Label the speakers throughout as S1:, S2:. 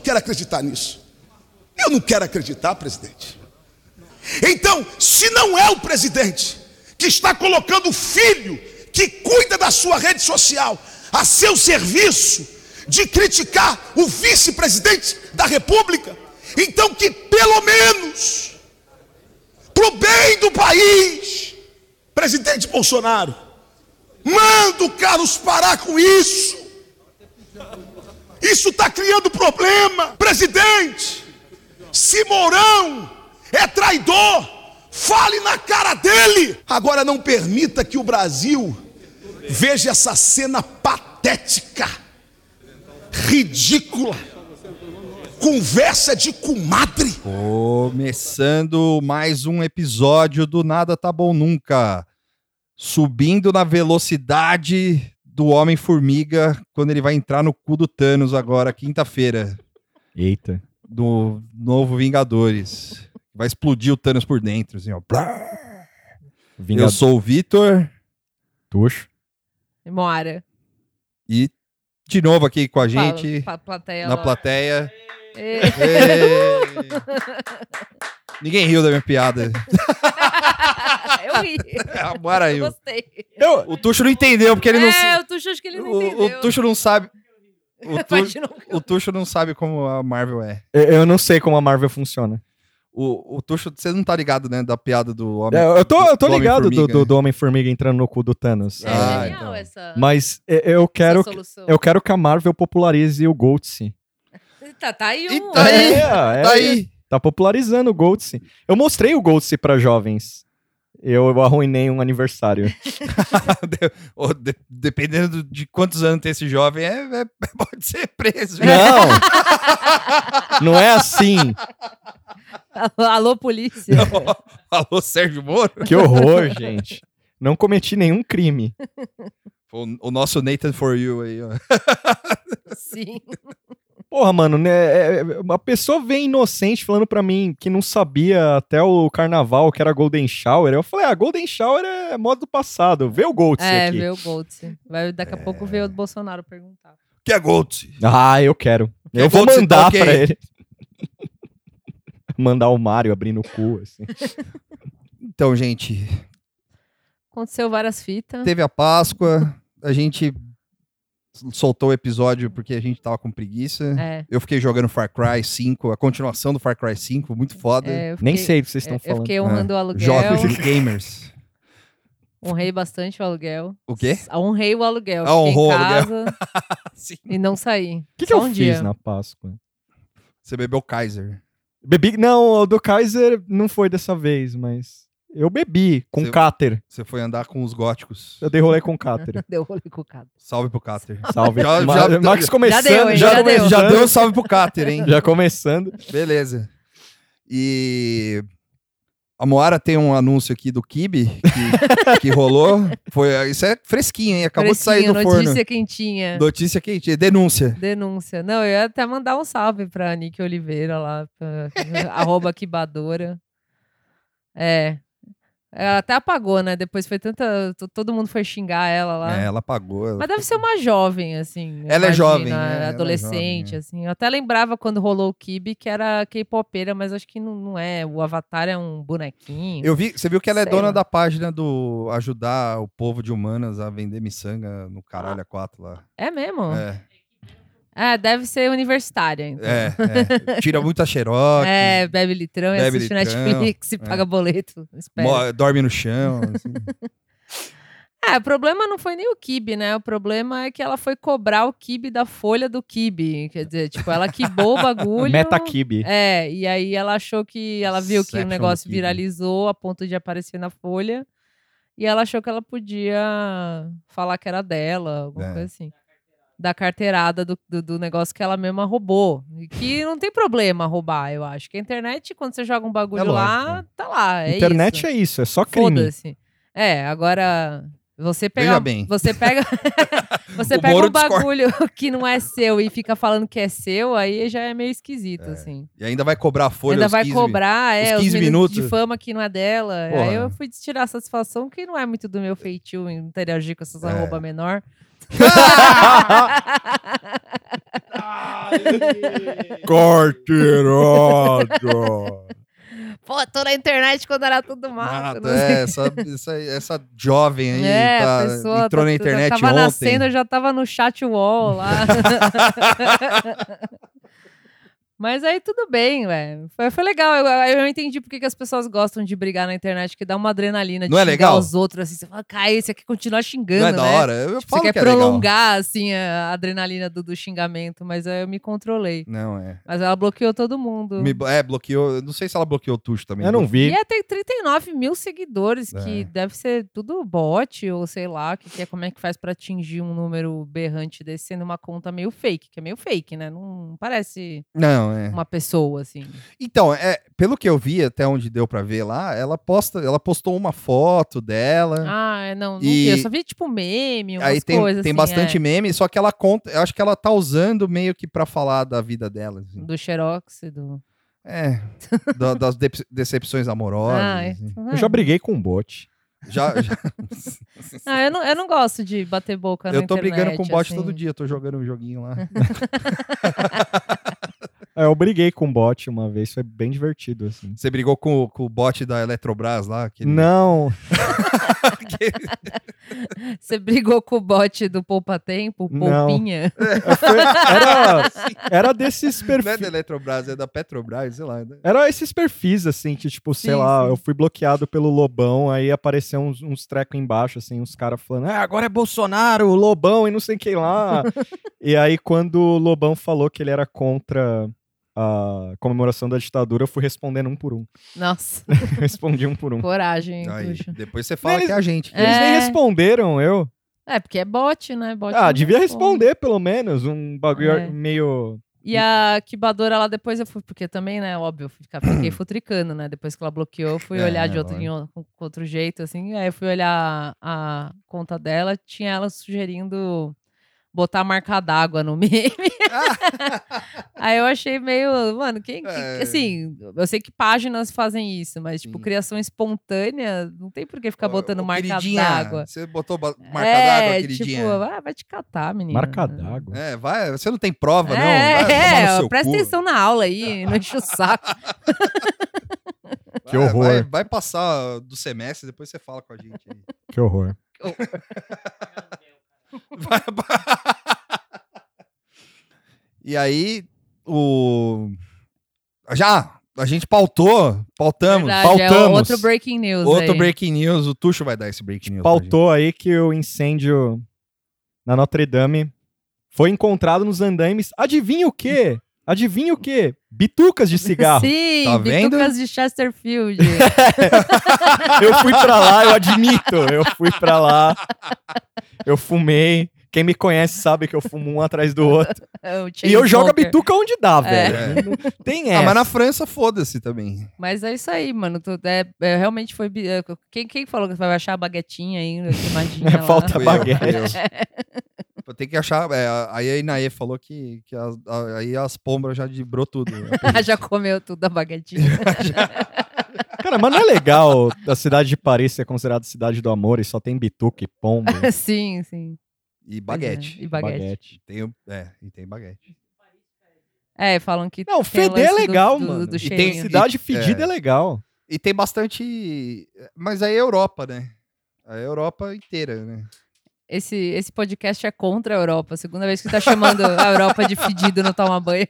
S1: quero acreditar nisso. Eu não quero acreditar, presidente. Então, se não é o presidente que está colocando o filho que cuida da sua rede social a seu serviço de criticar o vice-presidente da República, então que pelo menos, para o bem do país, presidente Bolsonaro, manda o Carlos parar com isso. Isso está criando problema. Presidente, se Mourão é traidor, fale na cara dele. Agora não permita que o Brasil veja essa cena patética, ridícula, conversa de comadre.
S2: Começando mais um episódio do Nada Tá Bom Nunca. Subindo na velocidade do Homem-Formiga quando ele vai entrar no cu do Thanos agora, quinta-feira.
S3: Eita.
S2: Do novo Vingadores. Vai explodir o Thanos por dentro, assim, ó. Eu sou o Vitor.
S3: Tuxo.
S4: Moara.
S2: E de novo aqui com a gente
S4: Plateia
S2: na
S4: lá.
S2: plateia. Ninguém riu da minha piada.
S4: Eu ri.
S2: Bora aí.
S4: Eu gostei.
S2: O Tuxo não entendeu, porque ele não...
S4: O Tuxo acho que ele não entendeu.
S2: O Tuxo não sabe...
S4: Imagina
S2: O Tuxo não sabe como a Marvel é.
S3: Eu não sei como a Marvel funciona.
S2: O Tuxo, você não tá ligado, né, da piada do Homem...
S3: Eu tô
S2: do
S3: ligado
S2: Homem-Formiga.
S3: do Homem-Formiga entrando no cu do Thanos.
S4: É genial
S2: então.
S4: essa,
S3: Mas
S4: essa solução.
S3: eu quero que a Marvel popularize o Goatse.
S4: Tá aí um...
S2: Tá aí.
S3: Tá aí. Tá popularizando o Goatse. Eu mostrei o Goatse pra jovens. Eu arruinei um aniversário.
S2: Dependendo de quantos anos tem esse jovem, pode ser preso.
S3: Não é assim.
S4: Alô, polícia.
S2: Alô, Sérgio Moro?
S3: Que horror, gente. Não cometi nenhum crime.
S2: O nosso Nathan For You aí, ó.
S4: Sim.
S3: Porra, mano, né, uma pessoa vem inocente falando pra mim que não sabia até o carnaval que era Golden Shower. Eu falei, Golden Shower é moda do passado. Vê o Goatse aqui.
S4: Vê o Goatse. Vai daqui a pouco ver o Bolsonaro perguntar.
S2: Que é Gold?
S3: Eu quero.
S2: Que
S3: eu vou
S2: Goatse
S3: mandar
S2: tá,
S3: pra
S2: ok.
S3: ele. Mandar o Mário abrindo o cu, assim.
S2: Então, gente,
S4: Aconteceu várias fitas.
S2: teve a Páscoa, a gente soltou o episódio porque a gente tava com preguiça. Eu fiquei jogando Far Cry 5, a continuação do Far Cry 5, muito foda.
S3: Nem sei o que vocês estão
S4: Eu
S3: falando.
S4: fiquei honrando o aluguel.
S2: Jogos gamers.
S4: Honrei bastante o aluguel.
S2: O quê?
S4: Honrei o aluguel.
S2: Ah,
S4: Fiquei
S2: honrou
S4: em
S2: o aluguel.
S4: casa
S2: Sim.
S4: e não saí.
S3: O que
S4: Só
S3: eu
S4: um
S3: fiz
S4: dia.
S3: na Páscoa?
S2: Você bebeu Kaiser.
S3: Bebi. Não, o do Kaiser não foi dessa vez, mas eu bebi com
S2: Você-
S3: cáter.
S2: Você foi andar com os góticos.
S3: Eu dei rolê com cáter.
S4: Deu rolê com o cara.
S2: Salve pro Cáter.
S3: Salve.
S2: Já-
S3: Max começando.
S4: deu, hein? Já deu.
S2: Já deu um salve pro Cáter, hein?
S3: Já começando.
S2: Beleza. E a Moara tem um anúncio aqui do Kibe que rolou. Isso é fresquinho, hein? Acabou de sair do
S4: Notícia
S2: forno.
S4: quentinha.
S2: Notícia quente. Denúncia.
S4: Denúncia. Não, eu ia até mandar um salve pra Nick Oliveira lá, pra, @quibadora. Ela até apagou, né? Depois foi tanta... Todo mundo foi xingar ela lá.
S2: Ela pagou.
S4: Mas deve ser uma jovem, assim.
S2: Ela é
S4: imagina,
S2: jovem, né? Ela é
S4: Adolescente,
S2: jovem,
S4: assim. Eu até lembrava quando rolou o Kibe que era K-popeira, mas acho que não é. O Avatar é um bonequinho.
S2: Você viu que ela é
S4: Sei
S2: dona
S4: lá.
S2: da página do ajudar o povo de humanas a vender miçanga no caralho a 4 lá.
S4: É mesmo?
S2: É,
S4: Deve ser universitária, então.
S2: Tira muita xerox.
S4: Bebe litrão e
S2: Bebe
S4: assiste
S2: litrão,
S4: Netflix e paga boleto. Espera.
S2: Dorme no chão. Assim.
S4: O problema não foi nem o Kibe, né? O problema é que ela foi cobrar o Kibe da folha do Kibe. Quer dizer, tipo, ela quibou o bagulho.
S3: Metakibe.
S4: E aí ela achou que... Ela viu que
S2: Section
S4: o negócio
S2: Kibe.
S4: viralizou a ponto de aparecer na folha. E ela achou que ela podia falar que era dela, alguma coisa assim. Da carteirada do negócio que ela mesma roubou. E que não tem problema roubar, eu acho. Que a internet, quando você joga um bagulho lá, tá lá.
S3: Internet
S4: isso.
S3: é isso, é só crime.
S4: Foda-se. Agora... Você pega,
S2: Veja bem.
S4: Você pega
S2: O
S4: pega
S2: Moro
S4: um bagulho que não é seu e fica falando que é seu, aí já é meio esquisito, assim.
S2: E ainda vai cobrar a folha.
S4: Ainda
S2: os
S4: vai
S2: 15
S4: cobrar,
S2: os 15
S4: os
S2: minutos.
S4: de fama que não é dela.
S2: Porra.
S4: Aí eu fui tirar a satisfação que não é muito do meu feitio interagir com essas arroba menor.
S3: Carteirada.
S4: Pô, tô na internet quando era tudo mato.
S2: Nada, essa jovem aí
S4: a pessoa
S2: entrou na internet
S4: tava
S2: ontem.
S4: nascendo, eu já tava no chat wall lá. Mas aí tudo bem, velho. Foi legal. Eu entendi porque que as pessoas gostam de brigar na internet, que dá uma adrenalina de
S2: Não é
S4: xingar
S2: legal?
S4: os outros. Assim, você fala, cara, você quer continuar xingando,
S2: Não é da
S4: né?
S2: hora? Eu
S4: Tipo,
S2: falo
S4: você quer
S2: que é legal.
S4: prolongar, assim, a adrenalina do xingamento. Mas aí eu me controlei.
S2: Não, é.
S4: Mas ela bloqueou todo mundo.
S2: Bloqueou. Não sei se ela bloqueou o Tuxo também.
S3: Eu não vi.
S4: E tem 39 mil seguidores,
S2: É.
S4: que deve ser tudo bot, ou sei lá, que é como é que faz pra atingir um número berrante desse, sendo uma conta meio fake, que é meio fake, né? Não parece
S2: Não, é.
S4: uma pessoa, assim.
S2: Então, pelo que eu vi, até onde deu pra ver lá, ela postou uma foto dela.
S4: Ah, não
S2: E-
S4: vi. Eu só vi, tipo, meme, umas
S2: Aí tem
S4: coisas, assim,
S2: bastante meme, só que ela conta. Eu acho que ela tá usando meio que pra falar da vida dela. Assim.
S4: do Xerox, do...
S2: Das decepções amorosas. assim.
S3: Eu já briguei com um bot.
S2: Já-
S4: Ah, eu não gosto de bater boca na
S2: eu tô
S4: internet,
S2: brigando com bot
S4: assim.
S2: todo dia, tô jogando um joguinho lá.
S3: Eu briguei com um bot uma vez, foi bem divertido, assim.
S2: Você brigou com o bot da Eletrobras lá?
S3: Não,
S4: Você brigou com o bot do Poupa Tempo,
S3: Não.
S4: Poupinha?
S3: era desses
S2: Não é da
S3: perfis.
S2: Eletrobras, é da Petrobras, sei lá. Né?
S3: Era esses perfis, assim, que, tipo, sei
S4: Sim,
S3: lá,
S4: sim.
S3: eu fui bloqueado pelo Lobão, aí apareceu uns trecos embaixo, assim, uns caras falando, agora é Bolsonaro, Lobão e não sei o que lá. E aí, quando o Lobão falou que ele era contra a comemoração da ditadura, eu fui respondendo um por um.
S4: Nossa,
S3: Respondi um por um.
S4: coragem,
S2: Aí,
S4: puxa.
S2: depois você fala
S3: Eles-
S2: que é a gente. que-
S3: Eles nem
S4: É.
S3: responderam, eu.
S4: É, porque é bot, né? Bot não
S3: Devia
S4: responde.
S3: responder, pelo menos, um bagulho
S4: É.
S3: meio...
S4: E a Kibadora lá depois eu fui, porque também, né, óbvio, fiquei futricando, né? Depois que ela bloqueou, eu fui olhar de outro, com outro jeito, assim. Aí eu fui olhar a conta dela, tinha ela sugerindo botar a marca d'água no meme. Aí eu achei meio, mano, assim, eu sei que páginas fazem isso, mas, tipo,
S2: Sim.
S4: criação espontânea, não tem por que ficar botando
S2: Ô,
S4: marca
S2: queridinha,
S4: d'água.
S2: Você botou marca d'água, queridinha?
S4: Tipo, vai te catar, menina.
S3: Marca d'água.
S2: Vai, você não tem prova, não. Vai tomar no seu
S4: presta
S2: cu.
S4: atenção na aula aí, não enche o saco.
S3: Que horror.
S2: Vai passar do semestre, depois você fala com a gente aí.
S3: Que horror.
S2: E aí, a gente pautamos.
S4: Verdade, é
S3: pautamos.
S4: outro breaking news
S2: Outro
S4: aí.
S2: breaking news, o Tuxo vai dar esse breaking news. pra
S3: Pautou aí que o incêndio na Notre Dame foi encontrado nos andames. Adivinha o quê? Adivinha o quê? Bitucas de cigarro.
S4: Sim,
S2: Tá vendo?
S4: bitucas de Chesterfield.
S3: Eu fui pra lá, eu admito. Eu fui pra lá. Eu fumei. Quem me conhece sabe que eu fumo um atrás do outro. E eu jogo a bituca onde dá, velho. Não tem
S2: gente.
S3: essa.
S2: Mas na França, foda-se também.
S4: Mas é isso aí, mano. Realmente foi... Quem falou que vai achar a baguetinha ainda? Queimadinha lá?
S3: Falta
S2: Fui eu,
S3: baguete.
S2: Vou ter que achar. Aí a Inaê falou que aí as pombras já debrou tudo.
S4: Já comeu tudo a baguetinha.
S3: Cara, mas não é legal a cidade de Paris ser considerada cidade do amor e só tem bituca e pombo.
S4: Sim, sim.
S2: E baguete.
S4: E baguete.
S2: E tem baguete.
S4: Falam que...
S3: Não,
S4: tem o
S3: feder é
S4: lance
S3: legal,
S4: do
S3: mano. E
S4: cheirinho.
S3: tem cidade fedida é legal.
S2: E tem bastante. Mas aí é Europa, né? A Europa inteira, né?
S4: Esse podcast é contra a Europa. Segunda vez que tá chamando a Europa de fedido no toma banho.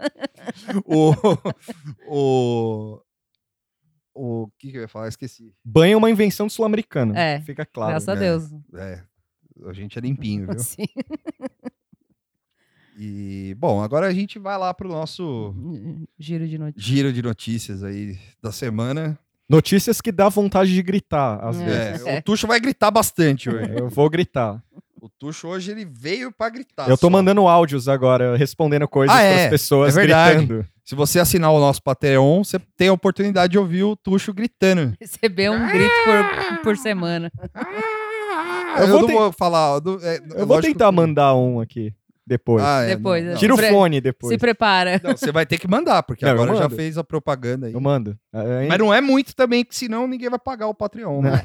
S2: O que eu ia falar? Esqueci.
S3: Banho é uma invenção sul-americana.
S4: É,
S3: Fica claro.
S4: Graças a
S2: né?
S4: Deus.
S2: A gente é limpinho, viu?
S4: Sim.
S2: E, bom, agora a gente vai lá pro nosso
S4: Giro de notícias.
S2: giro de notícias aí da semana.
S3: Notícias que dá vontade de gritar, às vezes.
S2: O Tuxo vai gritar bastante hoje.
S3: Eu vou gritar.
S2: O Tuxo hoje ele veio pra gritar.
S3: Eu tô
S2: só.
S3: mandando áudios agora, respondendo coisas pras pessoas
S2: é verdade.
S3: gritando.
S2: Se você assinar o nosso Patreon, você tem a oportunidade de ouvir o Tuxo gritando.
S4: Receber um grito por semana.
S3: Eu
S2: Eu
S3: vou
S2: não
S3: ten-
S2: vou falar.
S3: Eu vou tentar mandar um aqui. depois.
S4: Depois,
S2: não.
S3: Tira o fone depois.
S4: Se prepara.
S2: Não, você vai ter que mandar, porque
S3: Não, eu
S2: agora já
S3: mando.
S2: fez a propaganda aí.
S3: Eu mando.
S2: Mas não é muito também, que senão ninguém vai pagar o Patreon, né?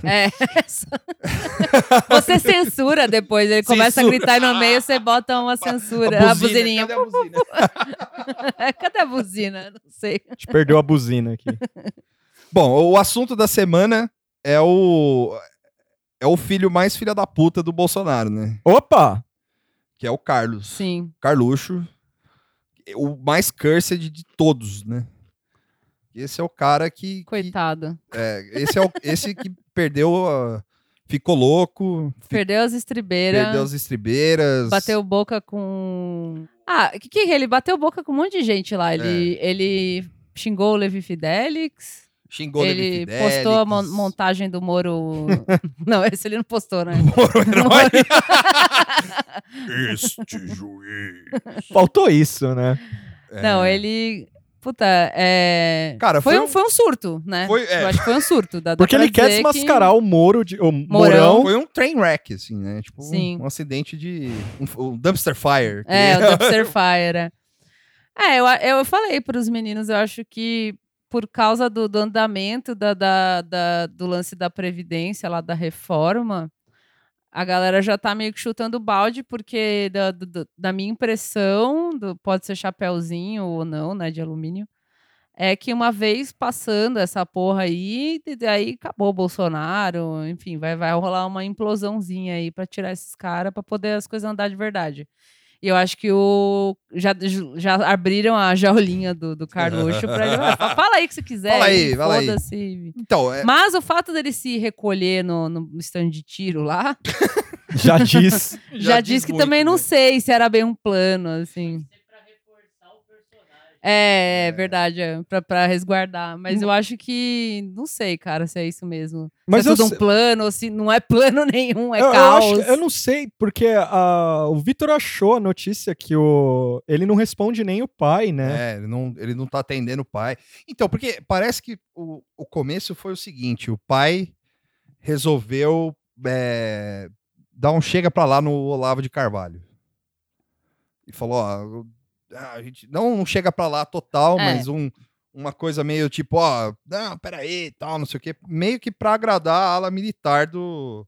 S4: Você censura depois, ele começa a gritar e no meio você bota uma censura. A buzininha.
S2: Cadê a buzina?
S4: Cadê a buzina? Não sei.
S3: A gente perdeu a buzina aqui.
S2: Bom, o assunto da semana é o filho mais filha da puta do Bolsonaro, né?
S3: Opa!
S2: Que é o Carlos.
S4: Sim.
S2: Carluxo. O mais cursed de todos, né? Esse é o cara que...
S4: Coitado.
S2: Esse que perdeu... ficou louco.
S4: Perdeu as estribeiras.
S2: Perdeu as estribeiras.
S4: Bateu boca com... que ele bateu boca com um monte de gente lá. Ele xingou o Levi Fidelix.
S2: Xingou
S4: Ele
S2: Levi Fidelix.
S4: postou a montagem do Moro... Não, esse ele não postou, né?
S2: Moro herói. Este juiz.
S3: Faltou isso, né?
S4: Não, ele... Puta,
S2: Cara,
S4: foi um surto, né? Eu acho que foi um surto. Dá
S3: Porque
S4: pra
S3: ele quer
S4: dizer
S3: desmascarar o Moro, o
S4: Mourão.
S3: Mourão.
S2: Foi um train wreck, assim, né? Tipo,
S4: Sim.
S2: um acidente de... Um dumpster fire.
S4: O Dumpster Fire. Eu falei pros meninos, eu acho que por causa do andamento do lance da Previdência, lá da reforma, a galera já tá meio que chutando balde, porque da minha impressão, pode ser chapéuzinho ou não, né, de alumínio, é que uma vez passando essa porra aí, daí acabou o Bolsonaro, enfim, vai rolar uma implosãozinha aí pra tirar esses caras, pra poder as coisas andar de verdade. E eu acho que já abriram a jaulinha do Carluxo pra ele. Fala aí o que você quiser.
S2: Fala aí.
S4: Foda-se.
S2: Então,
S4: Mas o fato dele se recolher no stand de tiro lá,
S3: Já diz.
S4: já diz que
S2: muito,
S4: também não
S2: né?
S4: sei se era bem um plano, assim. Verdade, pra resguardar. Mas eu acho que, não sei, cara, se é isso mesmo.
S3: Mas
S4: se é tudo um plano, ou se não é plano nenhum, é
S3: eu
S4: caos.
S3: eu não sei, porque o Vitor achou a notícia que ele não responde nem o pai, né?
S2: Ele não tá atendendo o pai. Então, porque parece que o começo foi o seguinte, o pai resolveu dar um chega pra lá no Olavo de Carvalho. E falou, a gente não chega pra lá total, mas uma coisa meio tipo, não, peraí, tal, não sei o quê, meio que pra agradar a ala militar do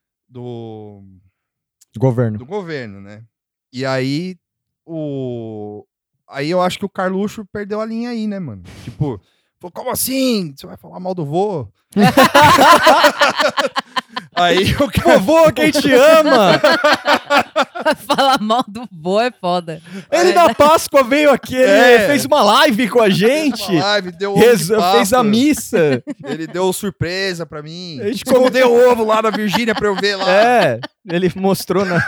S2: governo, né? E aí, aí eu acho que o Carluxo perdeu a linha aí, né, mano? Tipo, como assim? Você vai falar mal do vô? Aí o
S3: Vovô, quem te ama!
S4: Falar mal do vô é foda.
S3: Ele na Páscoa veio aqui, ele fez uma live com a gente.
S2: Uma live, deu ovo de Páscoa.
S3: Fez a missa.
S2: Ele deu surpresa pra mim.
S3: A gente
S2: escondeu o ovo lá na Virgínia pra eu ver lá.
S3: Ele mostrou na...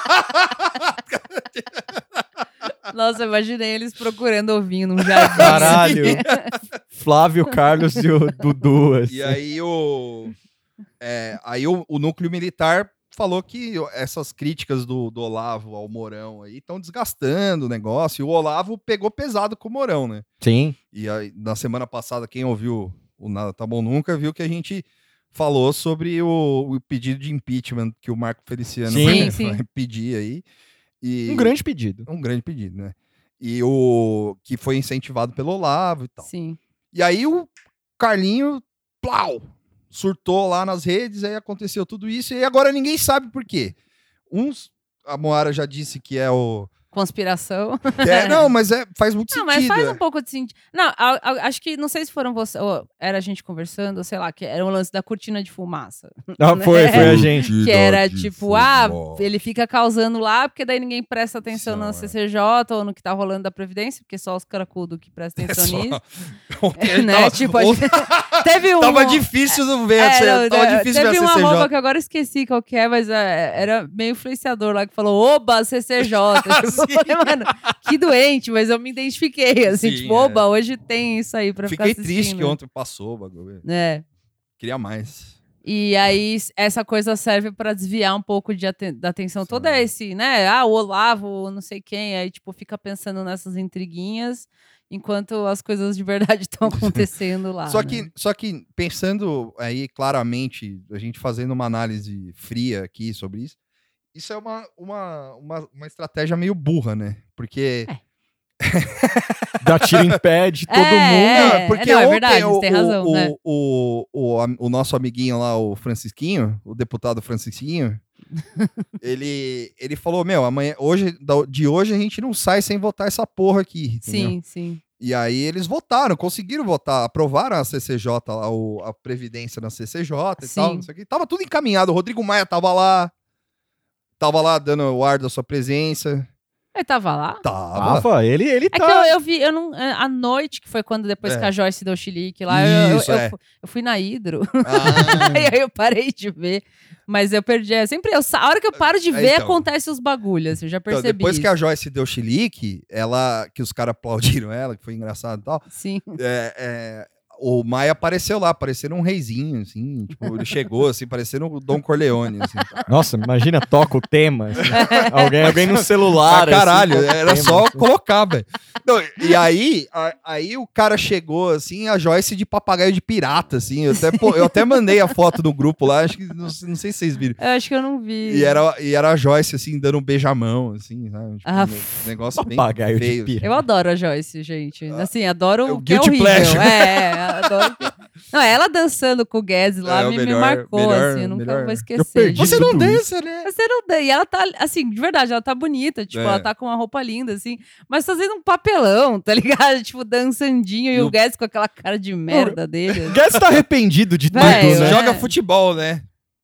S4: Nossa, eu imaginei eles procurando ovinho num jardim.
S3: Caralho. Flávio, Carlos e o Dudu. Assim.
S2: E aí o núcleo militar falou que essas críticas do Olavo ao Mourão aí estão desgastando o negócio. E o Olavo pegou pesado com o Mourão, né?
S3: Sim.
S2: E aí, na semana passada, quem ouviu o Nada Tá Bom Nunca viu que a gente falou sobre o pedido de impeachment que o Marco Feliciano vai pedir aí.
S3: Um grande pedido.
S2: Um grande pedido, né? E que foi incentivado pelo Olavo e tal.
S4: Sim.
S2: E aí o Carlinho, surtou lá nas redes, aí aconteceu tudo isso, e agora ninguém sabe por quê. A Moara já disse que é o...
S4: Conspiração.
S2: Não, mas faz muito sentido.
S4: Não, mas faz um pouco de sentido. Não, acho que, não sei se foram você, ou era a gente conversando, sei lá, que era um lance da cortina de fumaça.
S3: Foi a gente.
S4: Que era tipo, ele fica causando lá, porque daí ninguém presta atenção na CCJ ou no que tá rolando da Previdência, porque só os caracudos que prestam atenção nisso. Né? Tipo, teve um...
S2: Tava difícil ver tava difícil ver a CCJ.
S4: Teve uma roupa que agora eu esqueci qual que é, mas era meio influenciador lá, que falou, oba, CCJ. Mano, que doente, mas eu me identifiquei, assim,
S2: Sim,
S4: tipo, oba, hoje tem isso aí pra ficar assistindo.
S2: Fiquei triste que ontem passou o bagulho. Queria mais.
S4: E aí, essa coisa serve pra desviar um pouco da atenção. Toda esse, né, o Olavo, não sei quem, aí, tipo, fica pensando nessas intriguinhas, enquanto as coisas de verdade estão acontecendo lá.
S2: Só que, pensando aí claramente, a gente fazendo uma análise fria aqui sobre isso, isso é uma estratégia meio burra, né? Porque...
S3: Dá tiro em pé de todo mundo.
S2: Não, porque
S4: é
S2: ontem
S4: verdade, você tem razão, né?
S2: o nosso amiguinho lá, o Francisquinho, o deputado Francisquinho, ele falou, amanhã, de hoje a gente não sai sem votar essa porra aqui. Entendeu?
S4: Sim.
S2: E aí eles votaram, conseguiram votar, aprovaram a CCJ, a Previdência na CCJ e tal, não sei o que. Tava tudo encaminhado, o Rodrigo Maia tava lá dando o ar da sua presença.
S4: Ele tava lá?
S3: Tava, ele
S4: É
S3: tá.
S4: que eu vi, à noite, que foi quando depois que a Joyce deu chilique lá, eu fui na Hidro. E aí eu parei de ver. Mas eu perdi. A hora que eu paro de ver, acontece os bagulhos. Eu já percebi.
S2: Então, depois
S4: isso.
S2: que a Joyce deu chilique, que os caras aplaudiram ela, que foi engraçado e tal.
S4: Sim.
S2: O Maia apareceu lá, parecendo um reizinho, assim. Tipo, ele chegou, assim, parecendo o Dom Corleone. Assim.
S3: Nossa, imagina, toca o tema. Assim. alguém no celular.
S2: Caralho,
S3: assim,
S2: era
S3: tema,
S2: só
S3: assim.
S2: colocar, velho. E aí o cara chegou, assim, a Joyce de papagaio de pirata, assim. Eu até mandei a foto no grupo lá, acho que não sei se vocês viram.
S4: Eu acho que eu não vi.
S2: E era a Joyce, assim, dando um beijamão, assim, sabe? Tipo, um negócio bem
S3: papagaio de
S2: feio.
S3: pirata.
S4: Eu adoro a Joyce, gente. Assim, adoro o que é
S2: guilty
S4: horrível.
S2: pleasure.
S4: Adoro. Não, ela dançando com o Guedes lá me marcou, assim. Eu nunca vou esquecer.
S2: Você não dança, né?
S4: Você não dança. E ela tá, assim, de verdade, ela tá bonita. Tipo, ela tá com uma roupa linda, assim. Mas fazendo um papelão, tá ligado? Tipo, dançandinho. E o Guedes com aquela cara de merda dele.
S3: O Guedes tá arrependido de tudo,
S4: Véio,
S3: né?
S2: Joga futebol, né?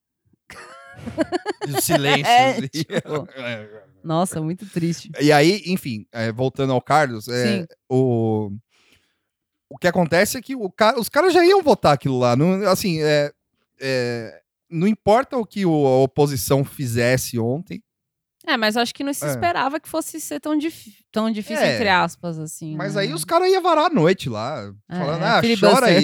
S2: O silêncio. assim.
S4: Tipo, nossa, muito triste.
S2: E aí, enfim, voltando ao Carlos, o que acontece é que os caras já iam votar aquilo lá. Não, assim, não importa o que a oposição fizesse ontem.
S4: Mas eu acho que não se esperava que fosse ser tão difícil, entre aspas, assim.
S2: Mas
S4: né?
S2: aí os caras iam varar a noite lá, falando, chora
S4: filibuster.
S2: aí.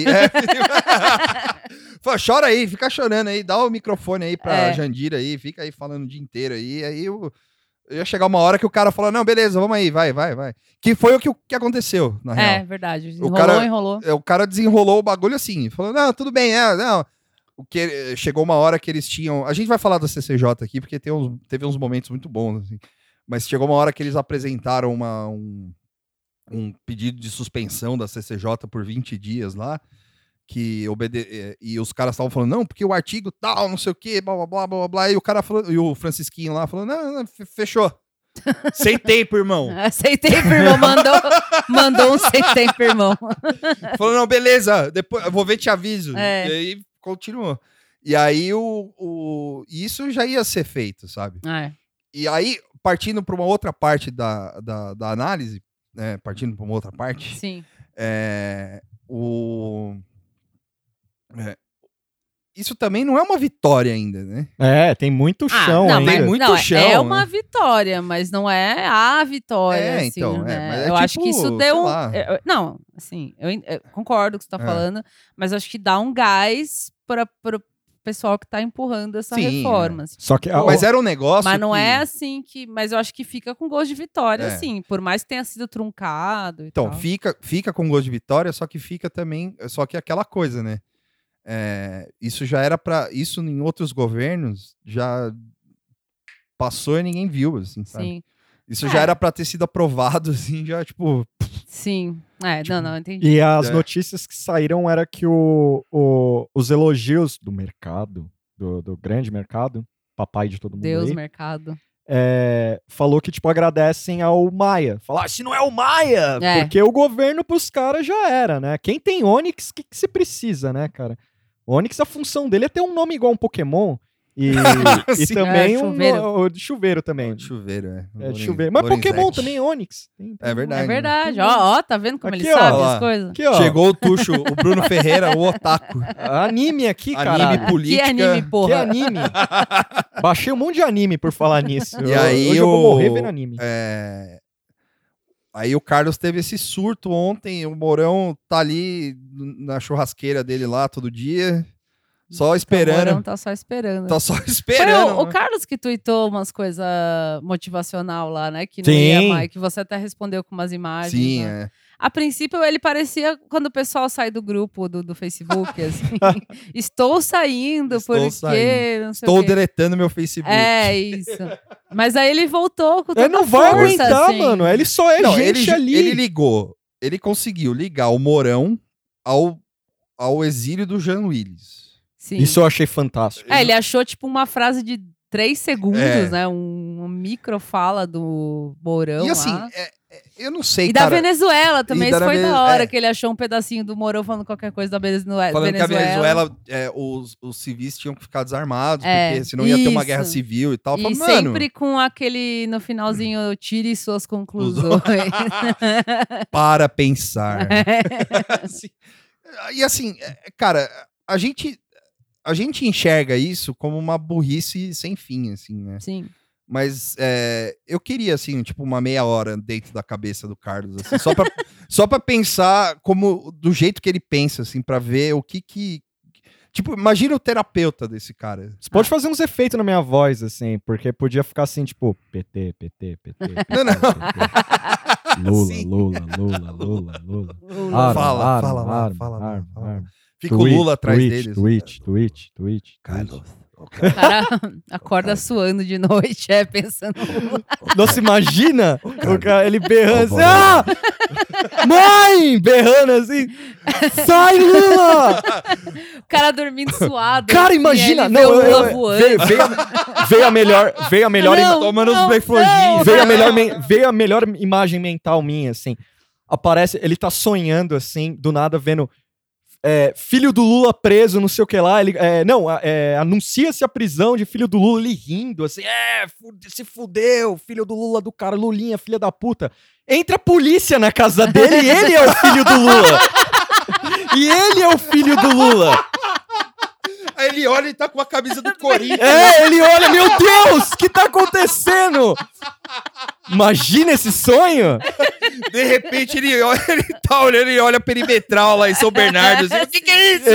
S2: Fala, chora aí, fica chorando aí, dá o microfone aí pra Jandira aí, fica aí falando o dia inteiro aí. Aí ia chegar uma hora que o cara falou, não, beleza, vamos aí, vai. Que foi o que aconteceu, na real.
S4: É, verdade.
S2: Enrolou. O cara desenrolou o bagulho assim, falou, não, tudo bem, não. Chegou uma hora que eles tinham... A gente vai falar da CCJ aqui, porque teve uns momentos muito bons, assim. Mas chegou uma hora que eles apresentaram um pedido de suspensão da CCJ por 20 dias lá, e os caras estavam falando, não, porque o artigo tal, não sei o quê, blá, blá, blá, blá, blá, e o cara falou, e o Francisquinho lá falou, não, fechou. Sem tempo, irmão.
S4: Sem tempo, irmão. Mandou um sem tempo, irmão.
S2: Falou, não, beleza, depois eu vou ver, te aviso. E aí continuou. E aí isso já ia ser feito, sabe? E aí, partindo para uma outra parte da análise, né? Partindo para uma outra parte.
S4: Sim.
S2: Isso também não é uma vitória ainda, né?
S3: Tem muito chão ainda.
S2: Tem muito chão.
S4: É uma vitória, mas não é a vitória. Assim,
S2: então.
S4: Né?
S2: Mas
S4: eu acho que isso deu
S2: não,
S4: assim, eu concordo com o que você tá falando, mas acho que dá um gás para o pessoal que tá empurrando essa reforma. Assim.
S3: Só que,
S2: mas era um negócio.
S4: Mas não é assim que. Mas eu acho que fica com gosto de vitória, assim, por mais que tenha sido truncado.
S2: Então, fica com gosto de vitória, só que fica também. Só que aquela coisa, né? Isso já era para isso em outros governos já passou e ninguém viu, assim, sabe? Sim. Isso já era para ter sido aprovado, assim, já tipo.
S4: Sim.
S2: Tipo,
S4: não, entendi.
S3: E as notícias que saíram era que os elogios do mercado, do grande mercado, papai de todo mundo
S4: Deus,
S3: aí,
S4: mercado.
S3: Falou que, tipo, agradecem ao Maia. Falar, se não é o Maia! Porque o governo pros caras já era, né? Quem tem Onix, o que se precisa, né, cara? O Onix, a função dele é ter um nome igual um Pokémon e também
S4: chuveiro.
S3: Chuveiro também.
S2: Chuveiro,
S3: chuveiro. Mas Pokémon também é Onix.
S2: É verdade.
S4: É verdade. Ó, tá vendo como
S3: aqui,
S4: ele sabe as coisas?
S3: Aqui, ó.
S2: Chegou o Tuxo, o Bruno Ferreira, o otaku.
S3: Anime aqui, cara.
S2: Anime política.
S4: Que anime, porra.
S3: Que anime. Baixei um monte de anime por falar nisso.
S2: E aí
S3: hoje eu vou morrer vendo anime.
S2: Aí o Carlos teve esse surto ontem, o Mourão tá ali na churrasqueira dele lá todo dia, Só
S4: O
S2: esperando.
S4: Mourão tá só esperando.
S2: Tá só
S4: Foi
S2: esperando.
S4: o Carlos que tuitou umas coisas motivacional lá, né? Que não
S3: Sim.
S4: ia mais, que você até respondeu com umas imagens.
S2: Sim,
S4: né?
S2: é.
S4: A princípio, ele parecia quando o pessoal sai do grupo do Facebook, assim. Estou saindo
S2: Estou
S4: porque...
S2: saindo.
S4: Não sei
S2: Estou
S4: o quê.
S2: deletando meu Facebook.
S4: É, isso. Mas aí ele voltou com tanta
S3: Ele não vai
S4: força,
S3: aguentar,
S4: assim.
S3: mano. Ele só é
S2: Não,
S3: gente ali.
S2: ele ligou. Ele conseguiu ligar o Mourão ao exílio do Jean Willis.
S4: Sim.
S3: Isso eu achei fantástico.
S4: É, ele achou, tipo, uma frase de 3 segundos,
S2: É.
S4: né? Uma microfala do Mourão
S2: E assim,
S4: lá.
S2: eu não sei,
S4: E da
S2: cara.
S4: Venezuela também,
S2: E da
S4: isso foi
S2: Vene-
S4: da hora,
S2: é.
S4: que ele achou um pedacinho do Mourão falando qualquer coisa da Venezuela.
S2: Falando que a Venezuela, os civis tinham que ficar desarmados,
S4: É,
S2: porque senão ia ter uma
S4: isso.
S2: guerra civil e tal.
S4: E
S2: Fala, mano,
S4: sempre com aquele, no finalzinho, tire suas conclusões.
S2: para pensar. Assim, e assim, cara, a gente enxerga isso como uma burrice sem fim, assim, né?
S4: Sim.
S2: Mas eu queria, assim, tipo, uma meia hora dentro da cabeça do Carlos, assim, só pra pensar como, do jeito que ele pensa, assim, pra ver o que. Tipo, imagina o terapeuta desse cara.
S3: Você pode fazer uns efeitos na minha voz, assim, porque podia ficar assim, tipo, PT.
S2: Não, não.
S3: Lula,
S2: Assim.
S3: Lula.
S4: Lula.
S2: Fala lá. Fica o Lula atrás deles.
S3: Tweet.
S2: Carlos.
S4: O cara acorda suando de noite, pensando.
S3: Nossa, imagina o cara, ele berrando assim, ah! Mãe! Berrando assim, sai, Lula!
S4: O cara dormindo suado.
S3: Cara,
S4: assim,
S3: imagina!
S4: aí ele
S3: Não,
S4: vê o Lula voando.
S3: veio a melhor
S4: Não,
S2: tomando
S4: não,
S2: os Beflogin.
S4: não.
S3: veio a melhor imagem mental minha, assim. Aparece, ele tá sonhando, assim, do nada, vendo filho do Lula preso, não sei o que lá. Ele, anuncia-se a prisão de filho do Lula, ele rindo, assim, se fudeu, filho do Lula do cara, Lulinha, filha da puta. Entra a polícia na casa dele e ele é o filho do Lula. E ele é o filho do Lula.
S2: Aí ele olha e tá com a camisa do Corinthians.
S3: Ele olha, meu Deus, o que tá acontecendo? Imagina esse sonho.
S2: De repente ele olha, ele tá olhando e olha a perimetral lá em São Bernardo. Assim, o que é isso?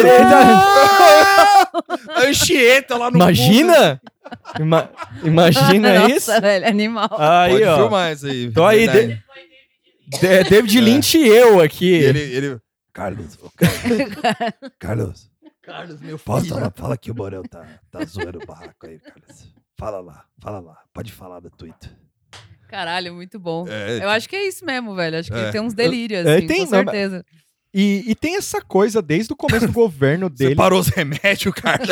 S2: A Anchieta lá no
S3: Imagina? Imagina
S4: Nossa,
S3: isso?
S4: velho, animal.
S3: Aí,
S2: Pode
S3: ó.
S2: filmar isso aí.
S3: Tô aí,
S2: verdade.
S3: David Lynch e eu aqui.
S2: Ele... Carlos, meu filho.
S5: Fala que o Mourão tá zoando o barraco aí, Carlos. Fala lá. Pode falar do Twitter.
S4: Caralho, muito bom.
S2: É.
S4: Eu acho que é isso mesmo, velho. Acho que
S2: É.
S4: tem uns delírios,
S3: É,
S4: assim,
S3: tem,
S4: com certeza.
S3: E tem essa coisa desde o começo do governo
S2: Você
S3: dele.
S2: parou os remédios, Carlos?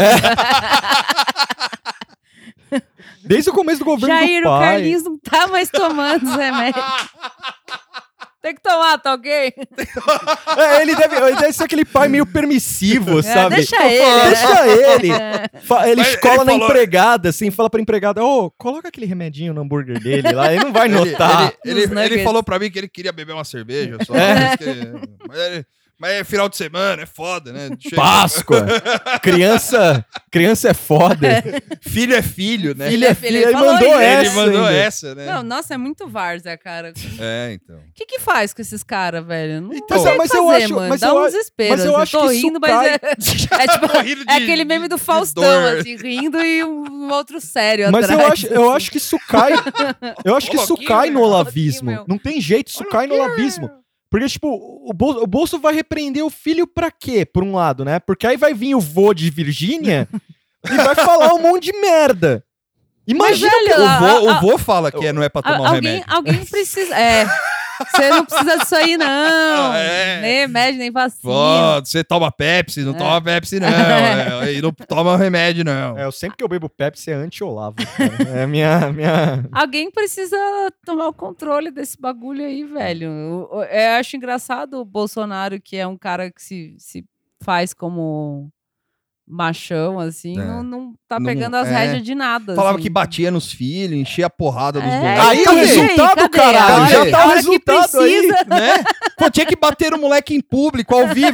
S3: Desde o começo do governo
S4: Jair,
S3: do
S4: o
S3: pai.
S4: Carlinhos não tá mais tomando os remédios. Tem que tomar, tá ok?
S3: Ele deve ser aquele pai meio permissivo, sabe?
S4: Deixa ele.
S3: Deixa ele. Ele
S2: Mas
S3: escola
S2: ele
S3: na
S2: falou-
S3: empregada, assim, fala pra empregada, coloca aquele remedinho no hambúrguer dele lá, ele não vai notar.
S2: Ele
S4: nuggets.
S2: falou pra mim que ele queria beber uma cerveja só. Mas é final de semana, é foda, né? Chega.
S3: Páscoa. Criança é foda.
S2: Filho é filho, né?
S3: Filho é
S4: filho,
S3: filho.
S4: ele
S3: Ele
S4: falou
S3: mandou
S4: isso.
S3: essa.
S2: Ele mandou
S3: ainda.
S2: essa, né?
S4: Não, nossa, é muito várzea, cara.
S2: É, então.
S4: O que faz com esses caras, velho? Não
S2: Então,
S4: sei o que
S3: mas eu
S4: fazer,
S3: acho-
S4: mano.
S3: mas
S4: Dá
S3: eu
S4: um
S3: acho-
S4: desespero.
S3: mas eu
S4: assim.
S3: acho
S4: tô
S3: que isso
S4: rindo, mas
S3: cai-
S4: tipo, é aquele meme do Faustão,
S2: dor.
S4: assim, rindo e um outro sério
S3: Mas
S4: atrás.
S3: eu acho que isso cai. Eu acho que isso
S2: Louquinho,
S3: cai no
S2: meu.
S3: olavismo.
S4: Louquinho, meu.
S3: Não tem jeito, isso cai no olavismo. Porque, tipo, o Bolso vai repreender o filho pra quê? Por um lado, né? Porque aí vai vir o vô de Virgínia e vai falar um monte de merda. Imagina
S4: Mas,
S3: que
S4: velho,
S2: O vô fala que não é pra tomar o remédio.
S4: Alguém precisa. Você não precisa disso aí, não. Nem remédio, nem vacina.
S2: Pô, você toma Pepsi, não toma Pepsi, não. E não toma remédio, não.
S3: eu sempre que eu bebo Pepsi é anti-Olavo. cara. É minha...
S4: Alguém precisa tomar o controle desse bagulho aí, velho. Eu acho engraçado o Bolsonaro, que é um cara que se faz como machão, assim,
S2: É.
S4: não tá
S2: Não-
S4: pegando as rédeas de nada.
S2: Falava
S4: assim.
S2: que batia nos filhos, enchia a porrada dos moleques.
S3: Aí o
S2: Cadê?
S3: resultado,
S4: Cadê?
S3: caralho.
S2: A
S3: Já
S2: hora-
S3: tá
S4: a
S3: o
S4: hora que
S3: resultado aí.
S4: precisa.
S2: Né? Pô, tinha que bater no moleque em público, ao vivo.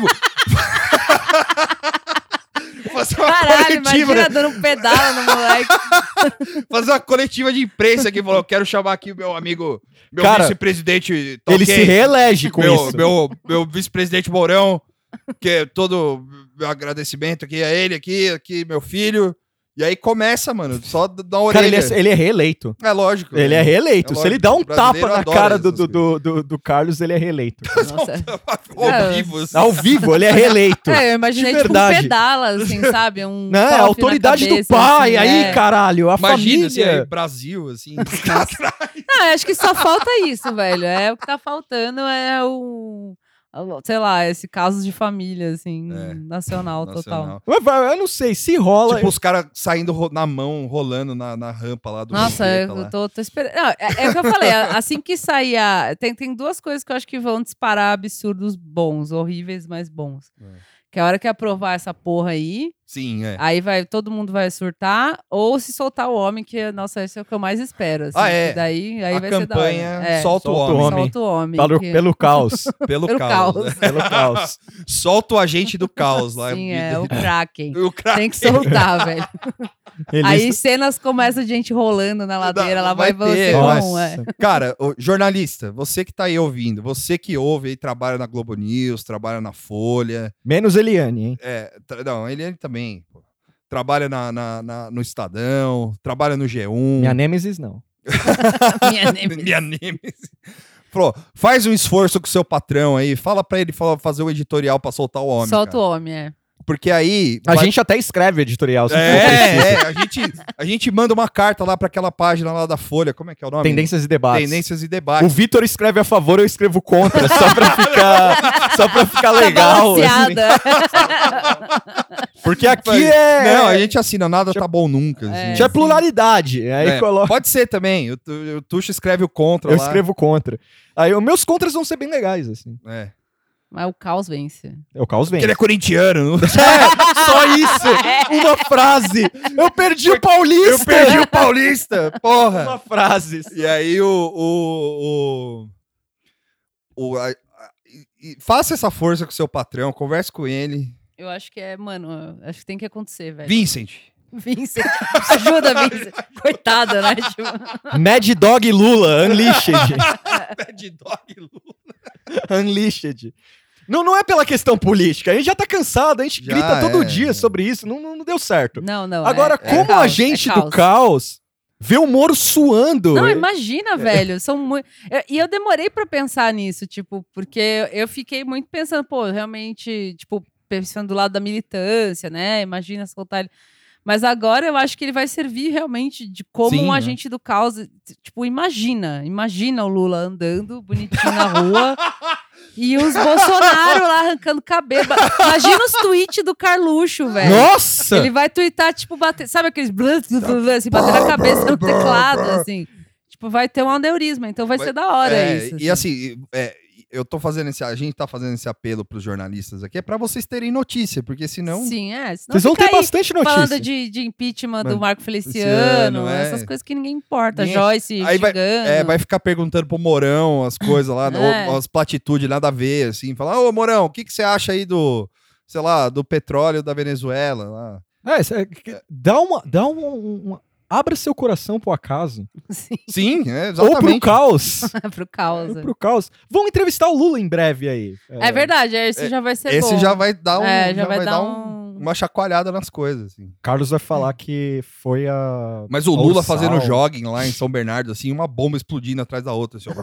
S2: Fazer uma
S4: Caralho,
S2: coletiva,
S4: imagina
S2: né?
S4: dando um pedala no moleque.
S2: Fazer uma coletiva de imprensa aqui. Falou, quero chamar aqui o meu amigo, meu
S3: Cara,
S2: vice-presidente.
S3: Ele se reelege com
S2: meu,
S3: isso.
S2: meu vice-presidente Mourão, que é todo meu agradecimento aqui a ele, aqui, meu filho. E aí começa, mano, só dá uma
S3: Cara,
S2: orelha.
S3: ele é reeleito.
S2: É lógico.
S3: Ele é reeleito. Se ele dá um tapa na cara do Carlos, ele é reeleito.
S4: Nossa.
S2: Ao vivo, assim.
S3: Ao vivo, ele é reeleito.
S4: Eu imaginei
S3: De
S4: tipo um
S3: verdade.
S4: pedala, assim, sabe? Um
S3: Não, é a
S4: cofre na
S3: autoridade
S4: cabeça,
S3: do pai,
S4: assim,
S3: aí,
S4: é.
S3: caralho, a
S2: Imagina, assim, aí,
S3: família.
S2: Brasil, assim.
S4: Não, eu acho que só falta isso, velho. É o que tá faltando é sei lá, esse caso de família, assim, nacional, total.
S3: Eu não sei, se rola...
S2: Tipo, os caras saindo na mão, rolando na rampa lá do
S4: Nossa,
S2: Vampeta
S4: eu
S2: lá.
S4: tô esperando. Não, é o que eu falei, assim que sair tem duas coisas que eu acho que vão disparar absurdos bons, horríveis, mas bons. Que a hora que aprovar essa porra aí,
S2: Sim,
S4: aí todo mundo vai surtar, ou se soltar o homem, que, nossa, esse é o que eu mais espero. Assim,
S2: é.
S4: Que daí
S2: A
S4: vai ser da hora.
S2: campanha Solta o
S3: Solta o
S2: Homem.
S3: homem.
S4: Solta o homem.
S3: Pelo caos.
S2: Pelo
S4: Pelo
S2: caos.
S4: caos.
S2: né?
S3: Pelo caos.
S2: Solta o agente do caos lá.
S4: Sim, o Kraken.
S2: O Kraken.
S4: Tem que soltar, velho.
S3: Eles-
S4: Aí cenas começam de gente rolando na ladeira, ela vai
S2: vai
S4: ser
S2: ter.
S4: bom,
S3: Nossa.
S2: Cara, jornalista, você que tá aí ouvindo, você que ouve aí, trabalha na Globo News, trabalha na Folha.
S3: Menos Eliane, hein?
S2: Não, ele também. Pô. Trabalha no Estadão, trabalha no G1.
S3: Minha Nêmesis, não.
S4: Minha nêmesis.
S2: Minha Nêmesis. Falou, faz um esforço com o seu patrão aí, fala pra ele fazer o editorial pra soltar o homem.
S4: Solta
S2: cara.
S4: o homem,
S2: Porque aí...
S3: A gente até escreve editorial. se for preciso.
S2: a gente manda uma carta lá pra aquela página lá da Folha, como é que é o nome?
S3: Tendências e debates.
S2: Tendências e
S3: O
S2: debates.
S3: Vitor escreve a favor, eu escrevo contra, só pra ficar legal. assim.
S4: balanceada.
S3: Porque aqui é...
S2: Não, a gente assina, nada tá bom nunca. assim.
S3: Tinha pluralidade. Aí
S2: É,
S3: coloca...
S2: Pode ser também, o Tuxo escreve o contra
S3: Eu
S2: lá.
S3: escrevo contra. Aí os meus contras vão ser bem legais, assim.
S2: É.
S4: Mas o caos vence.
S3: É o caos vem.
S2: Porque ele é corintiano.
S3: Só isso! Uma frase! Eu perdi o Paulista!
S2: Eu perdi o Paulista, porra.
S3: Uma frase.
S2: E aí faça essa força com o seu patrão, converse com ele.
S4: Eu acho que mano, acho que tem que acontecer, velho.
S2: Vincent.
S4: Vincent. Ajuda, Vincent. Coitada, né? Tipo,
S3: Mad Dog Lula, Unleashed.
S2: Bad Dog Lula.
S3: Unleashed. Não é pela questão política. A gente já tá cansado, a gente
S2: Já
S3: grita todo
S2: é.
S3: dia sobre isso. Não deu certo.
S4: não.
S3: Agora, como
S4: caos,
S3: a gente
S4: é
S3: do caos vê o Moro suando.
S4: Não, imagina, velho. São muito. E eu demorei pra pensar nisso, tipo, porque eu fiquei muito pensando, pô, realmente, tipo, pensando do lado da militância, né? Imagina soltar ele. Mas agora eu acho que ele vai servir realmente de como
S2: Sim,
S4: um
S2: né?
S4: agente do caos. Tipo, imagina o Lula andando bonitinho na rua e os Bolsonaro lá arrancando cabelo. Imagina os tweets do Carluxo, velho.
S3: Nossa!
S4: Ele vai tweetar, tipo, bater. Sabe aqueles. Assim, bater na cabeça no teclado, assim. Tipo, vai ter um aneurisma, então vai ser da hora isso.
S2: E assim, eu tô fazendo a gente tá fazendo esse apelo pros jornalistas aqui, é pra vocês terem notícia, porque senão...
S4: Sim, senão
S3: Vocês vão
S4: fica
S3: ter
S4: aí
S3: bastante notícia.
S4: falando de impeachment do Marco
S2: Feliciano,
S4: Feliciano, essas coisas que ninguém importa.
S2: Ninguém-
S4: Joyce
S2: Aí
S4: xingando.
S2: vai ficar perguntando pro Mourão as coisas lá,
S4: É.
S2: as platitudes, nada a ver, assim. Falar, ô Mourão, o que você acha aí do, sei lá, do petróleo da Venezuela? Lá?
S3: Dá uma... Abra seu coração pro acaso.
S4: Sim,
S2: Sim,
S3: Ou pro
S2: exatamente.
S3: caos.
S4: pro caos.
S3: Pro caos. Vão entrevistar o Lula em breve aí.
S4: É verdade, esse já vai ser bom.
S2: Esse já vai dar
S4: Já vai dar
S2: uma chacoalhada nas coisas, assim.
S3: Carlos vai falar que foi a...
S2: Mas o Lula
S3: ao
S2: fazendo
S3: sal.
S2: jogging lá em São Bernardo, assim, uma bomba explodindo atrás da outra, assim, ó.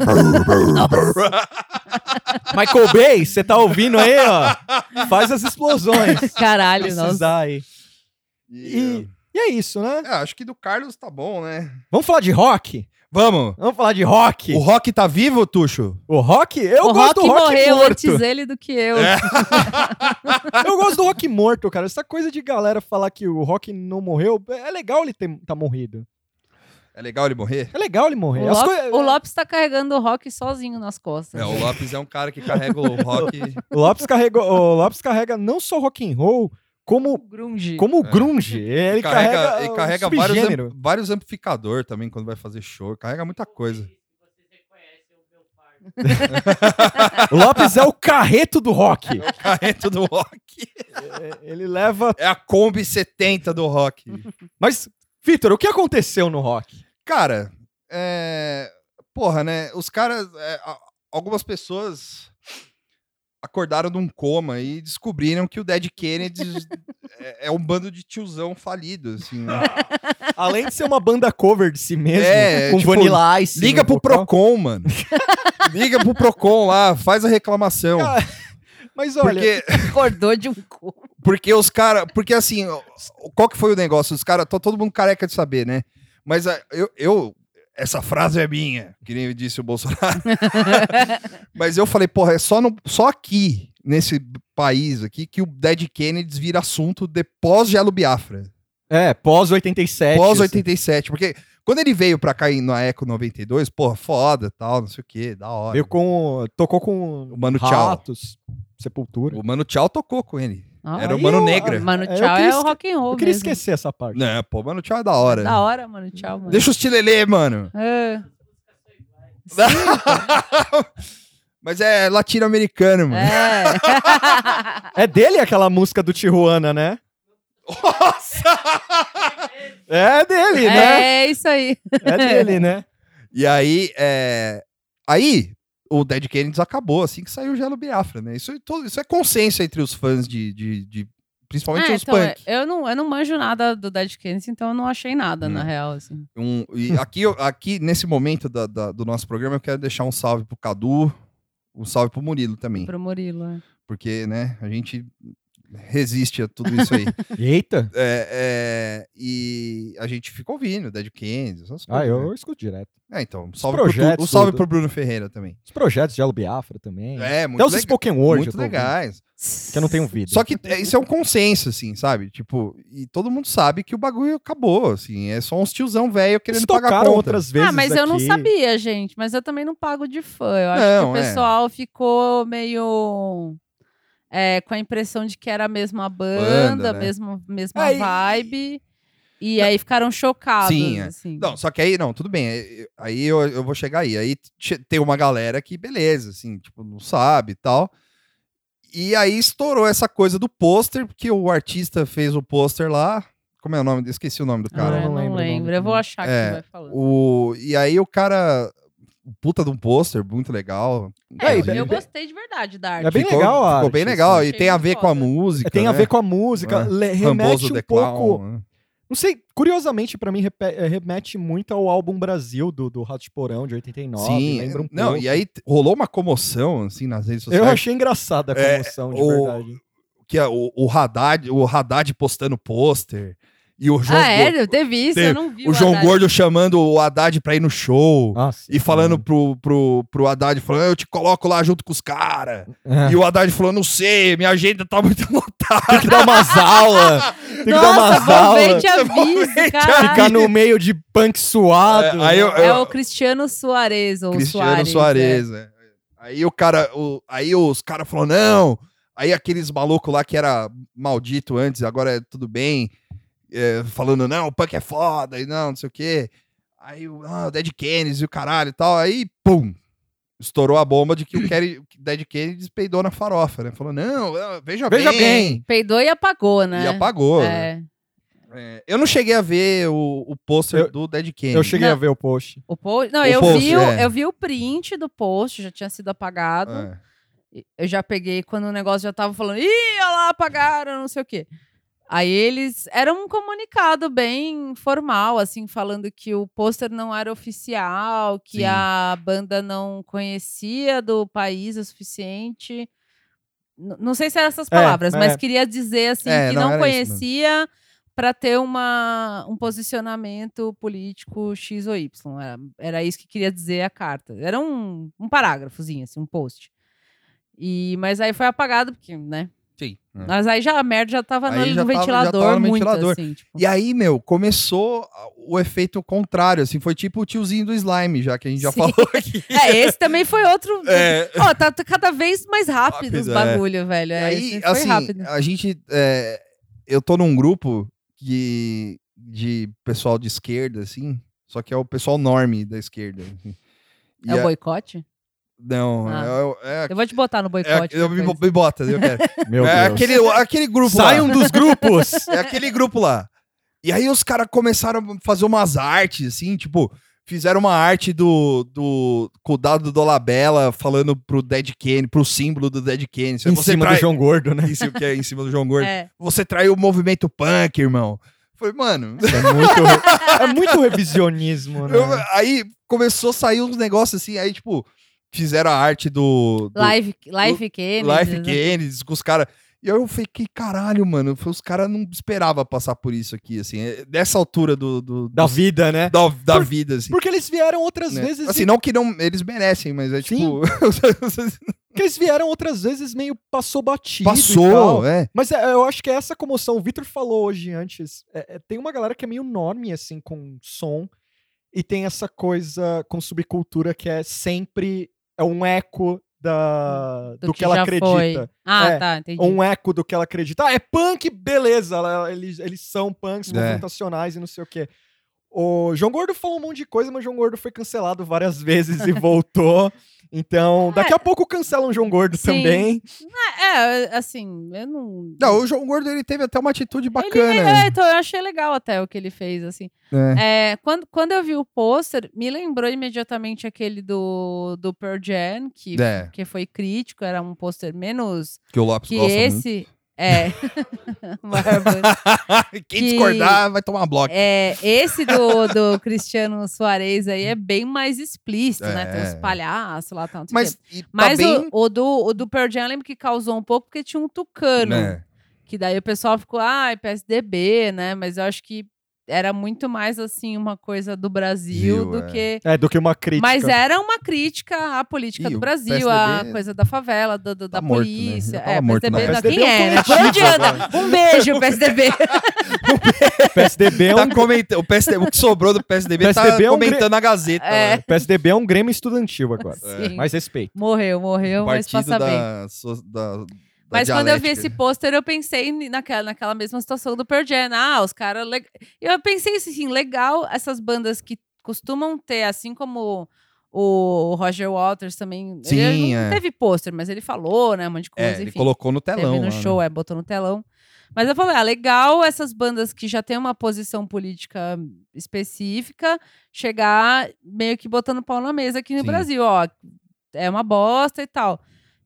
S3: Michael Bay, você tá ouvindo aí, ó? Faz as explosões.
S4: Caralho, nossa.
S3: Precisar aí.
S2: E,
S3: E é isso, né?
S2: acho que do Carlos tá bom, né?
S3: Vamos falar de rock?
S2: Vamos.
S3: Vamos falar de rock?
S2: O Rock tá vivo, Tuxo?
S3: O rock? Eu
S4: O
S3: gosto
S4: Rock
S3: do rock
S4: morreu
S3: morto.
S4: antes ele do que eu.
S3: Eu gosto do rock morto, cara. Essa coisa de galera falar que o rock não morreu, é legal ele tá morrido.
S2: É legal ele morrer?
S3: É legal ele morrer.
S4: O Lopes tá carregando o Rock sozinho nas costas.
S2: O Lopes é um cara que carrega o rock.
S3: O Lopes carrega não só rock and roll, como
S4: Grunge.
S3: o grunge. Ele carrega,
S2: Ele carrega vários amplificadores também quando vai fazer show. Carrega muita coisa.
S3: O Lopes é o carreto do rock.
S2: O carreto do rock.
S3: Ele leva...
S2: É a Kombi 70 do rock.
S3: Mas, Vitor, o que aconteceu no rock?
S2: Cara, porra, né? Os caras... algumas pessoas acordaram de um coma e descobriram que o Dead Kennedys é um bando de tiozão falido, assim, né?
S3: Além de ser uma banda cover de si mesmo, com
S2: tipo,
S3: Vanilla Ice.
S2: Liga
S3: no
S2: pro
S3: vocal.
S2: Procon, mano. Liga pro Procon lá, faz a reclamação.
S3: Mas olha,
S2: Porque,
S4: Acordou de um cu.
S2: porque os caras... Porque assim, qual que foi o negócio? Os caras... Todo mundo careca de saber, né? Mas essa frase é minha, que nem disse o Bolsonaro. Mas eu falei, porra, é só aqui, nesse país aqui, que o Dead Kennedys vira assunto de pós-Gelo Biafra.
S3: pós-87.
S2: Pós-87, porque quando ele veio pra cá na Eco 92, porra, foda, tal, não sei o que, da hora.
S3: Tocou com
S2: O Mano Tchau.
S3: Ratos, Sepultura.
S2: O Mano Tchau tocou com ele.
S4: Ah,
S2: Era o
S3: aí
S2: Mano
S3: eu-
S2: Negra.
S4: Mano,
S3: Eu
S4: tchau
S3: queria
S4: é o rock and roll
S3: Eu queria
S4: mesmo.
S3: esquecer essa parte.
S2: Não, pô, Mano Tchau é da hora.
S4: Da hora, mano, tchau, mano.
S2: Deixa os tilelê, mano.
S4: É.
S2: Mas é latino-americano, mano.
S4: É.
S3: É dele aquela música do Tijuana, né?
S2: Nossa!
S3: É dele, né?
S4: É isso aí.
S3: É dele, né?
S2: E aí, aí o Dead Kennedys acabou assim que saiu o Gelo Biafra, né? Isso é consenso entre os fãs de principalmente os
S4: então,
S2: punk.
S4: eu não manjo nada do Dead Kennedys, então eu não achei nada, na real, assim.
S2: E aqui, nesse momento do nosso programa, eu quero deixar um salve pro Cadu, um salve pro Murilo também.
S4: Pro Murilo, é.
S2: Porque, né, a gente resiste a tudo isso aí.
S3: Eita.
S2: E a gente fica ouvindo Dead Kennedys, essas coisas.
S3: Eu
S2: né?
S3: escuto direto.
S2: Então,
S3: projetos,
S2: um salve
S3: tudo.
S2: pro Bruno Ferreira também.
S3: Os projetos de Elo Biafra também.
S2: Muito
S3: Até os
S2: legal.
S3: Spoken Word.
S2: Muito
S3: eu tô ouvindo,
S2: legais.
S3: Que eu não tenho ouvido.
S2: Só que isso é um consenso, assim, sabe? Tipo, e todo mundo sabe que o bagulho acabou, assim. É só uns tiozão velho querendo
S3: Eles
S2: pagar
S3: tocaram
S2: conta.
S3: outras vezes
S4: Mas eu não
S3: aqui.
S4: sabia, gente. Mas eu também não pago de fã. Eu acho
S2: Não,
S4: que o pessoal ficou meio... com a impressão de que era a mesma banda,
S2: né?
S4: mesma
S3: Aí-
S4: vibe. E aí ficaram chocados,
S2: Sim,
S4: assim.
S2: Não, só que aí, não, tudo bem. Aí eu vou chegar aí. Aí tem uma galera que, beleza, assim, tipo, não sabe e tal. E aí estourou essa coisa do pôster, porque o artista fez o pôster lá. Como é o nome? Esqueci o nome do cara.
S4: Eu
S3: não
S4: não
S3: lembro o nome
S4: lembro. Eu vou
S3: também.
S4: achar que vai falando.
S2: E aí o cara... Puta de um pôster, muito legal.
S3: É,
S2: Inclusive.
S4: Eu gostei de verdade da arte.
S3: É bem
S2: Ficou-
S3: legal a
S2: Ficou bem
S3: arte,
S2: legal.
S4: assim.
S2: E tem a
S4: Achei
S2: ver com a
S4: foda.
S2: música.
S3: Tem a
S2: né?
S3: ver com a música. Remete
S2: Rambozo
S3: um
S2: the
S3: pouco...
S2: Clown, né?
S3: Não sei, curiosamente pra mim remete muito ao álbum Brasil do Rato de Porão, de 89.
S2: Sim,
S3: lembra um
S2: não,
S3: pouco.
S2: e aí rolou uma comoção, assim, nas redes sociais.
S3: Eu achei engraçada a comoção, de verdade.
S2: Que é o Haddad postando pôster. E o João,
S4: Eu teve isso, eu não vi
S2: o João
S4: Haddad.
S2: Gordo chamando o Haddad pra ir no show.
S3: Nossa,
S2: E falando pro Haddad, falando, eu te coloco lá junto com os caras.
S3: É.
S2: E o Haddad falou, não sei, minha agenda tá muito lotada.
S3: Tem que dar umas aulas. Tem que dar
S4: Nossa,
S3: umas
S4: vou ver
S3: aulas.
S4: te aviso,
S2: Vou
S4: cara.
S3: Ficar no meio de punk suado.
S2: Aí
S4: É o Cristiano Soares, ou
S2: Cristiano
S4: Soares.
S2: Soares, né? Aí aí os caras falaram, não. Aí aqueles malucos lá que era maldito antes, agora é tudo bem. Falando, não, o punk é foda, e não sei o quê. Aí o Dead Kennedys e o caralho e tal. Aí, pum! Estourou a bomba de que o Dead Kennedys peidou na farofa, né? Falou, não, veja bem.
S4: Peidou e apagou, né?
S2: E apagou. Né? Eu não cheguei a ver o pôster do Dead Kennedys.
S3: Eu cheguei
S4: Não.
S3: a ver o post.
S4: O post, não,
S2: O
S4: eu
S2: post,
S4: vi,
S2: é.
S4: eu vi o print do post, já tinha sido apagado. Eu já peguei quando o negócio já tava falando, ih, olha lá, apagaram, não sei o quê. Aí eles... Era um comunicado bem formal, assim, falando que o pôster não era oficial, que
S2: Sim.
S4: a banda não conhecia do país o suficiente. Não sei se eram essas palavras, mas queria dizer, assim, que não
S2: era
S4: conhecia para ter um posicionamento político X ou Y. Era isso que queria dizer a carta. Era um parágrafozinho, assim, um post. Mas aí foi apagado, porque, né?
S2: Sim.
S4: Mas aí a merda já tava
S2: Aí
S4: no
S2: já
S4: ventilador,
S2: tava no
S4: muito,
S2: ventilador.
S4: assim. Tipo.
S2: E aí, começou o efeito contrário, assim, foi tipo o tiozinho do slime, já que a gente já
S4: Sim.
S2: falou aqui.
S4: Esse também foi outro...
S2: É.
S4: Ó, tá cada vez mais rápido os
S2: Rápido,
S4: bagulho, velho.
S2: E aí,
S4: Esse foi
S2: assim,
S4: rápido.
S2: a gente... eu tô num grupo de pessoal de esquerda, assim, só que é o pessoal norme da esquerda. Assim. E
S4: É o boicote?
S2: Não,
S4: Eu vou te botar no boicote.
S2: me bota, eu quero.
S3: Meu
S2: É
S3: Deus.
S2: aquele grupo
S3: Saiam
S2: lá.
S3: dos grupos!
S2: É aquele grupo lá. E aí os caras começaram a fazer umas artes, assim, tipo, Fizeram uma arte com o dado do Dolabella falando pro Dead Kennedy, pro símbolo do Dead Kennedy.
S3: Em cima do João Gordo, né?
S2: Isso que é em cima do João Gordo.
S4: É.
S2: Você traiu o movimento punk, irmão. Falei, mano...
S3: É muito revisionismo, né?
S2: Aí começou a sair uns negócios assim, aí tipo, fizeram a arte do
S4: Life Kennedy.
S2: Life Kennedy, com os caras. E aí eu fiquei, caralho, mano, os caras não esperavam passar por isso aqui, assim, dessa altura
S3: da vida, né?
S2: Da vida, assim.
S3: Porque eles vieram outras
S2: né?
S3: vezes...
S2: Assim, não que eles merecem, mas é tipo...
S3: Porque eles vieram outras vezes meio passou batido e
S2: Passou,
S3: tal.
S2: é.
S3: Mas eu acho que é essa comoção. O Vitor falou hoje antes. Tem uma galera que é meio normie, assim, com som. E tem essa coisa com subcultura que é sempre um eco do que ela acredita.
S4: Foi. Tá, entendi.
S3: Um eco do que ela acredita. É punk, beleza. Eles são punks movimentacionais e não sei o quê. O João Gordo falou um monte de coisa, mas o João Gordo foi cancelado várias vezes e voltou. Então, daqui a pouco cancelam o João Gordo também.
S4: Assim, eu não...
S2: Não, o João Gordo, ele teve até uma atitude bacana.
S4: Então eu achei legal até o que ele fez, assim. Quando eu vi o pôster, me lembrou imediatamente aquele do Pearl Jam, que foi crítico, era um pôster menos...
S2: Que o Lopes
S4: que
S2: gosta
S4: esse...
S2: muito. Quem discordar vai tomar uma bloco.
S4: Esse do Cristiano Soares aí é bem mais explícito, né? Tem os palhaços lá, tal.
S2: Mas
S4: o do Pearl Jam eu lembro que causou um pouco porque tinha um tucano. Que daí o pessoal ficou, PSDB, né? Mas eu acho que era muito mais, assim, uma coisa do Brasil do que...
S3: do que uma crítica.
S4: Mas era uma crítica à política do Brasil, à coisa da favela, da polícia.
S2: Morto, né?
S4: PSDB, quem é, né? Por onde anda? Um beijo, PSDB.
S3: O PSDB é
S2: o que sobrou do PSDB tá comentando na Gazeta.
S3: O PSDB é um Grêmio estudantil agora.
S4: Sim.
S3: Mais respeito.
S4: Morreu, mas passa bem. Mas quando eu vi esse pôster, eu pensei naquela mesma situação do Pearl Jam. Os caras... Eu pensei assim, legal essas bandas que costumam ter, assim como o Roger Waters também.
S2: Sim,
S4: ele não teve pôster, mas ele falou, né? Um monte de coisa, enfim.
S2: Ele colocou no telão.
S4: Teve no show, né? Botou no telão. Mas eu falei, legal essas bandas que já têm uma posição política específica, chegar meio que botando pau na mesa aqui no Brasil. É uma bosta e tal.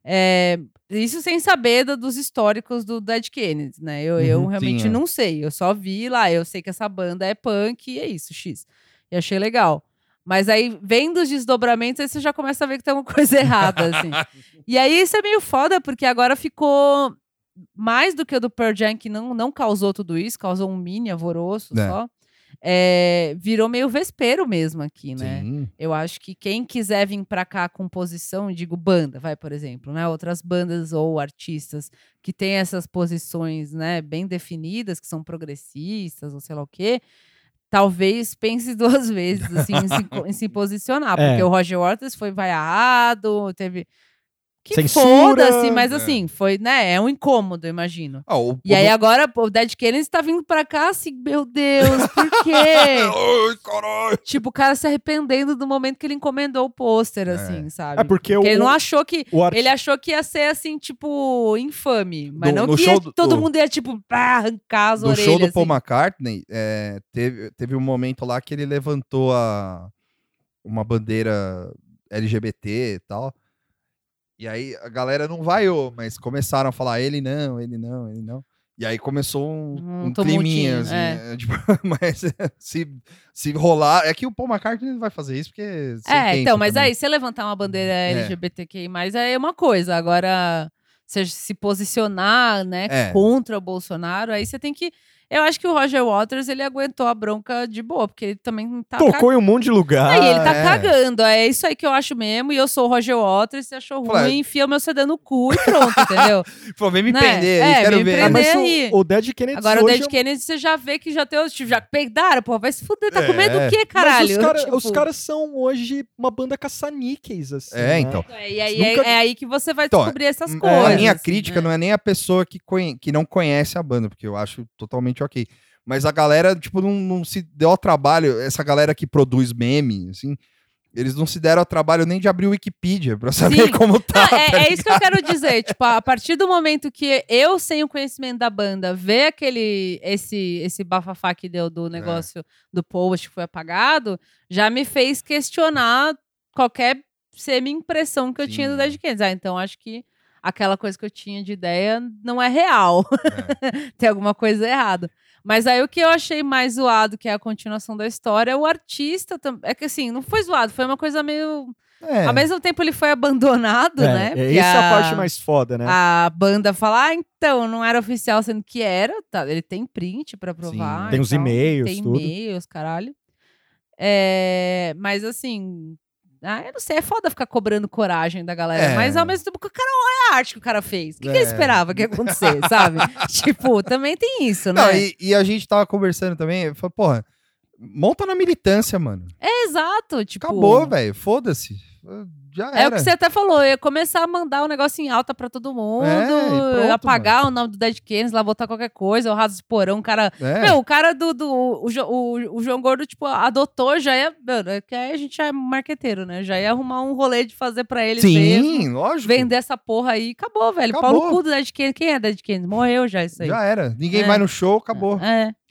S4: Isso sem saber dos históricos do Dead Kennedy, né? Eu realmente não sei. Eu só vi lá, eu sei que essa banda é punk e é isso, X. E achei legal. Mas aí, vendo os desdobramentos, aí você já começa a ver que tem alguma coisa errada, assim. E aí, isso é meio foda, porque agora ficou mais do que o do Pearl Jam, que não causou tudo isso, causou um mini alvoroço só. Virou meio vespeiro mesmo aqui, né?
S2: Sim.
S4: Eu acho que quem quiser vir pra cá com posição, digo banda, por exemplo, né? Outras bandas ou artistas que têm essas posições, né, bem definidas, que são progressistas ou sei lá o quê, talvez pense duas vezes, assim, em se posicionar. Porque o Roger Waters foi vaiado, teve... Que foda-se, mas assim, foi, né? É um incômodo, eu imagino. E aí agora o Dead Kennedy tá vindo pra cá assim, meu Deus, por quê?
S2: Ai, caralho.
S4: Tipo, o cara se arrependendo do momento que ele encomendou o pôster, assim, sabe?
S3: Porque
S4: ele não achou que... Ele achou que ia ser, assim, tipo, infame. Mas não que todo mundo ia, tipo, arrancar as orelhas.
S2: No show do Paul
S4: assim.
S2: McCartney, teve um momento lá que ele levantou uma bandeira LGBT e tal. E aí a galera não vaiou, mas começaram a falar ele não. E aí começou um climinha, assim, tipo, mas se rolar... É que o Paul McCartney não vai fazer isso, porque...
S4: Então, mas também. Aí, se levantar uma bandeira LGBTQI+, aí é uma coisa. Agora, se posicionar, né, contra o Bolsonaro, aí você tem que... Eu acho que o Roger Waters, ele aguentou a bronca de boa, porque ele também tá...
S3: Tocou em um monte de lugar.
S4: Aí ele tá cagando, é isso aí que eu acho mesmo, e eu sou o Roger Waters, se achou ruim, enfia o meu CD no cu e pronto, entendeu?
S2: Pô, vem me prender aí, quero ver.
S3: Mas o Dead Kennedy...
S4: Agora o Dead Kennedy, você já vê que já tem os... Já peidaram, pô, vai se fuder, tá com medo do quê, caralho?
S3: Mas os caras são hoje uma banda caça-níqueis, assim.
S2: Então.
S4: E aí é aí que você vai descobrir essas coisas.
S2: A minha crítica não é nem a pessoa que não conhece a banda, porque eu acho totalmente ok. Mas a galera, tipo, não se deu ao trabalho, essa galera que produz meme, assim, eles não se deram ao trabalho nem de abrir o Wikipedia pra saber
S4: Sim.
S2: como tá.
S4: Não, é isso que eu quero dizer. Tipo, a partir do momento que eu, sem o conhecimento da banda, ver esse bafafá que deu do negócio do post que foi apagado, já me fez questionar qualquer semi-impressão que eu tinha do Dead Kennedys. Então acho que aquela coisa que eu tinha de ideia não é real. Tem alguma coisa errada. Mas aí o que eu achei mais zoado, que é a continuação da história, o artista também. É que assim, não foi zoado, foi uma coisa meio. Ao mesmo tempo ele foi abandonado, né?
S3: Essa é a parte mais foda, né?
S4: A banda fala, então, não era oficial, sendo que era. Tá, ele tem print pra provar.
S2: Sim.
S3: Tem os e-mails,
S4: tem
S3: tudo.
S4: e-mails, caralho. Mas assim. Eu não sei, é foda ficar cobrando coragem da galera. Mas ao mesmo tempo, o cara olha a arte que o cara fez. O que ele esperava que ia acontecer, sabe? Tipo, também tem isso, né?
S2: Não, e a gente tava conversando também, eu falei, porra, monta na militância, mano.
S4: Exato, tipo...
S2: Acabou, velho, foda-se. Já era.
S4: É o que você até falou, ia começar a mandar o negócio em alta pra todo mundo,
S2: pronto,
S4: apagar o nome do Dead Kennedys, lá botar qualquer coisa, o Raso de Porão, o cara... Meu, o cara o João Gordo, tipo, adotou, já ia... Mano, é que aí a gente já é marqueteiro, né? Já ia arrumar um rolê de fazer pra ele mesmo.
S2: Lógico.
S4: Vender essa porra aí, acabou, velho.
S2: Acabou.
S4: Pau no cu do Dead Kennedys. Quem é Dead Kennedys? Morreu já isso aí.
S2: Já era. Ninguém vai no show, acabou.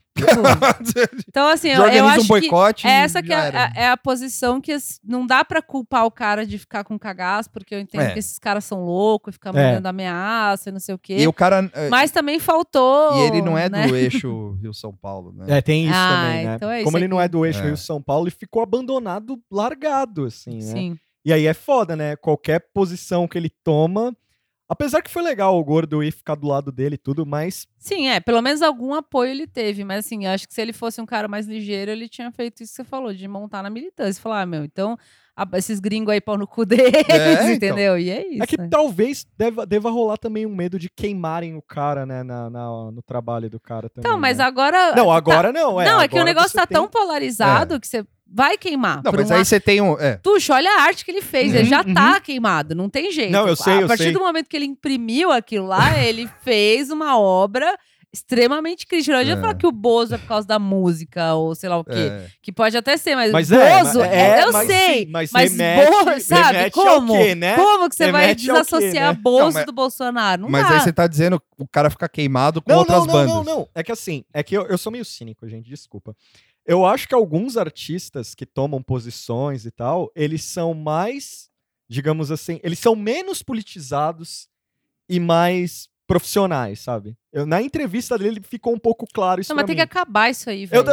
S4: Então, assim, eu
S2: organiza
S4: acho
S2: um boicote
S4: que essa que
S2: já
S4: é a posição que não dá pra culpar o cara de ficar com cagaço, porque eu entendo que esses caras são loucos, ficam mandando ameaça e não sei o quê.
S2: E o cara...
S4: Mas também faltou...
S2: E ele não é
S4: né?
S2: do eixo Rio-São Paulo, né?
S3: Tem isso também, né?
S4: Então é
S3: Como
S4: isso
S3: ele não é do eixo
S2: É.
S3: Rio-São Paulo, ele ficou abandonado, largado, assim, né?
S4: Sim.
S3: E aí é foda, né? Qualquer posição que ele toma... Apesar que foi legal o Gordo ir ficar do lado dele e tudo, mas...
S4: Sim, pelo menos algum apoio ele teve, mas assim, eu acho que se ele fosse um cara mais ligeiro, ele tinha feito isso que você falou, de montar na militância. Falar, meu, então, esses gringos aí pau no cu deles, entendeu? E é isso.
S3: É que talvez deva rolar também um medo de queimarem o cara, né, no trabalho do cara também.
S4: Então, mas
S3: né?
S4: agora...
S3: Não, agora não.
S4: Não, é que o
S3: agora
S4: negócio
S3: você
S4: tá
S3: tem-
S4: tão polarizado que você vai queimar.
S2: Não,
S4: por
S2: mas
S4: um
S2: aí
S4: lado.
S2: você tem um...
S4: Tuxo, olha a arte que ele fez, ele já tá queimado, não tem jeito.
S3: Não, eu sei,
S4: A partir do momento que ele imprimiu aquilo lá, ele fez uma obra extremamente crítica. Não adianta falar que o Bozo é por causa da música, ou sei lá o quê. Que pode até ser, mas Bozo, eu sei.
S3: Sim, mas
S4: Bozo, sabe?
S3: remete
S4: Como?
S3: ao quê, né?
S4: Como que você vai
S3: Remete ao quê,
S4: desassociar
S3: né?
S4: Bozo
S2: Não, mas-
S4: do Bolsonaro? Não
S2: Mas
S4: dá.
S2: aí você tá dizendo o cara ficar queimado com
S3: Não,
S2: outras bandas.
S3: não. É que assim, eu sou meio cínico, gente, desculpa. Eu acho que alguns artistas que tomam posições e tal, eles são mais, digamos assim, eles são menos politizados e mais profissionais, sabe? Na entrevista dele ficou um pouco claro isso
S4: Não,
S3: pra
S4: mas tem
S3: mim.
S4: que acabar isso aí, velho.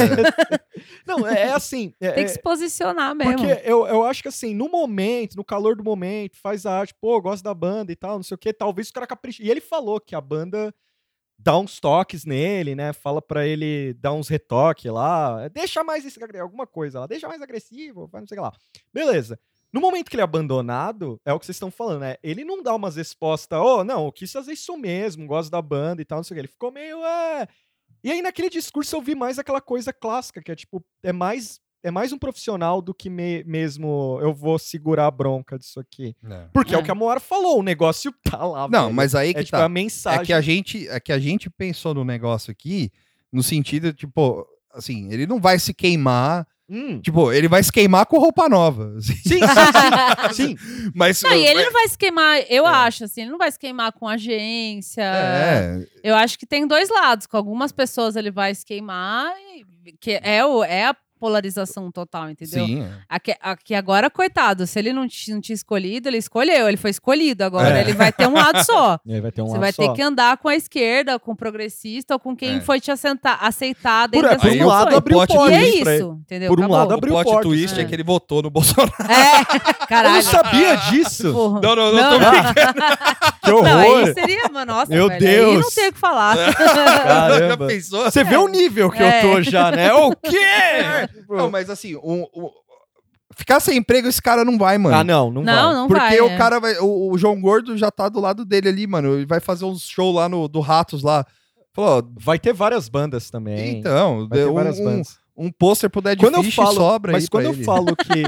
S3: Não, é assim...
S4: Tem que se posicionar mesmo.
S3: Porque eu acho que assim, no momento, no calor do momento, faz a arte, pô, gosto da banda e tal, não sei o quê, talvez o cara capriche. E ele falou que a banda dá uns toques nele, né? Fala pra ele dar uns retoques lá, deixa mais alguma coisa lá, deixa mais agressivo, faz não sei o que lá. Beleza. No momento que ele é abandonado, é o que vocês estão falando, né? Ele não dá umas respostas, não, eu quis fazer isso mesmo, gosto da banda e tal, não sei o que. Ele ficou meio, E aí naquele discurso eu vi mais aquela coisa clássica, que é tipo, é mais um profissional do que mesmo eu vou segurar a bronca disso aqui. Porque é o que a Moara falou, o negócio tá lá,
S2: Não,
S3: velho.
S2: mas aí que
S3: tipo
S2: tá.
S3: a mensagem.
S2: É que a gente pensou no negócio aqui, no sentido, tipo, assim, ele não vai se queimar. Tipo, ele vai se queimar com roupa nova. Assim.
S3: Sim.
S2: Mas,
S4: Não, e ele não vai se queimar, eu acho, assim, ele não vai se queimar com agência. Eu acho que tem dois lados. Com algumas pessoas ele vai se queimar, que é a polarização total, entendeu?
S2: Sim.
S4: Aqui agora, coitado, se ele não tinha escolhido, ele escolheu, ele foi escolhido. Agora ele vai ter um lado só.
S3: Ele vai ter um
S4: Você
S3: lado
S4: vai
S3: só.
S4: ter que andar com a esquerda, com o progressista, ou com quem foi te aceitar dentro
S3: Por
S4: dessas
S3: um lado,
S4: posições.
S3: abriu
S2: plot
S4: E é
S3: portas pra ele.
S4: isso, entendeu?
S3: Por um
S4: Acabou.
S3: lado,
S2: O
S3: abriu
S2: plot
S3: portas.
S2: twist é que ele votou no Bolsonaro.
S4: Caralho.
S3: Eu não sabia disso.
S4: Porra.
S2: Não tô brincando.
S3: Que
S4: Não,
S3: horror.
S4: aí seria, mano, nossa,
S3: Meu
S4: velho, aí
S3: Deus.
S4: não tem o que falar.
S3: Caramba.
S2: Já pensou?
S3: Você vê o nível que eu tô já, né? O quê?
S2: Não, mas assim, ficar sem emprego, esse cara não vai, mano.
S3: Não vai.
S4: Não
S2: Porque
S4: vai.
S2: o cara vai. O João Gordo já tá do lado dele ali, mano. Ele vai fazer uns shows lá do Ratos lá. Falou,
S3: Vai ter várias bandas também.
S2: então,
S3: Vai ter várias bandas.
S2: um pôster pro Dead
S3: Quando eu
S2: Fish
S3: falo,
S2: sobra
S3: mas
S2: aí
S3: quando
S2: pra
S3: eu
S2: ele.
S3: falo que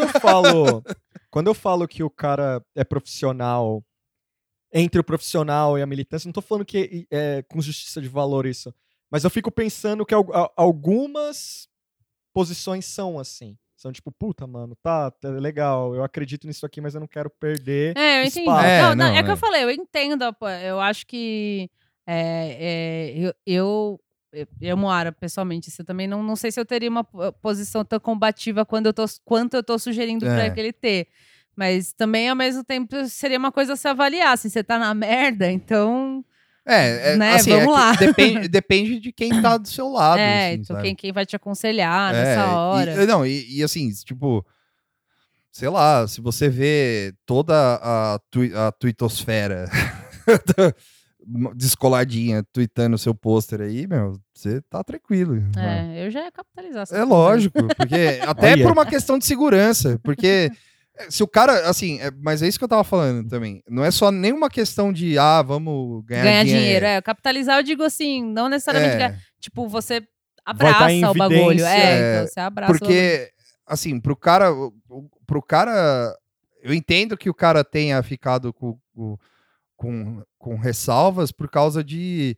S3: quando eu falo que o cara é profissional, entre o profissional e a militância, não tô falando que é com justiça de valor isso, mas eu fico pensando que algumas posições são assim, São tipo, puta, mano, tá legal, eu acredito nisso aqui, mas eu não quero perder
S4: Eu entendi.
S3: espaço.
S4: Não, que eu falei, eu entendo. Eu acho que eu, Moara, pessoalmente, eu também não sei se eu teria uma posição tão combativa quanto eu tô sugerindo pra ele ter. Mas também, ao mesmo tempo, seria uma coisa a se avaliar. Se você tá na merda, então... né?
S2: Assim,
S4: Vamos lá.
S2: Depende de quem tá do seu lado. Assim,
S4: então
S2: sabe?
S4: quem vai te aconselhar nessa hora.
S2: E assim, tipo, sei lá, se você vê toda a tuitosfera descoladinha tweetando seu pôster aí, meu, você tá tranquilo. Né?
S4: Eu já ia capitalizar.
S2: É lógico, porque até por uma questão de segurança, porque se o cara, assim, mas é isso que eu tava falando também, não é só nenhuma questão de, vamos ganhar dinheiro.
S4: Capitalizar, eu digo assim, não necessariamente, tipo, você abraça o bagulho. Então você abraça
S2: porque,
S4: o bagulho.
S2: assim, pro cara, eu entendo que o cara tenha ficado com ressalvas por causa de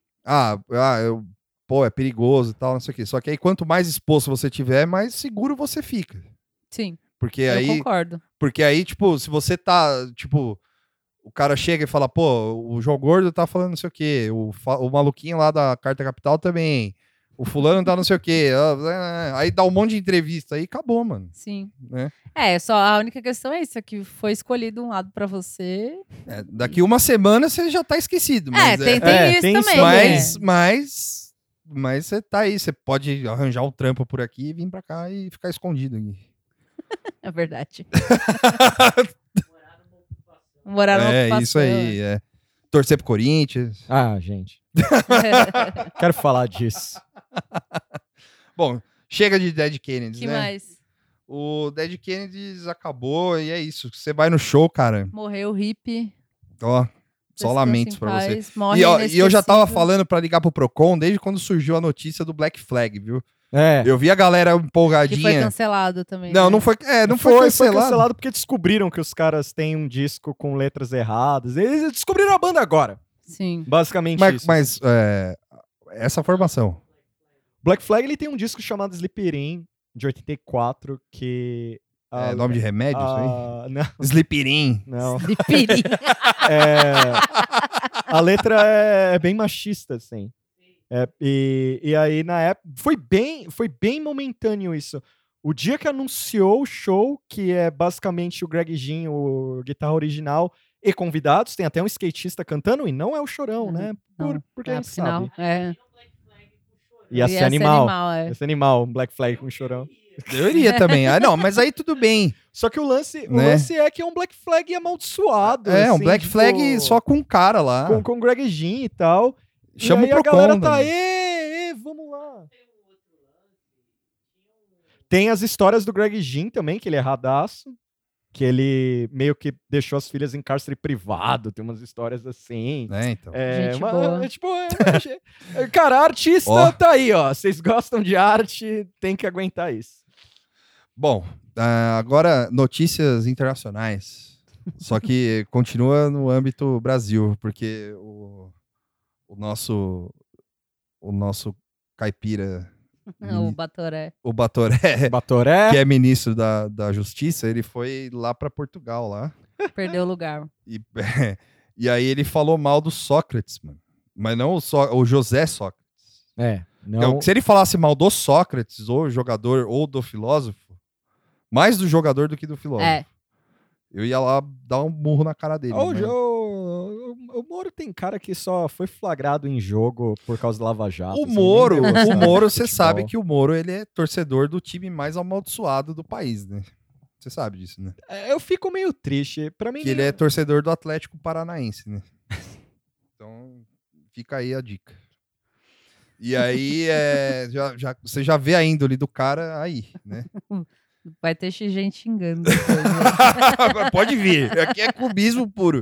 S2: é perigoso e tal, não sei o quê. Só que aí quanto mais exposto você tiver, mais seguro você fica.
S4: Sim.
S2: Porque
S4: eu
S2: aí,
S4: concordo.
S2: Porque aí, tipo, se você tá, tipo, o cara chega e fala, pô, o João Gordo tá falando não sei o quê, o maluquinho lá da Carta Capital também, o fulano tá não sei o quê, aí dá um monte de entrevista, aí acabou, mano.
S4: Sim.
S2: Né?
S4: Só a única questão é isso, que foi escolhido um lado pra você.
S2: Daqui uma semana você já tá esquecido. Mas
S4: tem isso também.
S2: Mas você tá aí, você pode arranjar um trampo por aqui e vir pra cá e ficar escondido aqui.
S4: É verdade. Morar numa ocupação.
S2: Isso aí, torcer pro Corinthians.
S3: Gente. Quero falar disso.
S2: Bom, chega de Dead Kennedys,
S4: que
S2: né?
S4: mais?
S2: O Dead Kennedys acabou e é isso. Você vai no show, cara.
S4: Morreu hippie.
S2: Ó, só lamentos pra você.
S4: E
S2: eu já tava falando pra ligar pro Procon desde quando surgiu a notícia do Black Flag, viu? Eu vi a galera empolgadinha.
S4: Que foi cancelado também.
S2: Não,
S4: né?
S2: não foi cancelado.
S3: Foi cancelado porque descobriram que os caras têm um disco com letras erradas. Eles descobriram a banda agora.
S4: Sim.
S3: Basicamente isso.
S2: Mas essa formação.
S3: Black Flag, ele tem um disco chamado Sleepirin, de 84, que...
S2: nome de remédio, isso aí?
S3: Não.
S2: Sleepirin.
S3: Não.
S4: Sleepirin.
S3: A letra é bem machista, assim. E aí, na época, foi bem momentâneo isso. O dia que anunciou o show, que é basicamente o Greg Ginn, o guitarra original, e convidados, tem até um skatista cantando, e não é o Chorão, né? Porque a gente sabe. Ia ser animal. Ia ser animal, um Black Flag com o Chorão.
S2: Eu iria também. Não, mas aí tudo bem.
S3: Só que o lance é que é um Black Flag amaldiçoado.
S2: Um Black Flag só com um cara lá.
S3: Com o Greg Ginn e tal.
S2: Chama
S3: e aí
S2: o Procon.
S3: A galera tá, vamos lá. Tem as histórias do Greg Ginn também, que ele é radaço. Que ele meio que deixou as filhas em cárcere privado. Tem umas histórias assim.
S2: Então.
S3: Cara, artista tá aí, ó. Vocês gostam de arte, tem que aguentar isso.
S2: Bom, agora notícias internacionais. Só que continua no âmbito Brasil, porque o nosso caipira...
S4: O Batoré.
S2: O Batoré, que é ministro da Justiça, ele foi lá para Portugal, lá.
S4: Perdeu o lugar.
S2: E aí ele falou mal do Sócrates, mano. Mas não o José Sócrates.
S3: Não...
S2: Se ele falasse mal do Sócrates, ou jogador, ou do filósofo, mais do jogador do que do filósofo. Eu ia lá dar um murro na cara dele.
S3: O Moro tem cara que só foi flagrado em jogo por causa do Lava Jato.
S2: O Moro, você sabe que o Moro ele é torcedor do time mais amaldiçoado do país, né? Você sabe disso, né?
S3: Eu fico meio triste. Pra mim,
S2: que ele é torcedor do Atlético Paranaense, né? Então, fica aí a dica. E aí, você já vê a índole do cara aí, né?
S4: Vai ter gente xingando.
S2: Pode vir. Aqui é clubismo puro.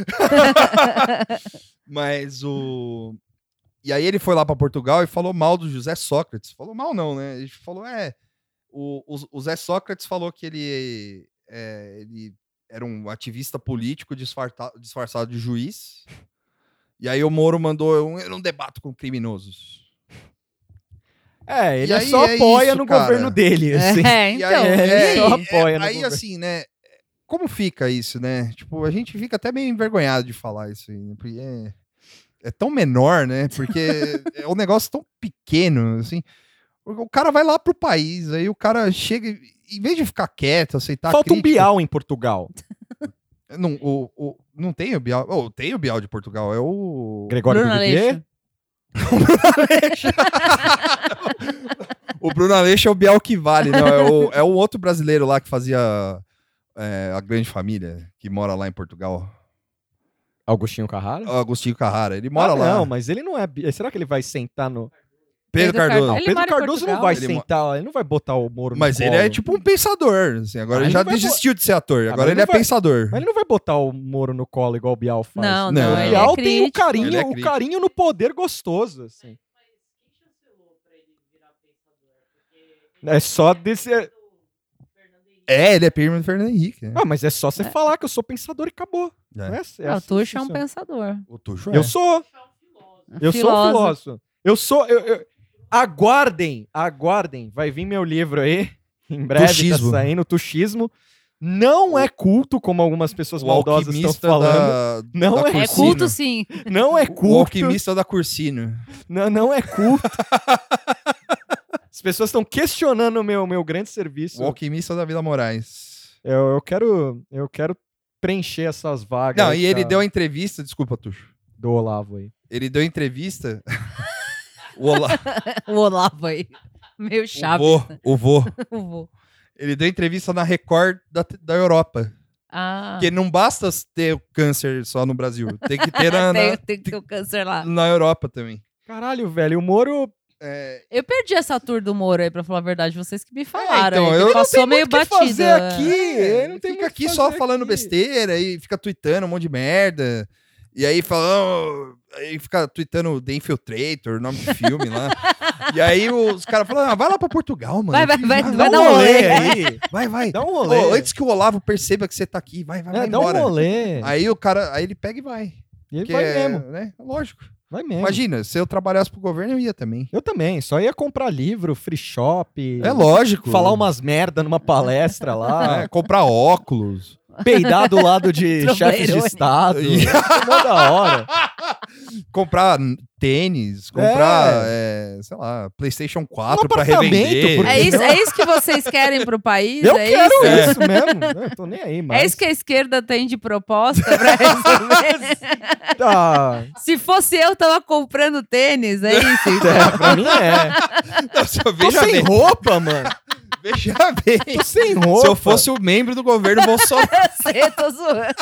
S2: Mas E aí ele foi lá para Portugal e falou mal do José Sócrates. Falou mal não, né? Ele falou, o Zé Sócrates falou que ele era um ativista político disfarçado de juiz. E aí o Moro mandou, eu não debato com criminosos.
S3: Ele
S2: E aí
S3: só
S2: é
S3: apoia
S2: isso,
S3: no
S2: cara.
S3: governo dele, assim.
S2: E
S4: Então.
S2: aí,
S3: ele só apoia no
S2: aí
S3: governo.
S2: assim, né? Como fica isso, né? Tipo, a gente fica até meio envergonhado de falar isso aí, né? Porque é tão menor, né? Porque é um negócio tão pequeno, assim. O cara vai lá pro país, aí o cara chega, em vez de ficar quieto, aceitar
S3: Falta um
S2: crítica,
S3: Bial em Portugal.
S2: não tem o Bial. Tem o Bial de Portugal, é o.
S3: Gregório
S4: Bruno
S3: Duvivier.
S4: Aleixo.
S2: O Bruno Aleixo é o Bial que vale, não. É o outro brasileiro lá que fazia a Grande Família, que mora lá em Portugal.
S3: Augustinho Carrara?
S2: O Agostinho Carrara. Ele mora lá.
S3: Não, mas ele não é. Será que ele vai sentar no.
S2: Pedro
S4: Pedro
S2: Cardoso.
S4: Cardoso. Ele
S3: Pedro
S4: mora em
S3: Cardoso não
S4: Portugal.
S3: vai
S2: Ele
S3: sentar, ele não vai botar o Moro
S2: Mas
S3: no
S2: ele
S3: colo.
S2: é tipo um pensador. Assim, agora
S3: Ah,
S2: ele já
S3: ele vai
S2: desistiu de ser ator.
S3: mas
S2: Agora
S3: ele
S2: ele é
S3: não vai-
S2: pensador.
S3: Mas ele não vai botar o Moro no colo igual o Bial faz.
S4: Não,
S2: Não,
S4: não,
S3: O
S4: ele
S3: Bial
S4: é
S3: tem o
S4: crítico.
S3: carinho,
S2: Ele é
S3: o
S2: crítico.
S3: carinho no poder gostoso, assim. É só desse.
S2: Ele é primo do Fernando Henrique. Né?
S3: Ah, mas é só você falar que eu sou pensador e acabou.
S2: É.
S3: Não é,
S4: O Tuxo é um
S3: assim.
S4: pensador.
S2: O Tuxo
S3: Eu sou. Eu sou um filósofo. Eu sou. Aguardem. Vai vir meu livro aí. Em breve
S2: Tuxismo.
S3: tá saindo. Tuxismo. Não é culto, como algumas pessoas
S2: O
S3: maldosas estão
S2: alquimista
S3: falando. Não
S2: da
S3: é
S4: É
S2: Cursino.
S4: culto, sim.
S3: Não é
S2: O
S3: culto.
S2: alquimista da Cursino.
S3: Não é culto. As pessoas estão questionando o meu grande serviço.
S2: O alquimista da Vila Moraes.
S3: Eu quero preencher essas vagas.
S2: Não,
S3: aí
S2: e ele
S3: tá-
S2: deu a entrevista, desculpa, Tuxo.
S3: do Olavo aí.
S2: Ele deu entrevista. O Olavo.
S4: O Olavo aí. Meio chaves.
S2: O vô.
S4: O vô.
S2: Ele deu entrevista na Record da Europa.
S4: Ah.
S2: Porque não basta ter o câncer só no Brasil. Tem que ter
S4: Tem que ter o câncer lá.
S2: na Europa também.
S3: Caralho, velho, o Moro.
S4: Eu perdi essa tour do Moro aí, pra falar a verdade. Vocês que me falaram.
S2: então,
S4: aí,
S2: eu
S4: que
S2: não
S4: passou meio
S3: o que
S4: batido.
S3: fazer aqui. Eu não tenho
S2: Fica
S3: muito
S2: aqui
S3: o que
S2: só
S3: fazer
S2: falando
S3: aqui.
S2: besteira e fica tweetando um monte de merda. E aí falando. Aí fica tweetando The Infiltrator, nome de filme lá. E aí os caras falam: vai lá pra Portugal, mano.
S4: Vai
S3: Dá
S4: dar
S3: um
S4: um
S3: rolê
S4: rolê.
S3: aí.
S2: Vai.
S3: Dá um rolê.
S2: Ô, antes que o Olavo perceba que você tá aqui, vai
S3: Dá um
S2: embora.
S3: rolê.
S2: Aí o cara, aí ele pega e vai.
S3: E ele
S2: Porque
S3: vai mesmo.
S2: Né? Lógico.
S3: Vai mesmo.
S2: Imagina, se eu trabalhasse pro governo, eu ia também.
S3: Eu também. Só ia comprar livro, free shop.
S2: É lógico.
S3: Falar umas merda numa palestra lá.
S2: Comprar óculos.
S3: Peidar do lado de chefes de
S4: Toblerone.
S3: estado. Mó da hora.
S2: Comprar tênis, comprar, sei lá, PlayStation 4 pra
S3: apartamento,
S2: revender.
S3: porque-
S4: É isso que vocês querem pro país?
S3: Eu
S4: é
S3: quero
S4: isso?
S3: isso mesmo. Eu tô nem aí, mas.
S4: É isso que a esquerda tem de proposta pra resolver?
S3: Tá.
S4: Se fosse eu, tava comprando tênis, é isso?
S3: É, pra mim é.
S2: Nossa,
S3: Tô
S2: veja
S3: sem
S2: bem,
S3: roupa, mano.
S2: veja bem.
S3: Tô sem roupa.
S2: Se eu fosse o membro do governo Bolsonaro.
S4: Eu sei, eu tô zoando.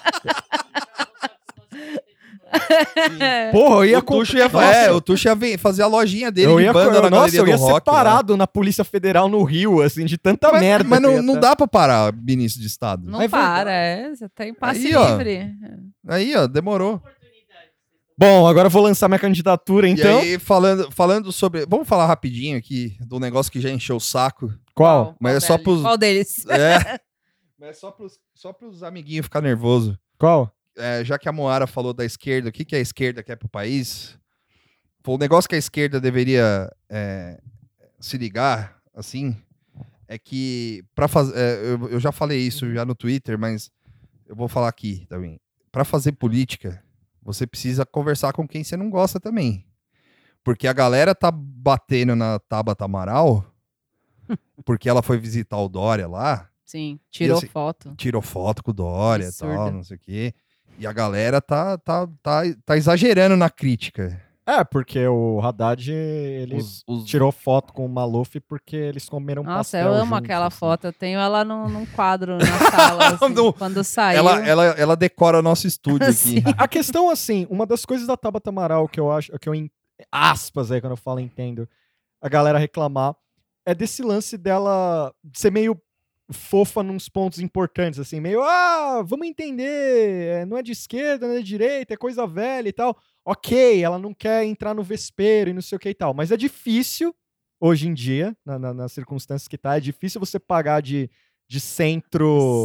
S3: Porra, eu ia
S2: O Tuxo ia,
S3: Nossa.
S2: o Tuxo ia fazer a lojinha dele
S3: Eu
S2: de
S3: ia,
S2: banda na
S3: nossa,
S2: Galeria
S3: eu ia
S2: do
S3: ser
S2: Rock. lá.
S3: parado na Polícia Federal no Rio, assim, de tanta
S2: Mas,
S3: merda.
S2: mas
S3: que eu ia
S2: não
S3: tá-
S2: dá pra parar, ministro de Estado.
S4: Não
S3: É
S4: para, você tem passe
S2: Aí, ó.
S4: livre.
S2: Aí, ó, demorou.
S3: Bom, agora eu vou lançar minha candidatura, então.
S2: E aí, falando sobre... Vamos falar rapidinho aqui do negócio que já encheu o saco.
S3: Qual?
S2: Mas é só
S4: deles?
S2: pros-
S4: Qual deles?
S2: É. Mas é só pros amiguinhos ficar nervoso.
S3: Qual?
S2: Já que a Moara falou da esquerda, o que a esquerda quer pro país? O negócio que a esquerda deveria se ligar, assim, é que para fazer, eu já falei isso já no Twitter, mas eu vou falar aqui também. Para fazer política, você precisa conversar com quem você não gosta também, porque a galera tá batendo na Tabata Amaral, porque ela foi visitar o Dória lá,
S4: Sim, tirou
S2: assim,
S4: foto.
S2: tirou foto com o Dória e tal,
S4: Absurdo.
S2: não sei o quê. E a galera tá exagerando na crítica.
S3: É, porque o Haddad, ele
S2: Os-
S3: tirou foto com o Maluf porque eles comeram
S4: Nossa,
S3: pastel
S4: eu amo
S3: juntos,
S4: aquela
S3: assim.
S4: foto. Eu tenho ela num quadro na sala. assim,
S2: No-
S4: quando saiu.
S2: ela decora nosso estúdio aqui.
S4: Sim.
S3: A questão, assim, uma das coisas da Tabata Amaral que eu acho, que eu, aspas aí, quando eu falo entendo, a galera reclamar, é desse lance dela ser meio fofa nos pontos importantes, assim, meio, vamos entender, não é de esquerda, não é de direita, é coisa velha e tal. Ok, ela não quer entrar no vespeiro e não sei o que e tal, mas é difícil, hoje em dia, nas circunstâncias que tá, é difícil você pagar de centro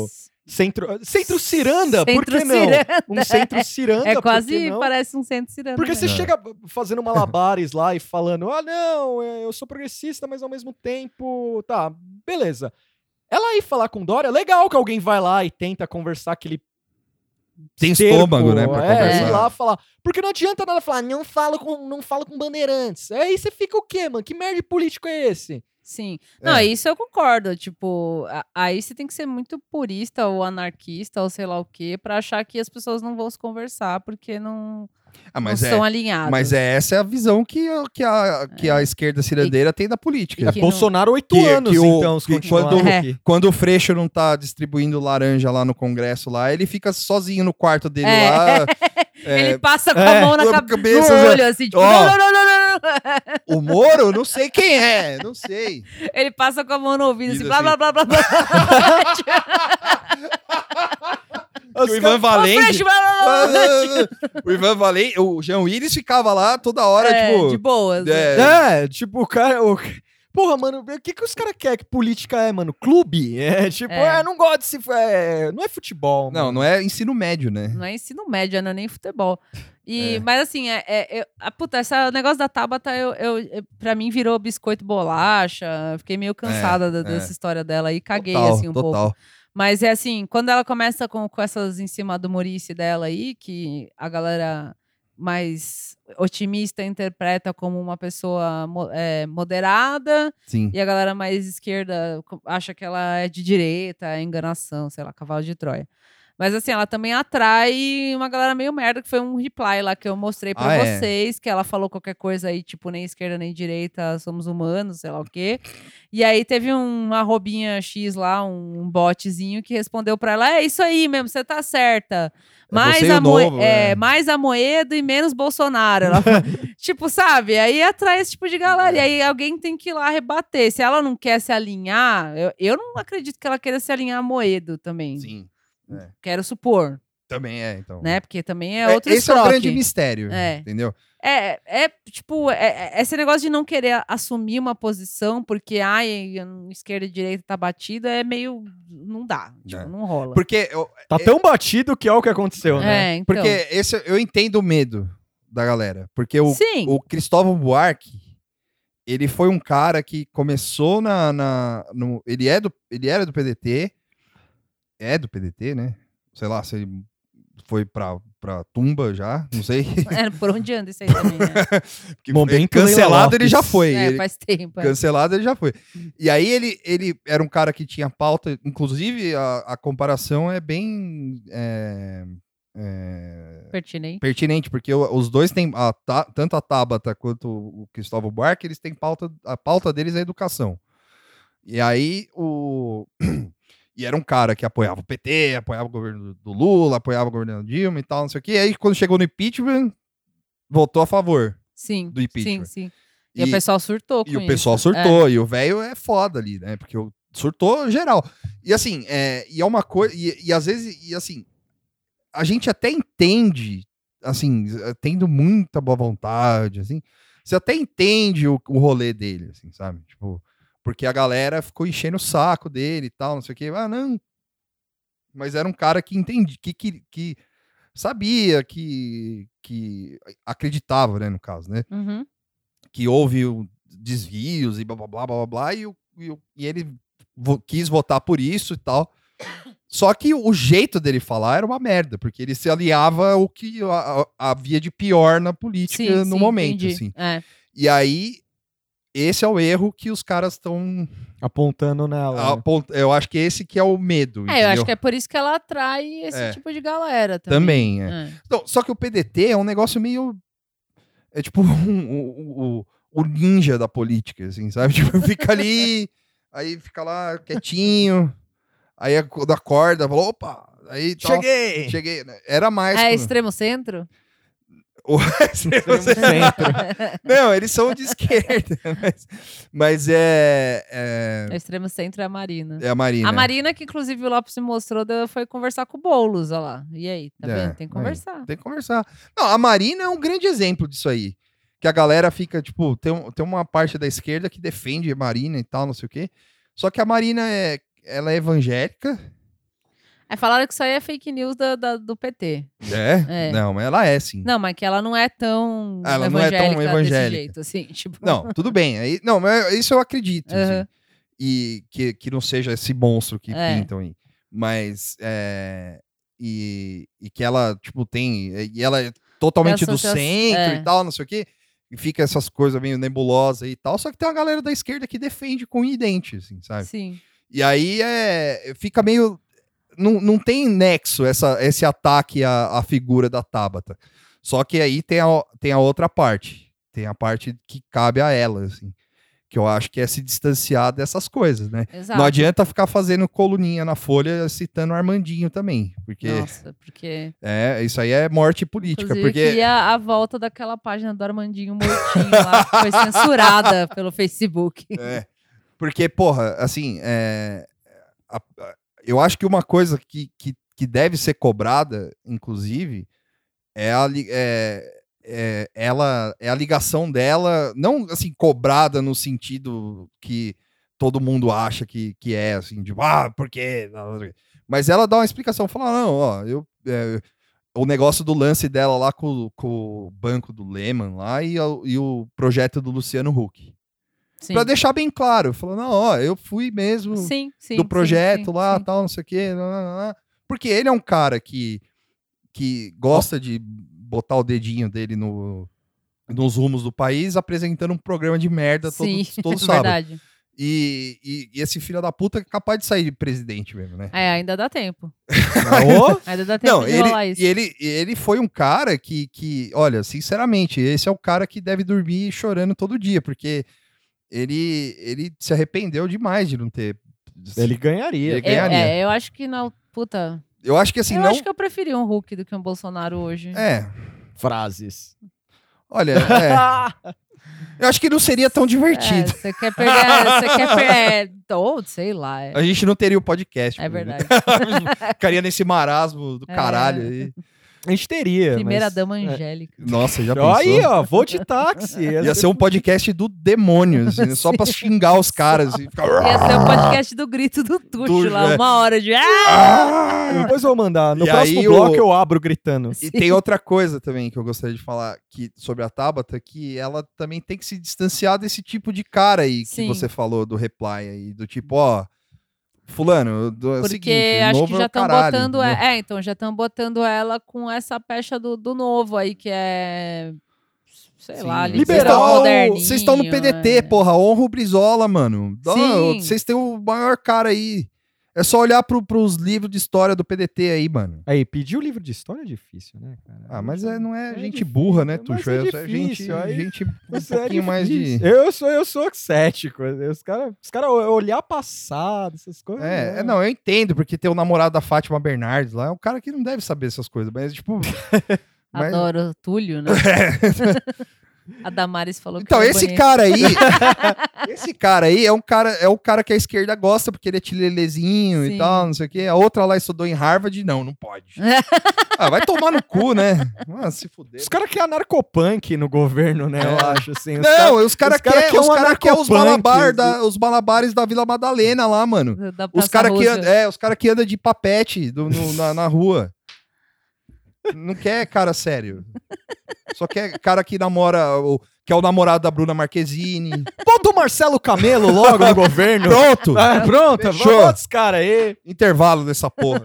S3: Centro-ciranda, por que não?
S4: Centro-ciranda.
S3: Um centro-ciranda,
S4: É
S3: por que
S4: quase,
S3: não?
S4: parece um centro-ciranda.
S3: Porque você
S4: mesmo.
S3: chega fazendo malabares lá e falando, não, eu sou progressista, mas ao mesmo tempo, tá, beleza. Ela ir falar com Dória, legal que alguém vai lá e tenta conversar aquele
S2: Tem estômago, né, pra
S3: ir
S2: conversar.
S3: lá falar. Porque não adianta nada falar, não falo com bandeirantes. Aí você fica o quê, mano? Que merda de político é esse?
S4: Sim. Não, isso eu concordo. Tipo, aí você tem que ser muito purista ou anarquista ou sei lá o quê pra achar que as pessoas não vão se conversar porque não estão alinhadas.
S2: Mas essa é a visão que a esquerda cirandeira tem da política.
S3: É
S4: que
S3: Bolsonaro 8
S2: que-
S3: anos,
S2: que o-
S3: então, se
S2: que
S3: continuar
S2: quando-
S3: aqui.
S2: Quando o Freixo não tá distribuindo laranja lá no Congresso, lá, ele fica sozinho no quarto dele
S4: É.
S2: lá.
S4: Ele passa com a mão na
S2: cabeça,
S4: no
S2: já-
S4: olho, assim, tipo,
S2: Ó.
S4: não.
S2: O Moro, não sei quem é, não sei.
S4: Ele passa com a mão no ouvido, assim,
S2: Diz
S4: blá,
S2: assim.
S4: blá, blá, blá, blá.
S2: O Ivan
S4: Ô,
S2: Valente.
S4: Freixo, blá, blá, blá.
S2: O Ivan Valente, o Jean Willis ficava lá toda hora, tipo.
S4: De boas.
S3: Tipo, o cara... Porra, mano, o que os caras querem que política é, mano? Clube? Tipo, não gosto de se... não é futebol,
S2: Não,
S3: mano.
S2: não é ensino médio, né?
S4: Não é ensino médio, não é nem futebol. Mas assim, puta, esse negócio da Tabata, pra mim virou biscoito bolacha. Fiquei meio cansada dessa história dela e caguei
S2: Total,
S4: assim um pouco. Mas é assim, quando ela começa com essas em cima do Muricy dela aí, que a galera mais otimista interpreta como uma pessoa moderada,
S2: Sim.
S4: e a galera mais esquerda acha que ela é de direita, é enganação, sei lá, cavalo de Troia. Mas assim, ela também atrai uma galera meio merda, que foi um reply lá que eu mostrei pra vocês, que ela falou qualquer coisa aí, tipo, nem esquerda nem direita, somos humanos, sei lá o quê. E aí teve uma arrobinha X lá, um botzinho que respondeu pra ela, é isso aí mesmo, você tá certa. Mais,
S2: você e o novo,
S4: mais Amoedo e menos Bolsonaro. Ela tipo, sabe? Aí atrai esse tipo de galera. E aí alguém tem que ir lá rebater. Se ela não quer se alinhar, eu não acredito que ela queira se alinhar a Amoedo também.
S2: Sim.
S4: Quero supor.
S2: Também então.
S4: Né? Porque também é outro
S2: Esse é o
S4: escroque.
S2: grande mistério, entendeu?
S4: Tipo, esse negócio de não querer assumir uma posição porque, esquerda e direita tá batida, é meio... Não dá. Tipo, não rola.
S2: Porque...
S3: Tá tão batido que é o que aconteceu, né?
S4: Então.
S2: Porque eu entendo o medo da galera. Porque
S4: Sim.
S2: o Cristóvão Buarque, ele foi um cara que começou ele era do PDT. É do PDT, né? Sei lá, se ele foi pra tumba já, não sei.
S4: Por onde anda isso aí também, né?
S3: Momento
S2: Cancelado
S3: Leila
S2: ele já
S3: Lopes.
S2: foi.
S4: Faz tempo.
S2: Cancelado ele já foi. E aí ele era um cara que tinha pauta, inclusive a comparação é bem pertinente, porque os dois têm, tanto a Tabata quanto o Cristóvão Buarque, eles têm a pauta deles é a educação. E aí E era um cara que apoiava o PT, apoiava o governo do Lula, apoiava o governo da Dilma e tal, não sei o quê. E aí, quando chegou no impeachment, votou a favor do impeachment.
S4: Sim. E o pessoal surtou com isso.
S2: E o pessoal surtou. E o velho é foda ali, né? Porque surtou geral. E assim, e é uma coisa... E às vezes, assim, a gente até entende, assim, tendo muita boa vontade, assim, você até entende o rolê dele, assim, sabe? Tipo... Porque a galera ficou enchendo o saco dele e tal, não sei o quê. Não. Mas era um cara que entendia, que sabia, que acreditava, né, no caso, né?
S4: Uhum.
S2: Que houve desvios e blá, blá, blá, blá, blá, e ele quis votar por isso e tal. Só que o jeito dele falar era uma merda, porque ele se aliava ao que havia de pior na política no momento,
S4: entendi.
S2: assim. E aí... Esse é o erro que os caras estão
S3: apontando nela.
S2: Eu acho que esse que é o medo.
S4: Eu acho que é por isso que ela atrai esse tipo de galera também.
S2: Então, só que o PDT é um negócio meio... É tipo o ninja da política, assim, sabe? Tipo, fica ali, aí fica lá quietinho, aí quando acorda, fala, opa, aí tal. Cheguei. Era mais...
S4: extremo centro?
S2: Não, eles são de esquerda, mas
S4: O extremo centro é a Marina.
S2: É a Marina.
S4: A Marina, que inclusive o Lopes me mostrou, foi conversar com o Boulos, olha lá. E aí, tá vendo? Tem que conversar.
S2: Tem que conversar. Não, a Marina é um grande exemplo disso aí. Que a galera fica, tipo, tem uma parte da esquerda que defende a Marina e tal, não sei o quê. Só que a Marina ela é evangélica.
S4: Falaram que isso aí é fake news do PT.
S2: É? Não, mas ela é, sim.
S4: Não, mas que ela não é tão
S2: Ela não é tão evangélica.
S4: desse jeito, assim. Tipo...
S2: Não, tudo bem. Aí, não, mas isso eu acredito.
S4: Uhum.
S2: Assim, e que não seja esse monstro que pintam aí. Mas, e que ela, tipo, tem... E ela é totalmente do centro e tal, não sei o quê. E fica essas coisas meio nebulosas e tal. Só que tem uma galera da esquerda que defende com unha e dente, assim, sabe?
S4: Sim.
S2: E aí fica meio... Não tem nexo esse ataque à figura da Tabata. Só que aí tem a outra parte. Tem a parte que cabe a ela, assim. Que eu acho que é se distanciar dessas coisas, né?
S4: Exato.
S2: Não adianta ficar fazendo coluninha na Folha citando o Armandinho também. Porque,
S4: Nossa, porque...
S2: isso aí é morte política.
S4: Inclusive,
S2: porque
S4: queria a volta daquela página do Armandinho mortinho lá, que foi censurada pelo Facebook.
S2: Porque, porra, assim, eu acho que uma coisa que deve ser cobrada, inclusive, é a ligação dela, não assim, cobrada no sentido que todo mundo acha que é, assim, de por quê? Mas ela dá uma explicação, fala, não, ó, o negócio do lance dela lá com o banco do Lehman lá e o projeto do Luciano Huck.
S4: Sim.
S2: Pra deixar bem claro, falou, não, ó, eu fui mesmo do projeto lá, tal, não sei o quê, porque ele é um cara que gosta de botar o dedinho dele nos rumos do país, apresentando um programa de merda todo sábado.
S4: Verdade.
S2: E esse filho da puta é capaz de sair presidente mesmo, né?
S4: Ainda dá tempo. Ainda dá tempo
S2: Não,
S4: de rolar isso.
S2: ele foi um cara que, olha, sinceramente, esse é o cara que deve dormir chorando todo dia, porque ele se arrependeu demais de não ter...
S3: Ele ganharia.
S4: Eu acho que não... Puta...
S2: Eu acho que assim,
S4: acho que eu preferi um Hulk do que um Bolsonaro hoje.
S3: Frases.
S2: Olha, eu acho que não seria tão divertido.
S4: Você quer perder... ou sei lá.
S2: A gente não teria o podcast.
S4: É verdade.
S2: Ficaria nesse marasmo do caralho aí.
S3: A gente teria.
S4: Primeira dama angélica.
S2: Nossa, já pensou?
S3: Aí, ó, vou de táxi.
S2: Ia ser um podcast do demônio, assim, só pra xingar os caras. E ficar...
S4: Ia ser um podcast do grito do Tuxo lá, uma hora de...
S3: Depois eu vou mandar. No próximo bloco eu abro gritando.
S2: E tem outra coisa também que eu gostaria de falar sobre a Tabata, que ela também tem que se distanciar desse tipo de cara aí que você falou do reply aí, do tipo, ó... Fulano,
S4: porque
S2: seguinte,
S4: acho que já estão botando...
S2: entendeu?
S4: Então, já estão botando ela com essa pecha do novo aí, que é... Sei lá,
S2: liberal, vocês estão no PDT, porra, honra o Brizola, mano. Vocês têm o maior cara aí. É só olhar pros livros de história do PDT aí, mano.
S3: Aí, pedir o livro de história é difícil, né, cara?
S2: Mas não é gente difícil, burra, né, Tuxo? É gente um pouquinho mais de...
S3: Eu sou cético. Os caras olhar passado, essas coisas.
S2: Não, eu entendo, porque tem o namorado da Fátima Bernardes lá, é um cara que não deve saber essas coisas, mas, tipo...
S4: Adoro Túlio, né? A Damares falou que
S2: então, esse cara aí é o cara que a esquerda gosta, porque ele é tilelezinho e tal, não sei o quê. A outra lá estudou em Harvard, não pode. Vai tomar no cu, né? Se fuder.
S3: Os caras querem anarcopunk no governo, né? Eu acho, assim.
S2: Os caras querem os malabares da Vila Madalena lá, mano. Os caras que andam de papete na rua. Não quer cara sério. Só quer cara que namora, que é o namorado da Bruna Marquezine.
S3: Bota o Marcelo Camelo logo no governo.
S2: Pronto.
S3: Pronto. Bota os caras aí.
S2: Intervalo dessa porra.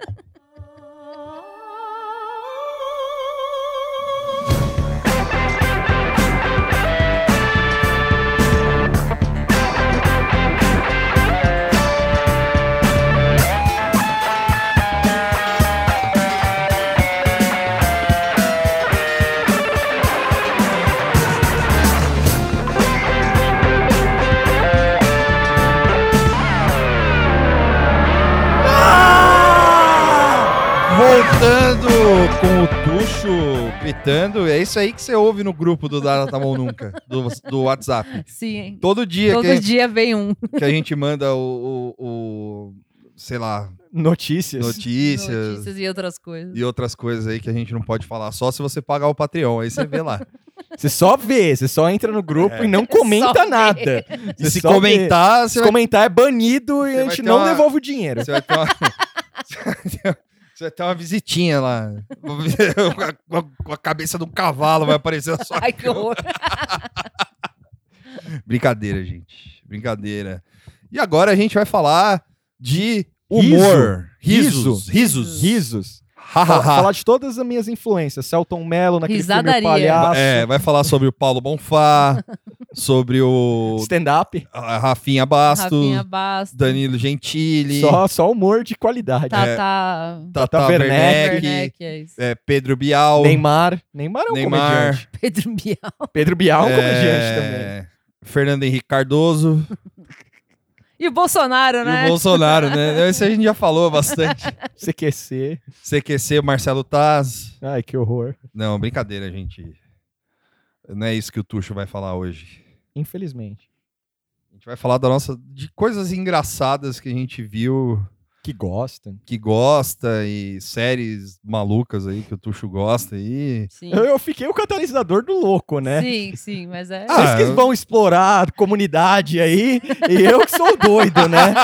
S2: Voltando com o Tuxo gritando, é isso aí que você ouve no grupo do Nada Tá Bom Nunca, do WhatsApp.
S4: Sim.
S2: Todo dia
S4: vem um.
S2: Que a gente manda sei lá...
S3: Notícias
S4: e outras coisas.
S2: E outras coisas aí que a gente não pode falar, só se você pagar o Patreon, aí você vê lá.
S3: Você só vê, você só entra no grupo e não comenta nada.
S2: E se comentar...
S3: Se comentar é banido e a gente não devolve o dinheiro.
S2: Você vai ter Você vai ter uma visitinha lá. Com a cabeça do cavalo vai aparecer na sua
S4: Ai, que horror.
S2: Brincadeira, gente. Brincadeira. E agora a gente vai falar de humor. Risos.
S3: Risos.
S2: Hahaha.
S3: Falar de todas as minhas influências. Celton Mello naquele filme O
S4: Risadaria.
S3: Palhaço.
S2: Vai falar sobre o Paulo Bonfá, sobre o
S3: Stand-up.
S2: a Rafinha Bastos,
S4: Rafinha Bastos.
S2: Danilo Gentili,
S3: Só humor de qualidade.
S4: Tata
S2: Tata
S3: Werneck.
S2: Werneck,
S4: é isso.
S2: Pedro Bial,
S3: Neymar é um comediante.
S4: Pedro Bial.
S3: Pedro Bial é um comediante também.
S2: Fernando Henrique Cardoso
S4: E o Bolsonaro,
S2: e
S4: né?
S2: o Bolsonaro, né? Esse a gente já falou bastante.
S3: CQC.
S2: CQC, o Marcelo Taz.
S3: Ai, que horror.
S2: Não, brincadeira, gente. Não é isso que o Tuxo vai falar hoje.
S3: Infelizmente.
S2: A gente vai falar de coisas engraçadas que a gente viu,
S3: Que gosta.
S2: que gosta, e séries malucas aí que o Tuxo gosta aí.
S4: Sim.
S3: Eu fiquei o catalisador do louco, né?
S4: Sim, mas é.
S2: Ah,
S3: Vocês que vão explorar a comunidade aí, e eu que sou doido, né?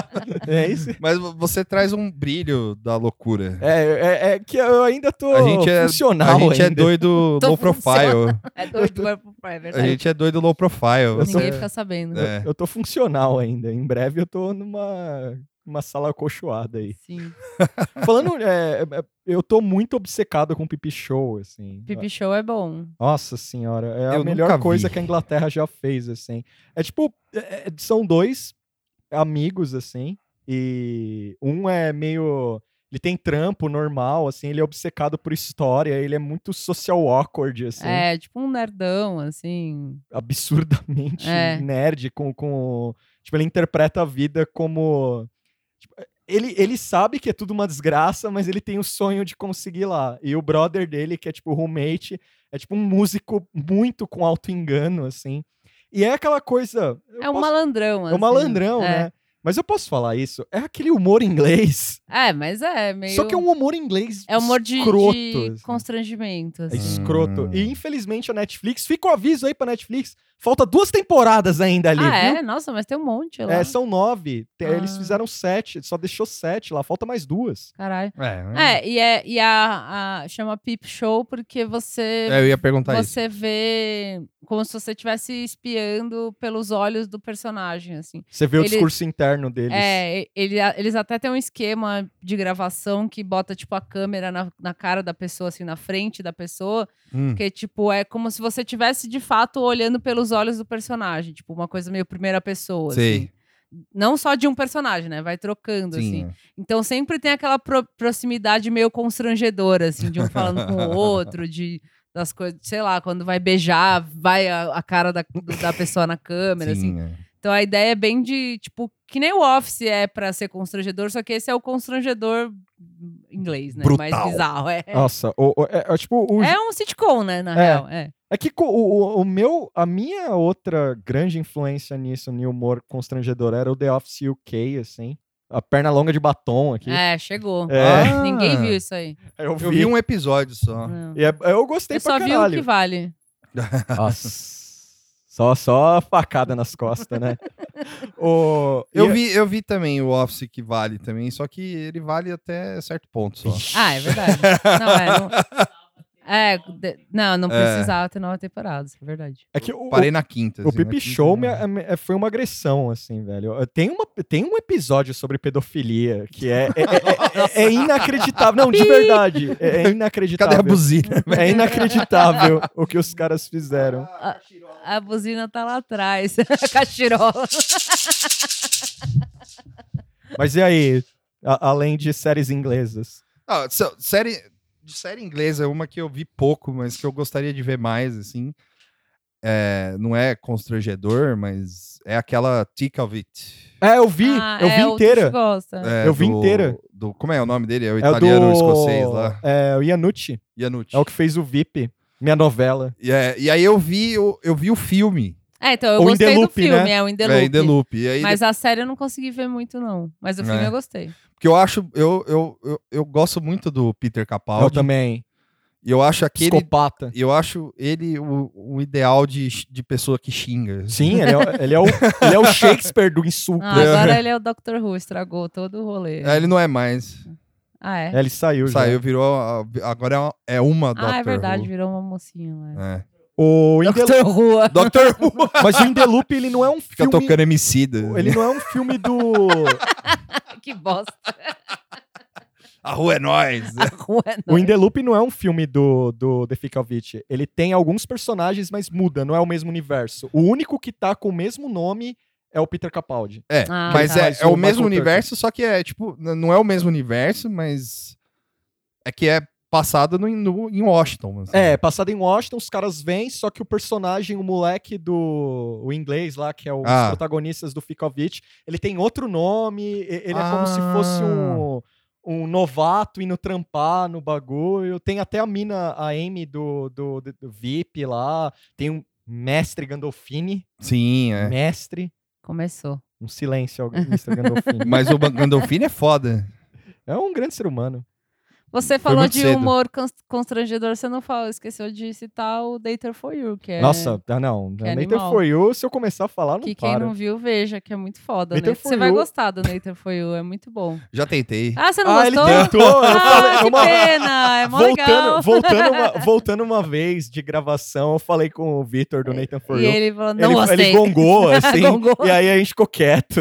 S3: É isso.
S2: Mas você traz um brilho da loucura.
S3: É que eu ainda tô
S2: A gente
S3: funcional
S2: a gente é
S3: ainda.
S2: doido
S4: Tô
S2: low profile.
S4: É doido, é
S2: A
S4: verdade.
S2: gente é doido low profile.
S4: Ninguém fica sabendo.
S2: É.
S3: Eu tô funcional ainda. Em breve eu tô numa sala acolchoada aí.
S4: Sim.
S3: Falando, eu tô muito obcecado com Pipi Show, assim.
S4: Pipi Show é bom.
S3: Nossa senhora, é a
S2: Eu
S3: melhor
S2: nunca
S3: coisa
S2: vi.
S3: que a Inglaterra já fez, assim. É tipo, são dois amigos, assim, e um é meio... Ele tem trampo normal, assim, ele é obcecado por história, ele é muito social awkward, assim,
S4: É, tipo um nerdão, assim.
S3: absurdamente
S4: É.
S3: nerd, tipo, ele interpreta a vida como... tipo, ele sabe que é tudo uma desgraça, mas ele tem o sonho de conseguir lá. E o brother dele, que é tipo o roommate, é tipo um músico muito com auto-engano, assim. E é aquela coisa...
S4: É um malandrão, assim.
S3: É um malandrão,
S4: É.
S3: né? Mas eu posso falar isso? É aquele humor inglês.
S4: É, mas é meio...
S3: Só que é um humor inglês
S4: É humor de
S3: escroto. assim.
S4: constrangimento,
S3: É
S4: assim.
S3: escroto. E infelizmente a Netflix... Fica o aviso aí pra Netflix. Falta 2 temporadas ainda ali,
S4: Ah,
S3: viu?
S4: é? Nossa, mas tem um monte lá.
S3: São 9. Eles
S4: Ah.
S3: fizeram 7. Só deixou 7 lá. Falta mais 2.
S4: Caralho.
S2: É,
S4: E chama Peep Show porque você...
S2: eu ia perguntar isso.
S4: Você vê como se você estivesse espiando pelos olhos do personagem, assim.
S3: Você vê o
S4: Ele-
S3: discurso interno deles.
S4: Eles até têm um esquema de gravação que bota, tipo, a câmera na cara da pessoa, assim, na frente da pessoa, que, tipo, é como se você estivesse, de fato, olhando pelos olhos do personagem. Tipo, uma coisa meio primeira pessoa, assim.
S2: Sei.
S4: Não só de um personagem, né? Vai trocando, assim.
S2: Sim.
S4: Então sempre tem aquela proximidade meio constrangedora, assim, de um falando com o outro, das coisas, sei lá, quando vai beijar, vai a cara da pessoa na câmera, assim.
S2: Sim,
S4: Então a ideia é bem de, tipo, que nem o Office é pra ser constrangedor, só que esse é o constrangedor inglês, né?
S2: Brutal.
S4: Mais bizarro.
S3: Nossa, tipo...
S4: É um sitcom, né, na real. É.
S3: É que a minha outra grande influência nisso, no humor constrangedor, era o The Office UK, assim. A perna longa de batom aqui.
S4: Chegou.
S3: É.
S4: Ninguém viu isso aí.
S3: Eu
S2: Eu vi um episódio só.
S4: Não.
S3: E eu gostei
S4: Eu só
S3: pra
S4: vi o
S3: caralho.
S4: que vale.
S3: Nossa. Só facada nas costas, né?
S2: Eu vi também o Office que vale também, só que ele vale até certo ponto só.
S4: Ah, é verdade. Não precisava ter 9 temporadas, é verdade.
S3: É que
S2: Parei na quinta.
S3: o
S2: assim, na
S3: Pipi
S2: quinta,
S3: Show
S2: né?
S3: foi uma agressão, assim, velho. Tem um episódio sobre pedofilia que é inacreditável. Não, de verdade. É inacreditável.
S2: Cadê a buzina?
S3: É inacreditável o que os caras fizeram.
S4: A buzina tá lá atrás. A cachirola.
S3: Mas e aí? Além de séries inglesas?
S2: Ah, série inglesa é uma que eu vi pouco, mas que eu gostaria de ver mais, assim. Não é constrangedor, mas é aquela Thick of It.
S3: Eu vi inteira.
S4: Gosta.
S3: Eu vi inteira.
S2: Como é o nome dele? É o
S3: É
S2: italiano escocês lá.
S3: É o Iannucci.
S2: Iannucci.
S3: É o que fez o VIP. Minha novela.
S2: E aí eu vi o filme.
S4: Então eu
S3: O In
S4: gostei
S3: the
S4: do
S3: Loop,
S4: filme,
S3: né?
S4: o In the
S2: É,
S4: Loop.
S2: In the Loop. E aí,
S4: Mas a série eu não consegui ver muito, não. Mas o filme eu gostei.
S2: porque eu acho, eu gosto muito do Peter Capaldi.
S3: Eu também.
S2: E eu acho
S3: Psicopata.
S2: eu acho ele o ideal de pessoa que xinga.
S3: Sim, ele é o Shakespeare do insulto.
S4: Agora ele é o Dr. Who, estragou todo o rolê.
S2: Ele não é mais.
S4: Ah, é?
S3: Ele saiu já.
S2: Saiu, virou. Agora é uma Doctor
S4: Ah, é verdade,
S2: Who.
S4: virou uma mocinha lá.
S2: É.
S3: O
S4: Dr. Who.
S2: Doctor Who.
S3: Mas o In The Loop, ele não é um
S2: Fica
S3: filme...
S2: tocando Emicida.
S3: Ele não é um filme do...
S4: Que bosta.
S2: A rua é nós.
S4: A rua é
S3: O In
S4: nóis.
S3: The Loop não é um filme do The Ficalvich. Ele tem alguns personagens, mas muda, não é o mesmo universo. O único que tá com o mesmo nome é o Peter Capaldi.
S2: É,
S4: Ah,
S2: mas
S4: tá.
S2: é o
S3: o
S2: mesmo
S3: Michael
S2: universo, só que é tipo, não é o mesmo universo, mas é que é passado em Washington. Assim.
S3: É, passado em Washington, os caras vêm, só que o personagem, o moleque o inglês lá, que é um dos protagonistas do Ficalvich, ele tem outro nome, ele é como se fosse um novato indo trampar no bagulho. Tem até a mina, a Amy do VIP lá, tem um mestre Gandolfini.
S2: Sim, é.
S3: Mestre.
S4: Começou.
S3: Um silêncio, Mr. Gandolfini.
S2: Mas o Gandolfini é foda.
S3: É um grande ser humano.
S4: Você falou
S2: muito
S4: de
S2: cedo.
S4: humor constrangedor, você não falou, esqueceu de citar o Dater for You, que é...
S3: Nossa, não.
S4: que é
S3: Nature
S4: animal.
S3: For You, se eu começar a falar, não
S4: Que
S3: para.
S4: quem não viu, veja, que é muito foda,
S3: Nature
S4: né?
S3: for
S4: Você vai
S3: You-
S4: gostar do Nature for You, é muito bom.
S2: Já tentei.
S4: Ah, você não
S3: Ele
S4: gostou?
S3: tentou. Eu falei,
S4: Ah, que pena, é mó legal.
S3: Voltando uma vez de gravação, eu falei com o Vitor do Nathan For
S4: E
S3: You.
S4: ele falou, não gostei.
S3: Ele gongou, assim,
S4: Gongou.
S3: e aí a gente ficou quieto.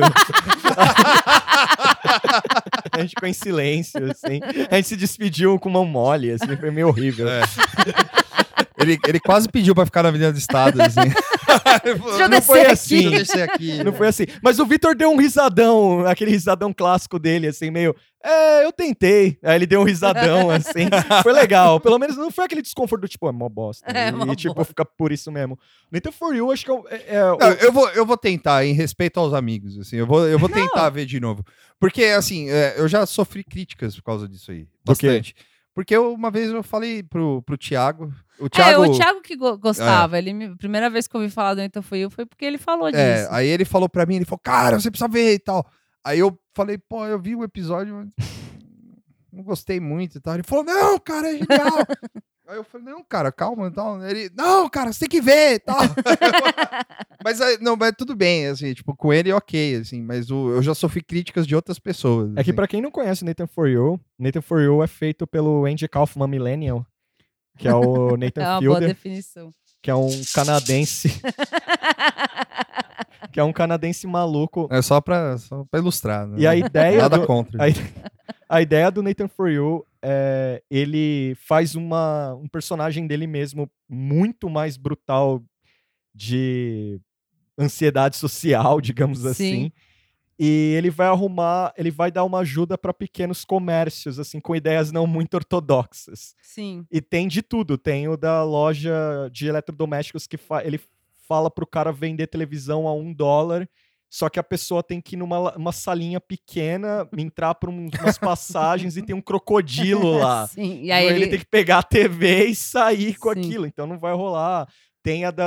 S3: A gente ficou em silêncio, assim. A gente se despediu com mão mole, assim, foi meio horrível.
S2: É. Ele quase pediu pra ficar na Avenida do Estado, assim.
S4: Deixa eu
S3: Não foi
S4: descer
S3: assim.
S2: Deixa eu descer aqui.
S3: Não foi assim. Mas o Vitor deu um risadão, aquele risadão clássico dele, assim, meio... eu tentei. Aí ele deu um risadão, assim. Foi legal. Pelo menos não foi aquele desconforto do tipo, é mó bosta.
S4: É, mó
S3: tipo,
S4: bosta.
S3: fica por isso mesmo. Nathan For You, acho que
S2: Não, eu vou tentar, em respeito aos amigos, assim, eu vou tentar ver de novo. Porque, assim, eu já sofri críticas por causa disso aí.
S3: Do quê?
S2: Bastante. Porque uma vez eu falei pro Thiago...
S4: o Thiago que gostava. Primeira vez que eu ouvi falar do Nature for You foi porque ele falou disso.
S2: Aí ele falou pra mim, ele falou, cara, você precisa ver e tal. Aí eu falei, pô, eu vi o episódio, mas não gostei muito e tal. Ele falou, não, cara, é genial. Aí eu falei, não, cara, calma e tal. Ele, não, cara, você tem que ver e tal. mas tudo bem, assim, tipo, com ele ok, assim, mas eu já sofri críticas de outras pessoas.
S3: É que
S2: assim.
S3: pra quem não conhece o Nathan For You é feito pelo Andy Kaufman Millennial, que é o
S4: É
S3: Nathan
S4: uma boa
S3: Fielder,
S4: definição.
S3: que é um canadense. Que é um canadense maluco.
S2: É só pra ilustrar, né?
S3: E a ideia
S2: Nada contra.
S3: A ideia do Nathan For You é ele faz um personagem dele mesmo muito mais brutal de ansiedade social, digamos assim. E ele vai dar uma ajuda para pequenos comércios, assim, com ideias não muito ortodoxas.
S4: Sim.
S3: E tem de tudo. Tem o da loja de eletrodomésticos que ele fala pro cara vender televisão a $1, só que a pessoa tem que ir numa salinha pequena, entrar por umas passagens e tem um crocodilo lá.
S4: Sim. E
S3: Então
S4: aí
S3: ele tem que pegar a TV e sair com
S4: Sim.
S3: aquilo, então não vai rolar. Tem a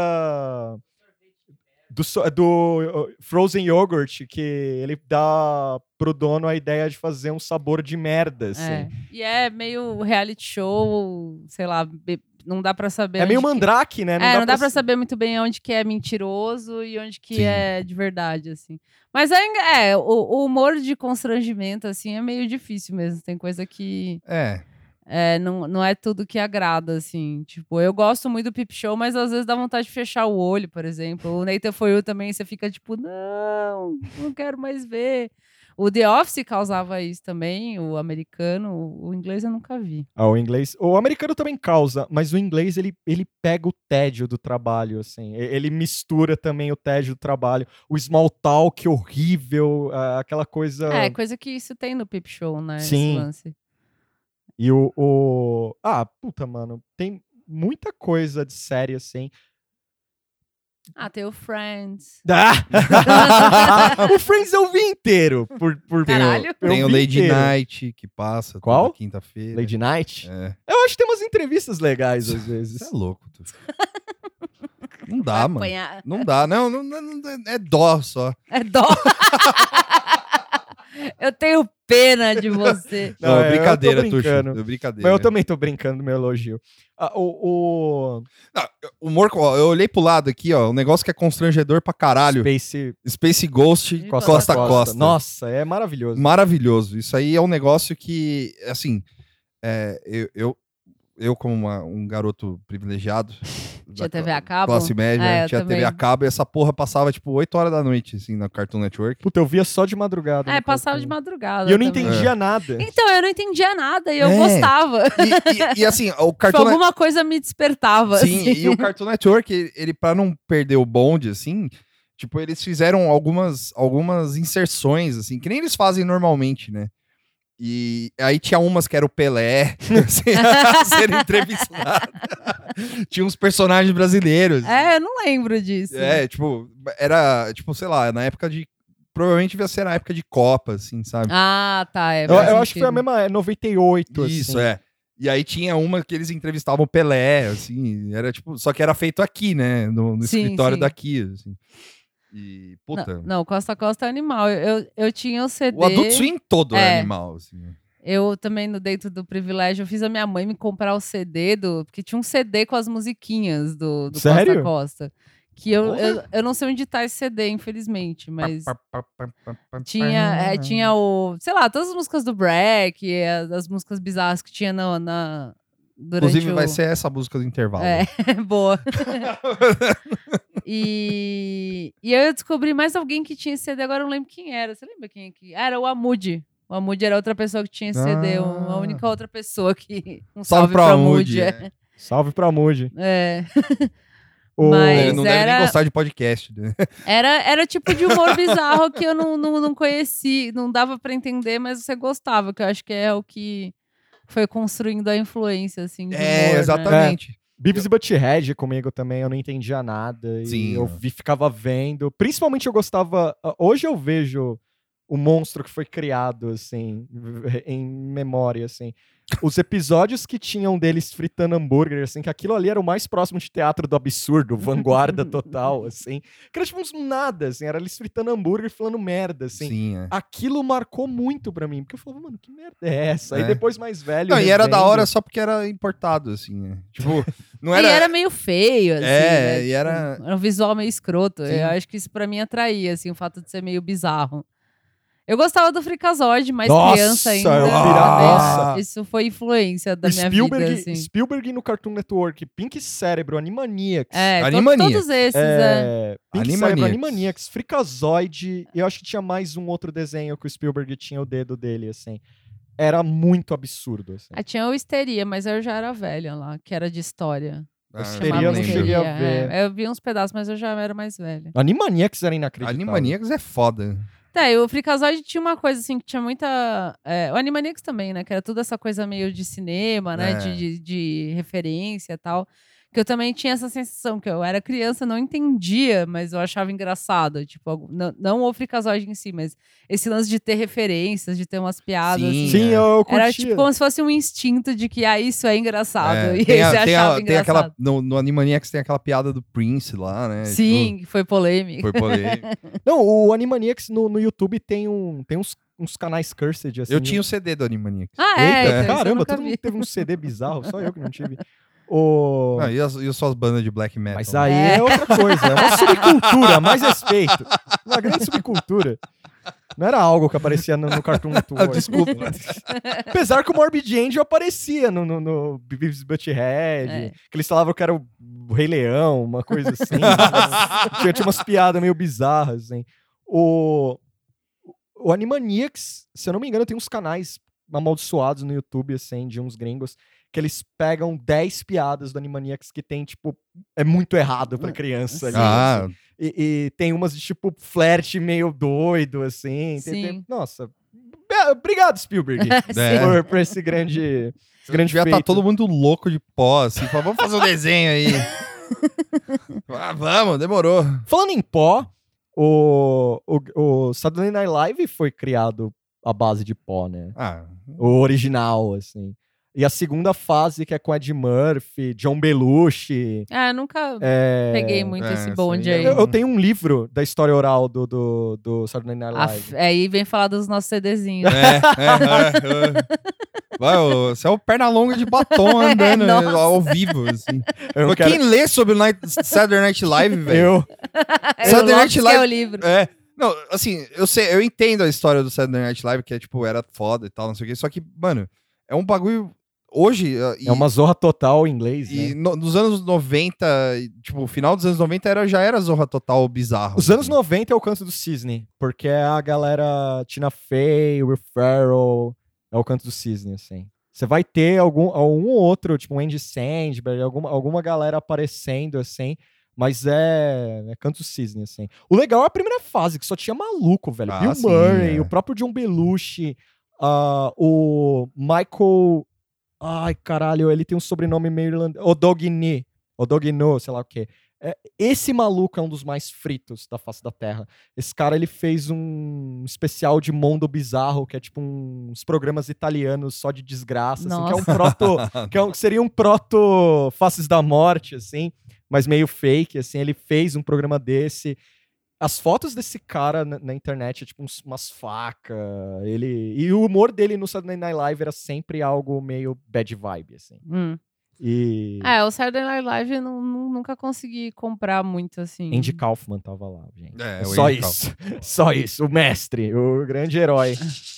S3: do Frozen Yogurt, que ele dá pro dono a ideia de fazer um sabor de merda, assim.
S4: É. E é meio reality show, sei lá, não dá pra saber.
S3: É meio
S4: onde que-
S3: mandrake, né?
S4: Não dá pra saber muito bem onde que é mentiroso e onde que
S2: Sim.
S4: é de verdade, assim. Mas o humor de constrangimento, assim, é meio difícil mesmo. Tem coisa que não é tudo que agrada, assim. Tipo, eu gosto muito do Peep Show, mas às vezes dá vontade de fechar o olho, por exemplo. O Nathan For You também, você fica tipo, não quero mais ver. O The Office causava isso também, o americano. O inglês eu nunca vi.
S3: O inglês... O americano também causa, mas o inglês, ele pega o tédio do trabalho, assim. Ele mistura também o tédio do trabalho. O small talk horrível, aquela coisa...
S4: Coisa que isso tem no Peep Show, né?
S3: Sim.
S4: Esse lance.
S3: E puta, mano, tem muita coisa de série, assim.
S4: Tem o Friends.
S3: O Friends eu vi inteiro. Por
S4: Caralho.
S3: eu
S2: Tem o
S3: vi
S2: Lady
S3: inteiro.
S2: Night, que passa
S3: Qual?
S2: toda quinta-feira.
S3: Lady Night?
S2: É.
S3: Eu acho que tem umas entrevistas legais, às vezes.
S2: Você é louco. Não dá, mano.
S4: Apanhar.
S2: Não dá. Não, é dó só.
S4: É dó. Eu tenho pena de você.
S3: Não,
S2: é brincadeira,
S3: eu tô brincando.
S2: Tuxo. É brincadeira.
S3: Mas eu também tô brincando no meu elogio.
S2: Não, humor, ó, eu olhei pro lado aqui, ó, um negócio que é constrangedor pra caralho. Space Ghost, Costa a Costa.
S3: Nossa, é maravilhoso.
S2: Maravilhoso. Isso aí é um negócio que, assim, eu como um garoto privilegiado,
S4: Tinha TV a cabo?
S2: classe média, tinha
S4: também.
S2: TV a cabo, e essa porra passava, tipo, 8 horas da noite, assim, na Cartoon Network.
S3: Puta, eu via só de madrugada.
S4: Passava de madrugada.
S3: E eu não
S4: também.
S3: entendia nada.
S4: Então, eu não entendia nada e eu gostava.
S2: E assim, o
S4: Tipo,
S2: Cartoon
S4: alguma coisa me despertava.
S2: Sim,
S4: assim.
S2: e o Cartoon Network, ele pra não perder o bonde, assim, tipo, eles fizeram algumas inserções, assim, que nem eles fazem normalmente, né? E aí tinha umas que era o Pelé, ser entrevistado. Tinha uns personagens brasileiros.
S4: Eu não lembro disso.
S2: Era, tipo, sei lá, na época de... Provavelmente devia ser na época de Copa, assim, sabe?
S4: Ah, tá.
S3: Eu acho que foi a mesma, 98,
S2: Isso,
S3: assim.
S2: E aí tinha uma que eles entrevistavam o Pelé, assim, era tipo... Só que era feito aqui, né? No
S4: Sim,
S2: escritório
S4: sim.
S2: daqui, assim. E, puta...
S4: Não, Costa a Costa é animal. Eu tinha o CD...
S2: O Adult Swim todo é animal, assim.
S4: Eu também, dentro do privilégio, eu fiz a minha mãe me comprar o CD porque tinha um CD com as musiquinhas do
S3: Sério?
S4: Costa a Costa. Que eu não sei onde tá esse CD, infelizmente, mas tinha o... Sei lá, todas as músicas do Breck, as músicas bizarras que tinha durante
S2: Inclusive, vai ser essa música do intervalo.
S4: Boa. E eu descobri mais alguém que tinha esse CD, agora eu não lembro quem era. Você lembra quem que... Era o Amud. O Amud era outra pessoa que tinha esse CD, a única outra pessoa que...
S2: Salve pro Amud.
S3: Salve pro Amud.
S4: Mas
S2: ele não deve nem gostar de podcast, né?
S4: Era tipo de humor bizarro que eu não conheci, não dava pra entender, mas você gostava, que eu acho que é o que foi construindo a influência, assim, de humor,
S2: exatamente.
S4: Né?
S3: Beavis e Butthead comigo também, eu não entendia nada.
S2: Sim.
S3: E eu ficava vendo. Principalmente eu gostava... Hoje eu vejo o monstro que foi criado, assim, em memória, assim. Os episódios que tinham deles fritando hambúrguer, assim, que aquilo ali era o mais próximo de teatro do absurdo, vanguarda total, assim. Que era tipo uns nada, assim, era eles fritando hambúrguer e falando merda, assim.
S2: Sim,
S3: Aquilo marcou muito pra mim, porque eu falava, mano, que merda é essa? Aí depois mais velho...
S2: Não, e era da hora só porque era importado, assim, né? Tipo, não era...
S4: E era meio feio, assim, né?
S2: E era...
S4: Era um visual meio escroto.
S2: Sim.
S4: Eu acho que isso pra mim atraía, assim, o fato de ser meio bizarro. Eu gostava do Freakazoid, mais criança ainda.
S3: Nossa!
S4: Isso foi influência da minha vida, assim.
S3: Spielberg no Cartoon Network, Pink Cérebro, Animaniacs.
S4: Todos esses,
S3: Pink Cérebro, Animaniacs, Freakazoid, e eu acho que tinha mais um outro desenho que o Spielberg tinha o dedo dele, assim. Era muito absurdo, assim.
S4: Tinha o Histeria, mas eu já era velha lá, que era de história.
S3: Histeria eu não cheguei a ver.
S4: Eu vi uns pedaços, mas eu já era mais velha.
S3: Animaniacs era inacreditável.
S2: Animaniacs é foda.
S4: O Freakazoid tinha uma coisa assim que tinha muita... o Animaniacs também, né? Que era toda essa coisa meio de cinema, né? De referência e tal. Que eu também tinha essa sensação, que eu era criança, não entendia, mas eu achava engraçado. Tipo, não o Freakazoid em si, mas esse lance de ter referências, de ter umas piadas.
S3: Sim, eu curtia.
S4: Era tipo como se fosse um instinto de que isso é engraçado. E
S2: você
S4: achava engraçado.
S2: No Animaniacs tem aquela piada do Prince lá, né?
S4: Sim, que foi polêmico.
S3: Não, o Animaniacs no YouTube tem uns canais cursed, assim.
S2: Eu tinha o CD do Animaniacs.
S3: Eita,
S4: então,
S3: caramba, todo mundo teve um CD bizarro, só eu que não tive.
S2: E as suas bandas de black metal?
S3: Mas aí é outra coisa, é uma subcultura, mais respeito. Uma grande subcultura. Não era algo que aparecia no Cartoon Network.
S2: Desculpa.
S3: Apesar que o Morbid Angel aparecia no Beavis Butthead, que eles falavam que era o Rei Leão, uma coisa assim. tinha umas piadas meio bizarras, assim. O Animaniacs, se eu não me engano, tem uns canais amaldiçoados no YouTube, assim, de uns gringos, que eles pegam 10 piadas do Animaniacs que tem, tipo, é muito errado pra criança. Ali, assim. E tem umas de, tipo, flerte meio doido, assim. Nossa, obrigado, Spielberg, por esse grande
S2: Já
S3: feito.
S2: tá todo mundo louco de pó, assim, vamos fazer um desenho aí. Vamos, demorou.
S3: Falando em pó, o Saturday Night Live foi criado à base de pó, né? O original, assim. E a segunda fase, que é com Ed Murphy, John Belushi.
S4: Nunca peguei muito esse bonde aí.
S3: Eu tenho um livro da história oral do Saturday Night Live.
S4: Aí vem falar dos nossos CDzinhos.
S2: Você é o perna longa de batom andando
S4: Nossa.
S2: ao vivo, assim.
S3: Eu
S2: Mas
S3: quero-
S2: quem lê sobre o Saturday Night Live, velho? Saturday
S4: O
S2: Night
S4: Lopes que
S2: Live-
S4: é o livro.
S2: Não, assim, eu entendo a história do Saturday Night Live, que é, tipo, era foda e tal, não sei o quê. Só que, mano, é um bagulho... Hoje...
S3: É uma zorra total em inglês,
S2: E
S3: né?
S2: nos anos 90, tipo, final dos anos 90 já era zorra total bizarro.
S3: Os anos
S2: assim.
S3: 90 é o canto do cisne, porque é a galera Tina Fey, Will Ferrell, é o canto do cisne, assim. Você vai ter algum ou outro, tipo um Andy Samberg, alguma galera aparecendo, assim, mas é canto do cisne, assim. O legal é a primeira fase, que só tinha maluco, velho.
S2: Ah,
S3: Bill
S2: sim,
S3: Murray,
S2: é.
S3: o próprio John Belushi, o Michael... Ai, caralho, ele tem um sobrenome meio irlandês. Odogno, sei lá o quê. Esse maluco é um dos mais fritos da face da Terra. Esse cara, ele fez um especial de Mondo Bizarro, que é tipo uns programas italianos só de desgraça, assim, que é um proto... seria um proto Faces da Morte, assim, mas meio fake, assim. Ele fez um programa desse. As fotos desse cara na internet é tipo umas facas. E o humor dele no Saturday Night Live era sempre algo meio bad vibe, assim. E
S4: O Saturday Night Live eu nunca consegui comprar muito, assim.
S3: Andy Kaufman tava lá, gente.
S2: É, o
S3: Só
S2: Andy
S3: isso. Só isso. O mestre, o grande herói.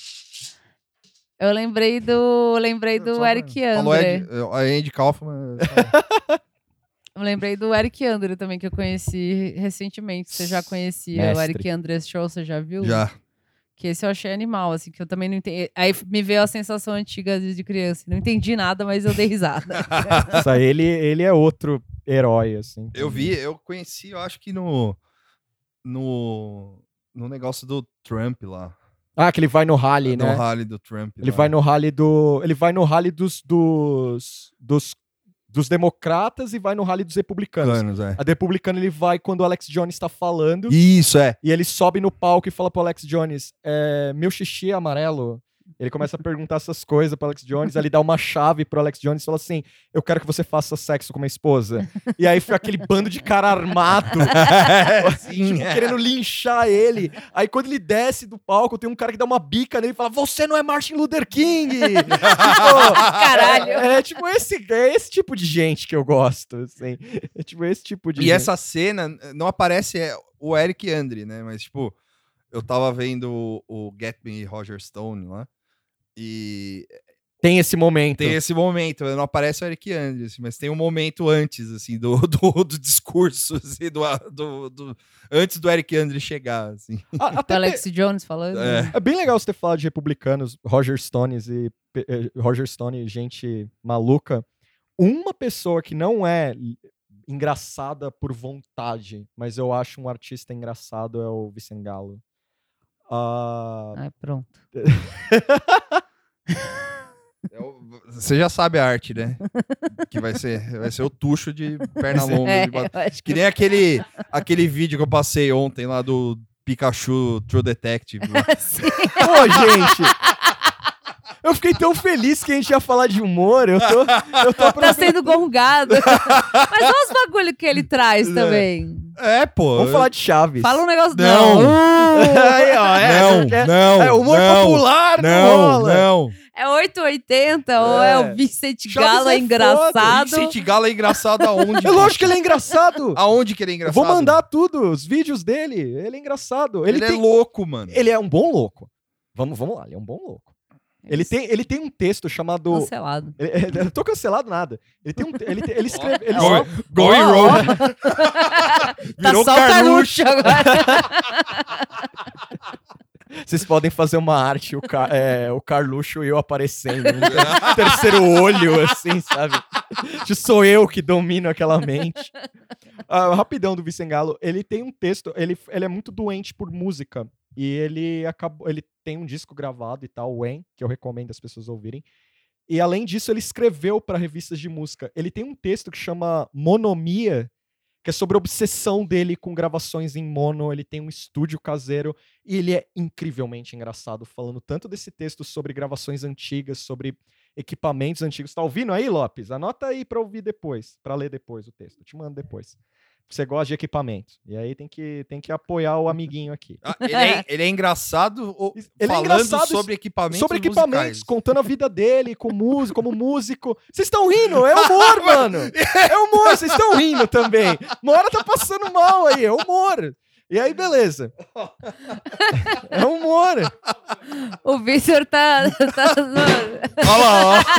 S4: Eu lembrei do Eric
S2: Falou
S4: Andre.
S2: a Andy Kaufman.
S4: Eu lembrei do Eric Andre também, que eu conheci recentemente. Você já conhecia
S3: Mestre.
S4: o Eric Andre's Show? Você já viu?
S2: Já.
S4: Que esse eu achei animal, assim, que eu também não entendi. Aí me veio a sensação antiga de criança. Não entendi nada, mas eu dei risada.
S3: Nossa, ele é outro herói, assim.
S2: Eu conheci, eu acho que no negócio do Trump lá.
S3: Ah, que ele vai no rally,
S2: No
S3: né?
S2: rally do Trump.
S3: Ele
S2: lá.
S3: vai no rally dos democratas e vai no rally dos republicanos.
S2: Canos, é.
S3: A republicana ele vai quando o Alex Jones tá falando
S2: Isso, é.
S3: e ele sobe no palco e fala pro Alex Jones, meu xixi é amarelo. Ele começa a perguntar essas coisas pro Alex Jones, aí ele dá uma chave pro Alex Jones e fala assim, eu quero que você faça sexo com minha esposa. E aí foi aquele bando de cara armado,
S2: Sim,
S3: tipo, querendo linchar ele. Aí quando ele desce do palco, tem um cara que dá uma bica nele e fala, você não é Martin Luther King!
S4: Caralho.
S3: É tipo esse tipo de gente que eu gosto, assim. É tipo esse tipo de
S2: E
S3: gente.
S2: essa cena, não aparece o Eric Andre, né? Mas, tipo, eu tava vendo o Get Me Roger Stone lá. E
S3: Tem esse momento.
S2: tem esse momento, não aparece o Eric Andre, assim, mas tem um momento antes, assim, do discurso, assim, antes do Eric Andre chegar, assim.
S4: O
S3: Até
S4: Alex Jones falando.
S2: É.
S3: É bem legal você ter falado de republicanos, Roger Stone e gente maluca. Uma pessoa que não é engraçada por vontade, mas eu acho um artista engraçado é o Vicente Gallo.
S4: Pronto.
S2: Você já sabe a arte, né? Que vai ser o tucho de perna longa. De
S4: Eu acho
S2: que nem aquele vídeo que eu passei ontem lá do Pikachu True Detective. Lá.
S4: Sim.
S3: Pô, gente! Eu fiquei tão feliz que a gente ia falar de humor. Eu tô
S4: Tá sendo gongado. Mas olha os bagulho que ele traz também.
S2: É, pô.
S3: Vamos falar de Chaves.
S4: Fala um negócio.
S2: Não.
S3: Aí, ó,
S2: Não.
S3: É humor popular, rola.
S2: Não.
S4: É 880 ou é o Vicente
S3: Chaves
S4: Galo
S3: é
S4: engraçado?
S2: Vicente Galo é engraçado aonde?
S3: É lógico que ele é engraçado.
S2: Aonde que ele é engraçado?
S3: Vou mandar tudo, os vídeos dele. Ele é engraçado.
S2: Ele é louco, mano.
S3: Ele é um bom louco. Vamos lá, ele é um bom louco. Ele tem um texto chamado...
S4: Cancelado.
S3: Eu tô cancelado nada. Ele tem um... Ele escreve... Ele
S2: Going
S4: Ó,
S2: Road.
S4: Tá
S2: Virou
S4: só o Carluxo agora.
S3: Vocês podem fazer uma arte, o Carluxo e eu aparecendo. Um terceiro olho, assim, sabe? Sou eu que domino aquela mente. Rapidão do Vicente Galo. Ele tem um texto... Ele é muito doente por música. E ele tem um disco gravado e tal, o En, que eu recomendo as pessoas ouvirem. E além disso, ele escreveu para revistas de música. Ele tem um texto que chama Monomia, que é sobre a obsessão dele com gravações em mono. Ele tem um estúdio caseiro e ele é incrivelmente engraçado, falando tanto desse texto sobre gravações antigas, sobre equipamentos antigos. Tá ouvindo aí, Lopes? Anota aí para ouvir depois, para ler depois o texto. Eu te mando depois. você gosta de equipamento. E aí tem que apoiar o amiguinho aqui.
S2: Ele é engraçado
S3: Ele
S2: falando
S3: é engraçado
S2: sobre equipamentos
S3: sobre equipamentos,
S2: musicais.
S3: contando a vida dele como músico. Vocês estão rindo? É humor, mano. É humor, vocês estão rindo também. Uma hora tá passando mal aí, é humor. E aí, beleza. É humor.
S4: O Victor tá
S2: Olha lá, ó.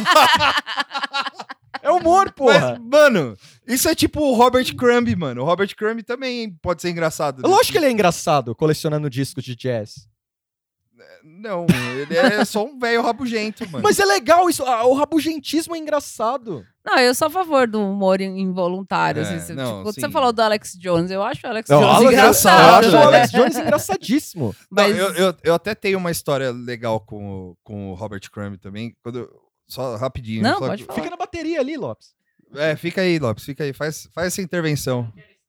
S3: É humor, porra.
S2: Mas, mano, isso é tipo o Robert Crumb, mano. O Robert Crumb também pode ser engraçado.
S3: Lógico que ele é engraçado, colecionando discos de jazz.
S2: Não, ele é só um velho rabugento, mano.
S3: Mas é legal isso. O rabugentismo é engraçado.
S4: Não, eu sou a favor do humor involuntário.
S2: É,
S4: assim,
S2: não,
S4: tipo, quando
S2: sim.
S4: você falou do Alex Jones, eu acho o Alex
S3: Não,
S4: Jones
S3: eu
S4: engraçado.
S3: acho o Alex Jones engraçadíssimo.
S2: Não,
S4: Mas-
S2: eu até tenho uma história legal com o Robert Crumb também. Só rapidinho.
S4: Não,
S2: só
S4: pode falar.
S3: Fica na bateria ali, Lopes.
S2: Fica aí, Lopes, fica aí. Faz essa intervenção.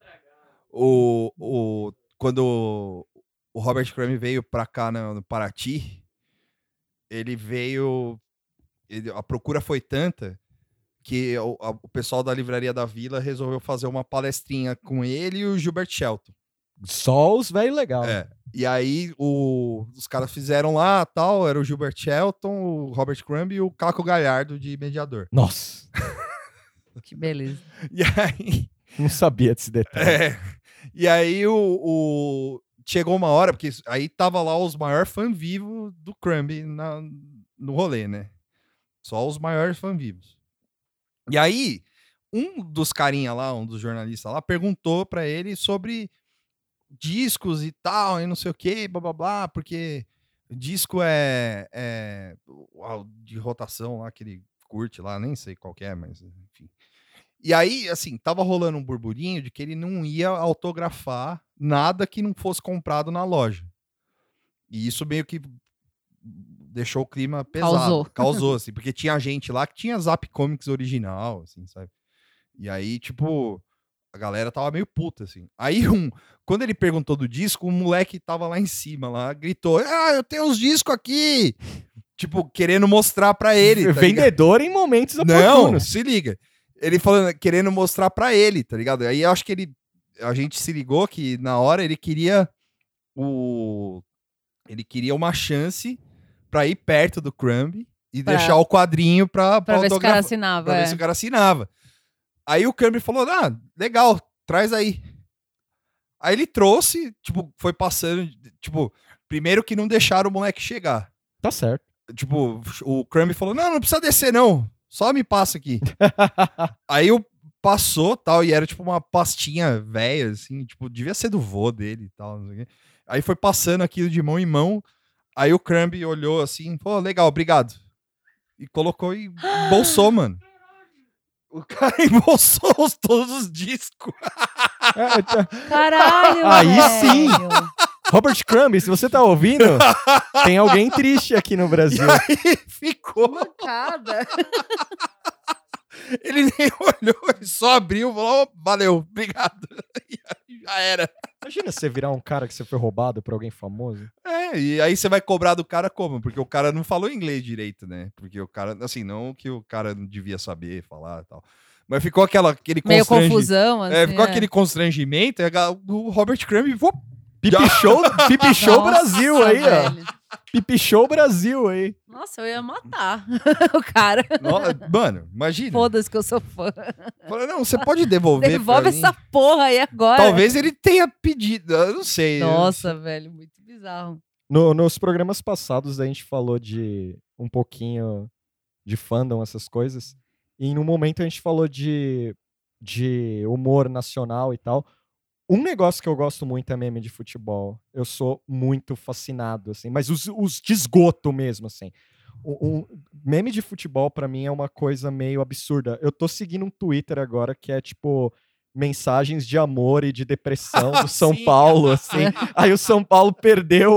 S2: Quando o Robert Crumb veio pra cá no Paraty, ele veio... a procura foi tanta que o pessoal da Livraria da Vila resolveu fazer uma palestrinha com ele e o Gilbert Shelton.
S3: Só os velhos legal.
S2: E aí os caras fizeram lá, tal, era o Gilbert Shelton, o Robert Crumb e o Caco Galhardo de mediador.
S3: Nossa,
S4: Que beleza.
S2: E aí...
S3: não sabia desse detalhe.
S2: E aí chegou uma hora, porque aí tava lá os maiores fãs vivos do Crumb no rolê, né? Só os maiores fãs vivos. E aí, um dos carinha lá, um dos jornalistas lá, perguntou pra ele sobre discos e tal, e não sei o que, blá blá blá, porque disco é de rotação lá que ele curte lá, nem sei qual que é, mas enfim. E aí, assim, tava rolando um burburinho de que ele não ia autografar nada que não fosse comprado na loja. E isso meio que deixou o clima pesado. Causou, assim, porque tinha gente lá que tinha Zap Comics original, assim, sabe? E aí, tipo, a galera tava meio puta, assim. Aí, quando ele perguntou do disco, um moleque tava lá em cima, lá, gritou, eu tenho uns discos aqui! Tipo, querendo mostrar pra ele, tá
S3: Vendedor em momentos
S2: não,
S3: oportunos.
S2: se liga. Ele falando, querendo mostrar pra ele, tá ligado? Aí eu acho que a gente se ligou que na hora ele queria uma chance pra ir perto do Crumb e deixar o quadrinho pra
S4: Pra ver se o cara assinava.
S2: pra ver se o cara assinava. Aí o Crumb falou, legal, traz aí. Aí ele trouxe, tipo, foi passando, tipo, primeiro que não deixaram o moleque chegar.
S3: Tá certo.
S2: Tipo, o Crumb falou, não precisa descer não, só me passa aqui. Aí passou, tal, e era tipo uma pastinha velha, assim, tipo, devia ser do vô dele e tal, não sei o quê. Aí foi passando aquilo de mão em mão, aí o Crumb olhou assim, pô, legal, obrigado. E colocou e embolsou, mano. O cara embolsou todos os discos.
S4: Caralho,
S3: Aí
S4: velho.
S3: sim. Robert Crumb, se você tá ouvindo, tem alguém triste aqui no Brasil.
S2: Aí ficou.
S4: Mancada.
S2: Ele nem olhou, ele só abriu e falou, valeu, obrigado. E aí já era.
S3: Imagina você virar um cara que você foi roubado por alguém famoso.
S2: E aí você vai cobrar do cara como? Porque o cara não falou inglês direito, né? Porque o cara, assim, não que o cara não devia saber falar e tal. Mas ficou aquele
S4: Meio confusão, assim.
S2: ficou aquele constrangimento, e o Robert Crumb,
S3: Pipi Show
S4: Nossa,
S3: Brasil aí, ó.
S4: velho.
S3: Pipi Show Brasil aí.
S4: Nossa, eu ia matar o cara.
S2: Mano, imagina.
S4: Foda-se que eu sou fã.
S2: Fala, não, você pode devolver
S4: Devolve
S2: pra mim?
S4: essa porra aí agora.
S2: Talvez ele tenha pedido, eu não sei.
S4: Nossa, velho, muito bizarro.
S3: Nos programas passados a gente falou de um pouquinho de fandom, essas coisas. E em um momento a gente falou de humor nacional e tal. Um negócio que eu gosto muito é meme de futebol. Eu sou muito fascinado, assim. Mas os de esgoto mesmo, assim. Meme de futebol, pra mim, é uma coisa meio absurda. Eu tô seguindo um Twitter agora que é, tipo, mensagens de amor e de depressão do São
S2: Sim.
S3: Paulo, assim. Aí o São Paulo perdeu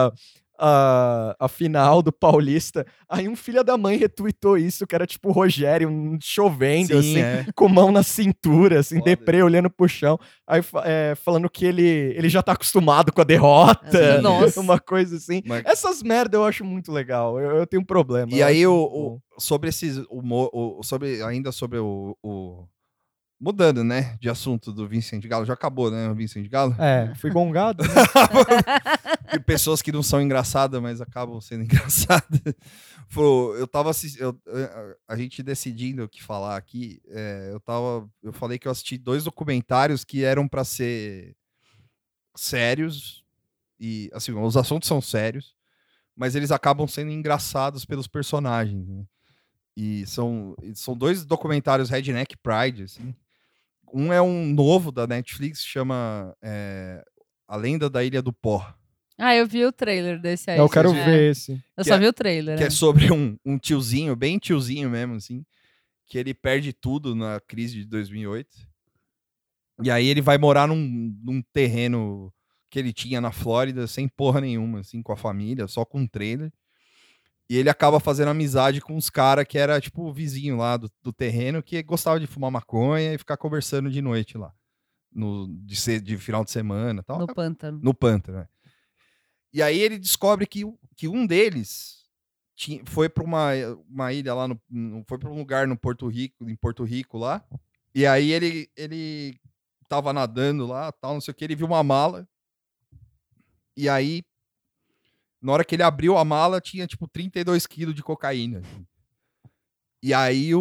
S3: a final do Paulista. Aí um filho da mãe retweetou isso, que era tipo o Rogério, chovendo,
S2: Sim,
S3: assim, com mão na cintura, assim,
S2: Foda.
S3: deprê, olhando pro chão. Aí falando que ele já tá acostumado com a derrota.
S4: Nossa.
S3: Uma coisa assim.
S2: Mas-
S3: Essas merda eu acho muito legal. Eu tenho um problema.
S2: E
S3: eu
S2: aí,
S3: acho muito bom.
S2: sobre esses humor, sobre Mudando, né, de assunto do Vincent Galo. Já acabou, né, o Vincent Galo?
S3: Fui gongado. Né?
S2: E pessoas que não são engraçadas, mas acabam sendo engraçadas. Eu tava assistindo, a gente decidindo o que falar aqui, eu falei que eu assisti 2 documentários que eram para ser sérios, e assim, os assuntos são sérios, mas eles acabam sendo engraçados pelos personagens, né? E são 2 documentários Redneck Pride, assim. Um é um novo da Netflix, chama A Lenda da Ilha do Pó.
S4: Ah, eu vi o trailer desse aí.
S3: Eu quero ver esse.
S4: Eu só vi o trailer.
S2: Que é sobre um tiozinho, bem tiozinho mesmo, assim, que ele perde tudo na crise de 2008. E aí ele vai morar num terreno que ele tinha na Flórida, sem porra nenhuma, assim, com a família, só com um trailer. E ele acaba fazendo amizade com uns caras que era, tipo, o vizinho lá do terreno, que gostava de fumar maconha e ficar conversando de noite lá. De final de semana e tal.
S4: No pântano.
S2: No pântano, né? E aí ele descobre que um deles foi para uma ilha lá, foi para um lugar em Porto Rico lá. E aí ele tava nadando lá, tal, não sei o que, ele viu uma mala. E aí, na hora que ele abriu a mala, tinha tipo 32 quilos de cocaína. E aí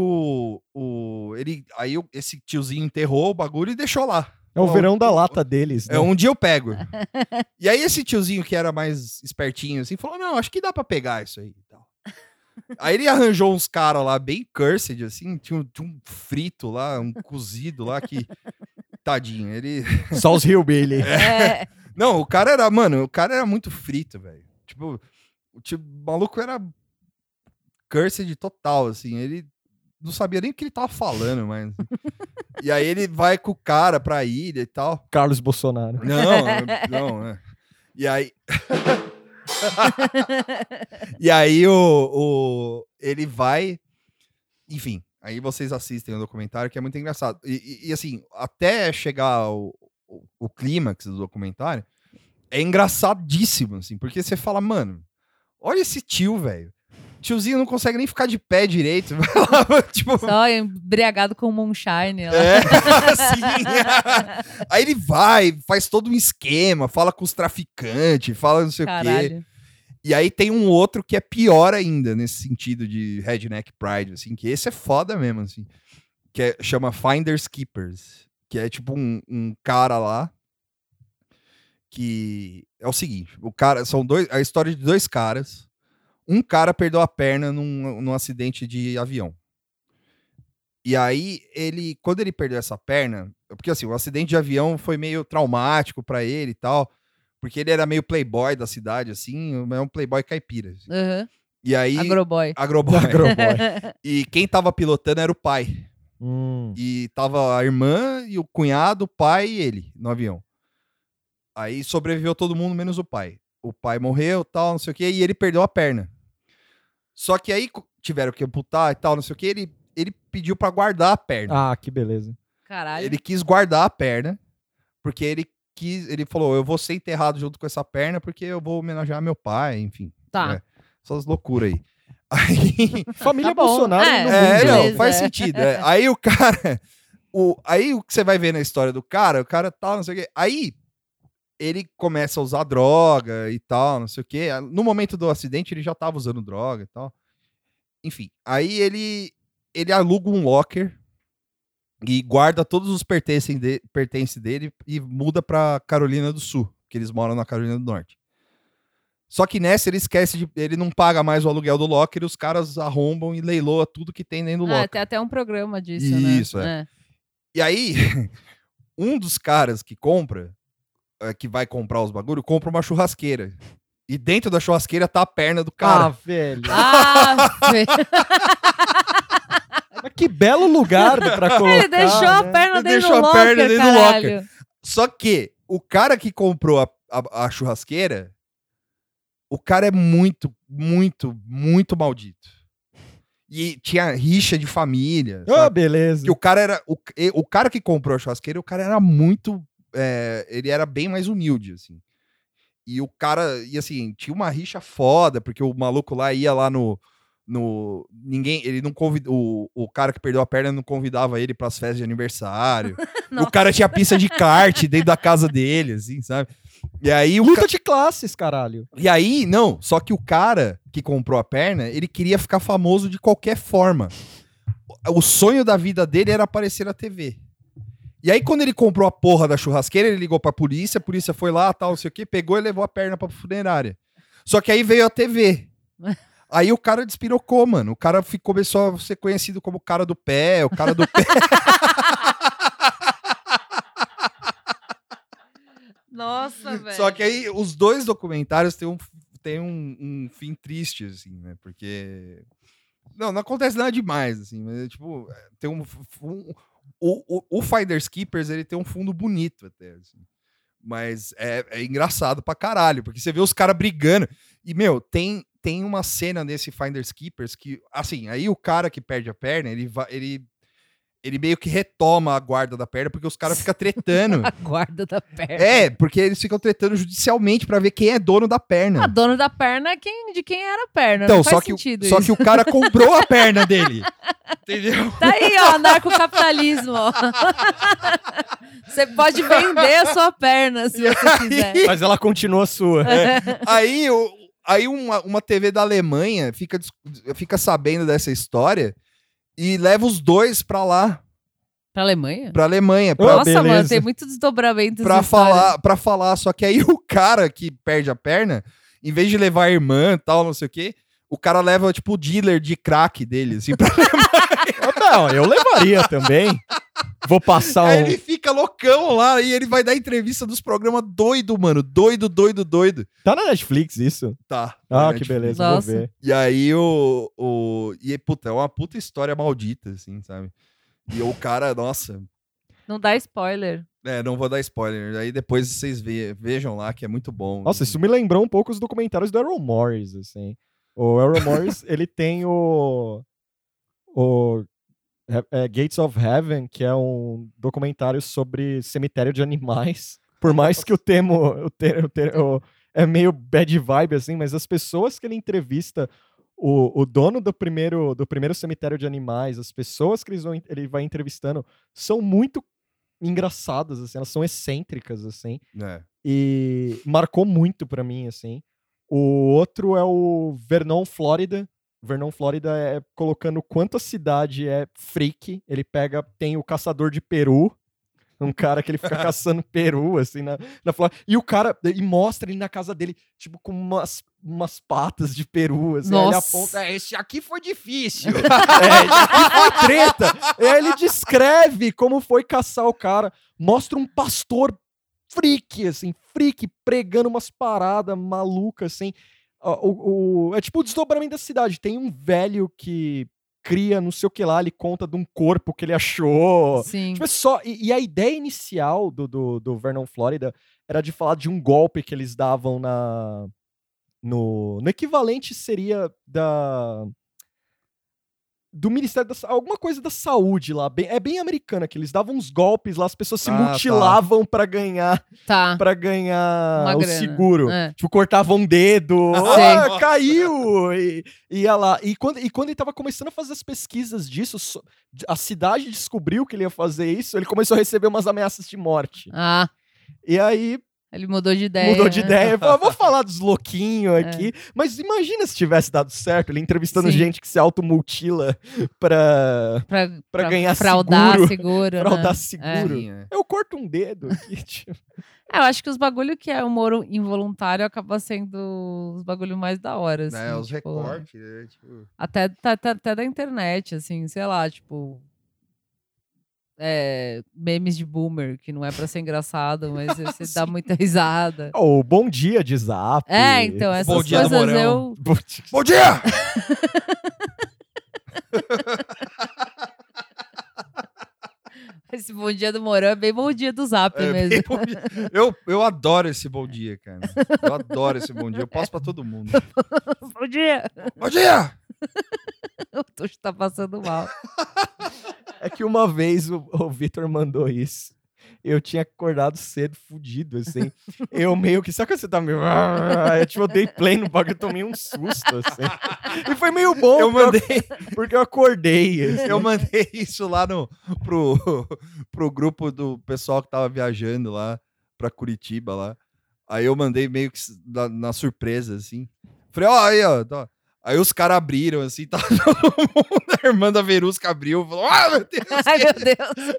S2: esse tiozinho enterrou o bagulho e deixou lá.
S3: É o verão da lata deles, né?
S2: Um dia eu pego. E aí esse tiozinho que era mais espertinho assim, falou, não, acho que dá pra pegar isso aí. Aí ele arranjou uns caras lá bem cursed, assim, tinha um frito lá, um cozido lá que... Tadinho, ele...
S3: Só os hillbilly.
S2: Não, o cara era muito frito, velho. Tipo, o maluco era cursed total, assim, ele não sabia nem o que ele tava falando, mas... E aí ele vai com o cara pra ilha e tal.
S3: Carlos Bolsonaro.
S2: Não, né? E aí... E aí ele vai... Enfim, aí vocês assistem o documentário, que é muito engraçado. E assim, até chegar o clímax do documentário, é engraçadíssimo, assim, porque você fala, mano, olha esse tio, velho. Tiozinho não consegue nem ficar de pé direito. Tipo...
S4: Só embriagado com moonshine.
S2: Sim. Aí ele faz todo um esquema, fala com os traficantes, fala não sei o quê. E aí tem um outro que é pior ainda, nesse sentido de Redneck Pride, assim, que esse é foda mesmo, assim, que chama Finders Keepers, que é tipo um cara lá, que é o seguinte, a história de 2 caras. Um cara perdeu a perna num acidente de avião. E aí, quando ele perdeu essa perna... Porque assim, o acidente de avião foi meio traumático pra ele e tal. Porque ele era meio playboy da cidade, assim. É um playboy caipira. Assim.
S4: Uhum.
S2: E aí...
S4: Agroboy.
S2: E quem tava pilotando era o pai. E tava a irmã e o cunhado, o pai e ele no avião. Aí sobreviveu todo mundo, menos o pai. O pai morreu, tal, não sei o quê. E ele perdeu a perna. Só que aí tiveram que amputar e tal, não sei o que, ele pediu pra guardar a perna.
S3: Ah, que beleza.
S4: Caralho.
S2: Ele quis guardar a perna, porque ele falou, eu vou ser enterrado junto com essa perna, porque eu vou homenagear meu pai, enfim.
S4: Tá.
S2: Essas loucuras aí.
S3: Família
S4: Tá bom.
S3: Bolsonaro.
S2: Não, faz sentido. Aí o cara... Aí o que você vai ver na história do cara, o cara tal, não sei o quê. Aí ele começa a usar droga e tal, não sei o quê. No momento do acidente, ele já tava usando droga e tal. Enfim, aí ele aluga um locker e guarda todos os pertences dele e muda pra Carolina do Sul, que eles moram na Carolina do Norte. Só que nessa ele esquece ele não paga mais o aluguel do locker e os caras arrombam e leiloam tudo que tem dentro do locker.
S4: Tem até um programa disso, né?
S2: Isso, E aí, um dos caras que que vai comprar os bagulho, compra uma churrasqueira. E dentro da churrasqueira tá a perna do cara.
S3: Ah, velho.
S4: velho.
S3: Mas que belo lugar pra colocar.
S4: Ele deixou a perna dentro do locker,
S2: perna dentro do
S4: caralho.
S2: locker. Só que o cara que comprou a churrasqueira, o cara é muito, muito, muito maldito. E tinha rixa de família.
S3: Beleza.
S2: Que o cara era... O cara que comprou a churrasqueira, o cara era muito... ele era bem mais humilde, assim. E o cara... E assim, tinha uma rixa foda, porque o maluco lá ia lá no Ninguém, ele não convidou, o cara que perdeu a perna não convidava ele pras festas de aniversário.
S4: Nossa.
S2: O cara tinha pista de kart dentro da casa dele, assim, sabe? E aí
S3: Luta de classes, caralho.
S2: E aí, não, só que o cara que comprou a perna, ele queria ficar famoso de qualquer forma. O sonho da vida dele era aparecer na TV. E aí, quando ele comprou a porra da churrasqueira, ele ligou pra polícia, a polícia foi lá, tal, não sei o quê, pegou e levou a perna pra funerária. Só que aí veio a TV. Aí o cara despirocou, mano. O cara começou a ser conhecido como o cara do pé, o cara do pé.
S4: Nossa, velho.
S2: Só que aí os dois documentários têm um fim triste, assim, né? Porque... Não acontece nada demais, assim, mas tipo, tem o Finders Keepers, ele tem um fundo bonito até, assim. Mas é engraçado pra caralho, porque você vê os caras brigando. E, meu, tem uma cena nesse Finders Keepers que, assim, aí o cara que perde a perna, ele meio que retoma a guarda da perna, porque os caras ficam tretando.
S4: A guarda da perna.
S2: Porque eles ficam tretando judicialmente pra ver quem é dono da perna.
S4: A dono da perna é de quem era a perna.
S2: Então,
S4: não faz
S2: só
S4: sentido
S2: que
S4: isso.
S2: o cara comprou a perna dele. Entendeu?
S4: Tá aí, ó, anarcocapitalismo, ó. Você pode vender a sua perna, se você quiser.
S3: Mas ela continua sua.
S2: Aí uma TV da Alemanha fica sabendo dessa história e leva os dois pra lá.
S4: Pra Alemanha?
S2: Pra Alemanha.
S4: Nossa,
S3: beleza.
S4: mano, tem muito desdobramento.
S2: Pra falar. Só que aí o cara que perde a perna, em vez de levar a irmã e tal, não sei o quê, o cara leva, tipo, o dealer de crack dele, assim, pra
S3: Não, eu levaria também. Vou passar
S2: Aí ele fica loucão lá e ele vai dar entrevista dos programas doido, mano. Doido.
S3: Tá na Netflix isso?
S2: Tá.
S3: Ah,
S2: né,
S3: que
S2: tipo,
S3: beleza,
S4: Nossa.
S3: vou ver.
S2: E aí puta, é uma puta história maldita, assim, sabe? E o cara, nossa...
S4: Não dá spoiler.
S2: Não vou dar spoiler. Aí depois vocês vejam lá, que é muito bom.
S3: Nossa, isso me lembrou um pouco os documentários do Errol Morris, assim. O Errol Morris, ele tem o Gates of Heaven, que é um documentário sobre cemitério de animais. Por mais que o tema é meio bad vibe, assim, mas as pessoas que ele entrevista, o dono do primeiro cemitério de animais, as pessoas que ele vai entrevistando, são muito engraçadas, assim, elas são excêntricas, assim. E marcou muito pra mim, assim. O outro é o Vernon, Flórida. Vernon, Flórida é colocando quanto a cidade é freak. Ele tem o caçador de peru, um cara que ele fica caçando peru, assim, na Flórida. E o cara, e mostra ele na casa dele, tipo, com umas patas de peru, assim. Aí ele aponta, esse aqui foi difícil. Esse aqui foi treta. E aí ele descreve como foi caçar o cara. Mostra um pastor freak, assim, pregando umas paradas malucas, assim. É tipo o desdobramento da cidade. Tem um velho que cria não sei o que lá, ele conta de um corpo que ele achou.
S4: Sim.
S3: Tipo, e a ideia inicial do Vernon, Flórida, era de falar de um golpe que eles davam no equivalente seria do Ministério alguma coisa da Saúde lá, é bem americana, que eles davam uns golpes lá, as pessoas se mutilavam pra ganhar
S4: Uma
S3: o
S4: grana.
S3: seguro. Tipo, cortavam um dedo, caiu! E ia lá. E quando ele tava começando a fazer as pesquisas disso, a cidade descobriu que ele ia fazer isso, ele começou a receber umas ameaças de morte. E aí...
S4: Ele mudou de ideia.
S3: Falou, vou falar dos louquinhos aqui. Mas imagina se tivesse dado certo, ele entrevistando gente que se automutila pra ganhar
S4: fraudar
S3: seguro. Fraudar seguro.
S2: É.
S3: Eu corto um dedo aqui, tipo.
S4: Eu acho que os bagulho que é humor involuntário acaba sendo os bagulho mais da hora, assim.
S2: Os recortes, né? Tipo...
S4: Até da internet, assim, sei lá, tipo... memes de boomer, que não é pra ser engraçado, mas você dá muita risada.
S3: O Bom Dia de Zap.
S4: Então, essas
S2: Bom Dia do
S4: coisas
S2: Morão.
S1: Bom dia!
S4: Esse Bom Dia do Morão é bem Bom Dia do Zap mesmo.
S2: Eu adoro esse bom dia, cara. Eu adoro esse bom dia. Eu posso pra todo mundo.
S4: Bom dia!
S1: Bom dia!
S4: O Tuxo tá passando mal.
S3: É que uma vez o Vitor mandou isso. eu tinha acordado cedo, fudido, assim. Eu meio que... Sabe quando você tá meio... Eu, tipo, eu dei play no bagulho e tomei um susto, assim. E foi meio bom, porque eu acordei. Assim.
S2: Eu mandei isso lá pro grupo do pessoal que tava viajando lá pra Curitiba lá. Aí eu mandei meio que na surpresa, assim. Falei, ó, aí, ó. Tá. Aí os caras abriram, assim, tá todo mundo. A irmã da Verusca abriu e falou, meu Deus.
S4: Ai, meu Deus.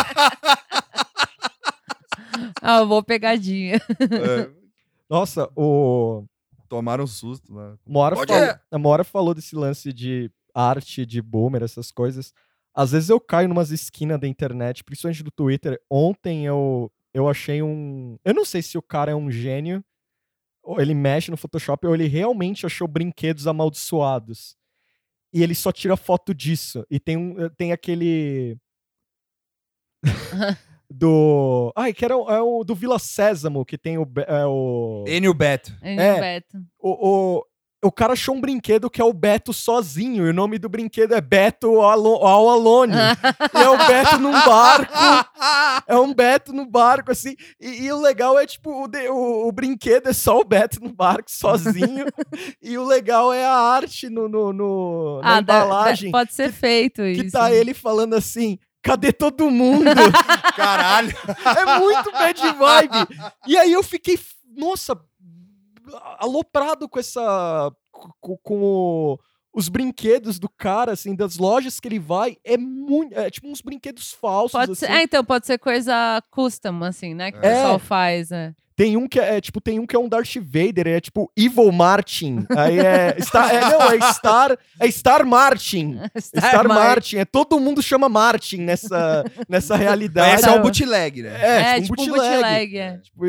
S4: Boa pegadinha.
S3: Nossa,
S2: Tomaram um susto lá.
S3: A Mora falou desse lance de arte, de boomer, essas coisas. Às vezes eu caio numas esquinas da internet, principalmente do Twitter. Ontem eu achei um... Eu não sei se o cara é um gênio, ou ele mexe no Photoshop, ou ele realmente achou brinquedos amaldiçoados. E ele só tira foto disso. E tem aquele... do... Ai, que era o do Vila Sésamo, que tem o
S2: Enio Beto.
S4: Beto.
S3: O cara achou um brinquedo que é o Beto sozinho, e o nome do brinquedo é Beto All Alone. E é o Beto num barco. É um Beto no barco, assim. E o legal é, tipo, o brinquedo é só o Beto no barco, sozinho. E o legal é a arte na embalagem.
S4: Pode ser feito isso.
S3: Que tá ele falando assim... Cadê todo mundo?
S2: Caralho.
S3: É muito bad vibe. E aí eu fiquei, nossa, aloprado com os brinquedos do cara, assim, das lojas que ele vai. É tipo uns brinquedos falsos.
S4: Pode
S3: assim.
S4: ser, então, pode ser coisa custom, assim, né? Que o pessoal faz, né?
S3: Tem um que é um Darth Vader, é tipo Evil Martin. Aí é Star Martin. Star Martin. É todo mundo chama Martin nessa realidade.
S2: Esse é o bootleg, né?
S4: É tipo um bootleg. Tipo,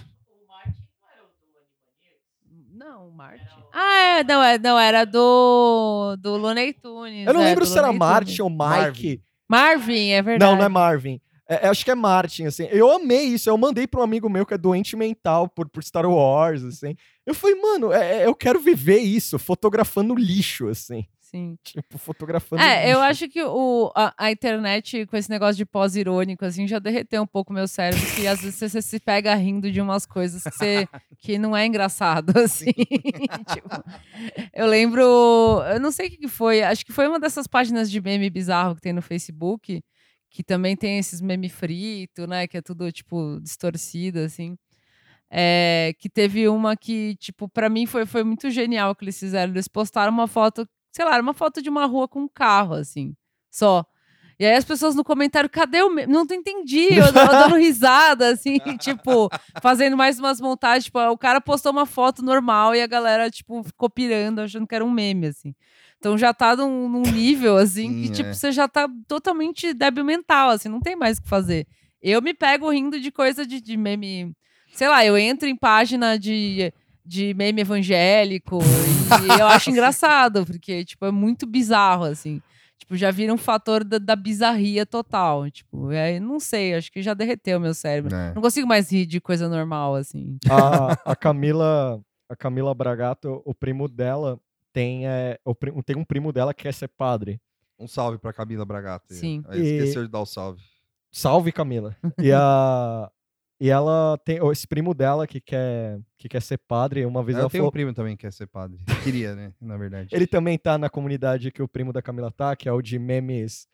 S4: não, Martin. Não, era do Looney Tunes.
S3: Eu não lembro se era
S4: Looney
S3: Martin
S4: Tunes.
S3: ou Mike.
S4: Marvin, é verdade.
S3: Não é Marvin. Acho que é Martin, assim. Eu amei isso. Eu mandei pra um amigo meu que é doente mental por Star Wars, assim. Eu falei, mano, eu quero viver isso, fotografando lixo, assim.
S4: Sim.
S3: Tipo, fotografando lixo.
S4: Eu acho que a internet, com esse negócio de pós-irônico, assim, já derreteu um pouco o meu cérebro, que às vezes você se pega rindo de umas coisas que não é engraçado, assim. Tipo, eu lembro... Eu não sei o que foi. Acho que foi uma dessas páginas de meme bizarro que tem no Facebook, que também tem esses meme frito, né? Que é tudo, tipo, distorcido, assim. Que teve uma que, tipo, pra mim foi muito genial que eles fizeram. Eles postaram uma foto, sei lá, era uma foto de uma rua com um carro, assim, só. E aí as pessoas no comentário, cadê o meme? Não entendi, eu dando risada, assim, tipo, fazendo mais umas montagens. Tipo, o cara postou uma foto normal e a galera, tipo, ficou pirando, achando que era um meme, assim. Então já tá num nível, assim, que, tipo, você já tá totalmente débil mental, assim, não tem mais o que fazer. Eu me pego rindo de coisa de meme... Sei lá, eu entro em página de meme evangélico e eu acho engraçado, porque, tipo, é muito bizarro, assim. Tipo, já vira um fator da bizarria total. Tipo, não sei, acho que já derreteu meu cérebro. Não consigo mais rir de coisa normal, assim.
S3: A Camila Bragato, o primo dela... Tem um primo dela que quer ser padre.
S2: Um salve pra Camila Bragato.
S4: Sim.
S2: Esqueceu de dar o salve.
S3: Salve, Camila. E ela tem esse primo dela que quer ser padre. Uma vez ela
S2: tenho
S3: falou...
S2: um primo também que quer ser padre. Queria, né? Na verdade.
S3: Ele também tá na comunidade que o primo da Camila tá, que é o de memes...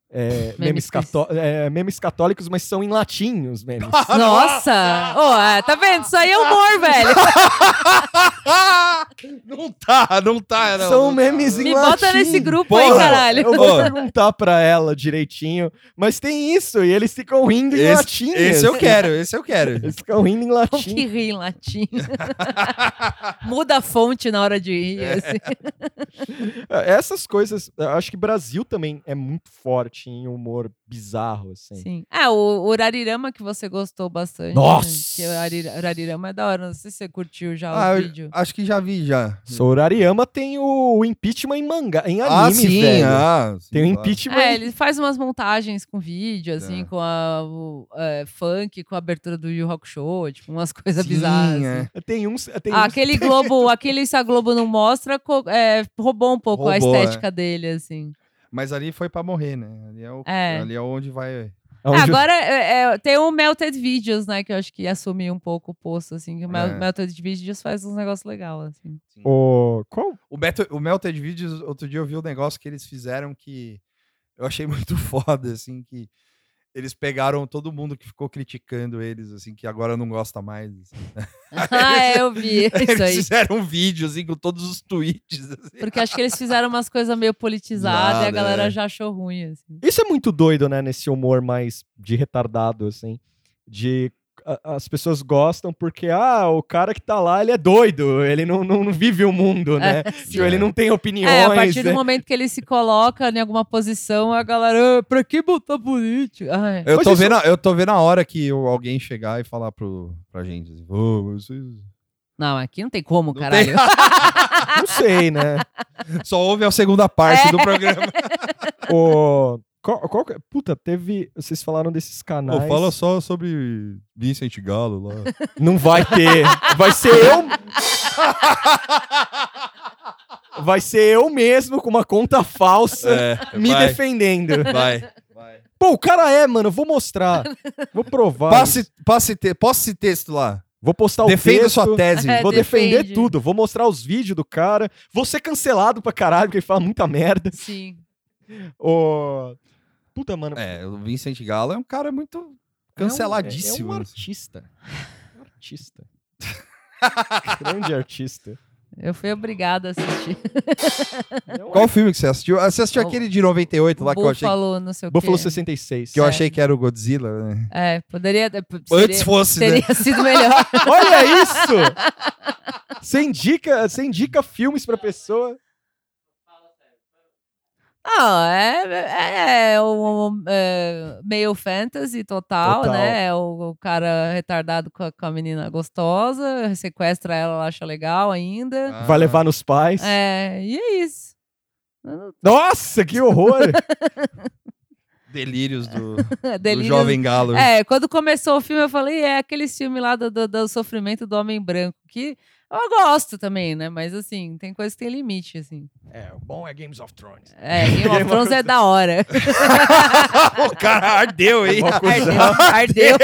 S3: memes católicos, mas são em latim os memes.
S4: Nossa! Tá vendo? Isso aí é humor, velho.
S2: Não tá.
S3: São memes em
S4: Me
S3: latim.
S4: bota nesse grupo aí, caralho.
S3: Eu vou perguntar pra ela direitinho. Mas tem isso, e eles ficam rindo em latim.
S2: Esse eu quero.
S3: Eles ficam rindo em
S4: Como
S3: latim.
S4: que ri em latim? Muda a fonte na hora de rir. Assim.
S3: Essas coisas, eu acho que Brasil também é muito forte em humor bizarro, assim.
S4: Sim. O Urarirama que você gostou bastante.
S3: Nossa!
S4: Né? Que o Urarirama é da hora. Não sei se você curtiu já o vídeo.
S2: Acho que já vi, já.
S3: Sorariyama tem o impeachment em mangá, em anime,
S2: sim,
S3: velho.
S2: Sim,
S3: tem o impeachment.
S4: Ele faz umas montagens com vídeo, assim, com funk, com a abertura do Yu Hakusho, tipo, umas coisas bizarras. Assim.
S3: Tem uns...
S4: Aquele Se a Globo não mostra, roubou um pouco a estética dele, assim.
S2: Mas ali foi pra morrer, né? Ali é onde vai...
S4: Agora tem o Melted Videos, né? Que eu acho que assume um pouco o posto, assim. Que o Melted Videos faz uns negócios legais, assim.
S3: Qual?
S2: O Melted Videos, outro dia eu vi um negócio que eles fizeram que eu achei muito foda, assim, que eles pegaram todo mundo que ficou criticando eles, assim, que agora não gosta mais. Assim.
S4: Eu vi isso
S2: Eles
S4: aí.
S2: fizeram um vídeo, assim, com todos os tweets. Assim.
S4: Porque acho que eles fizeram umas coisas meio politizadas e a galera já achou ruim, assim.
S3: Isso é muito doido, né? Nesse humor mais de retardado, assim. As pessoas gostam porque, o cara que tá lá, ele é doido. Ele não vive o mundo, né? Ele não tem opiniões.
S4: A partir do momento que ele se coloca em alguma posição, a galera, pra que botar político?
S2: Eu tô vendo a hora que alguém chegar e falar pra gente assim, vocês...
S4: Não, aqui não tem como, caralho.
S3: Não sei, né?
S2: Só ouve a segunda parte do programa.
S3: Puta, vocês falaram desses canais.
S2: Fala só sobre Vincent Gallo lá.
S3: Não vai ter. Vai ser eu. Vai ser eu mesmo com uma conta falsa defendendo.
S2: Vai.
S3: Pô, o cara mano. Eu vou mostrar. Vou provar.
S2: Posse esse texto lá.
S3: Vou postar o texto.
S2: Defenda sua tese.
S3: Vou defender tudo. Vou mostrar os vídeos do cara. Vou ser cancelado pra caralho, porque ele fala muita merda.
S4: Sim.
S3: Puta, mano.
S2: O Vincent Gallo é um cara muito canceladíssimo.
S3: É um artista. Grande artista.
S4: Eu fui obrigada a assistir.
S2: Qual filme que você assistiu? Você assistiu aquele de 98 lá que eu achei...
S4: Buffalo, não sei o quê.
S3: Buffalo 66.
S2: Que eu achei que era o Godzilla, né?
S4: Poderia...
S2: Antes fosse, né?
S4: Teria sido melhor.
S3: Olha isso! Você indica filmes pra pessoa...
S4: Meio fantasy total, né? É o cara retardado com a menina gostosa, sequestra ela acha legal ainda.
S3: Vai levar nos pais.
S4: E é isso.
S3: Nossa, que horror!
S2: Delírios do Jovem Galo.
S3: Quando
S4: começou o filme eu falei, aquele filme lá do sofrimento do homem branco, que eu gosto também, né? Mas assim, tem coisa que tem limite, assim.
S3: O bom é Games of Thrones.
S4: Game of Thrones é da hora.
S2: O cara ardeu aí.
S4: Ardeu.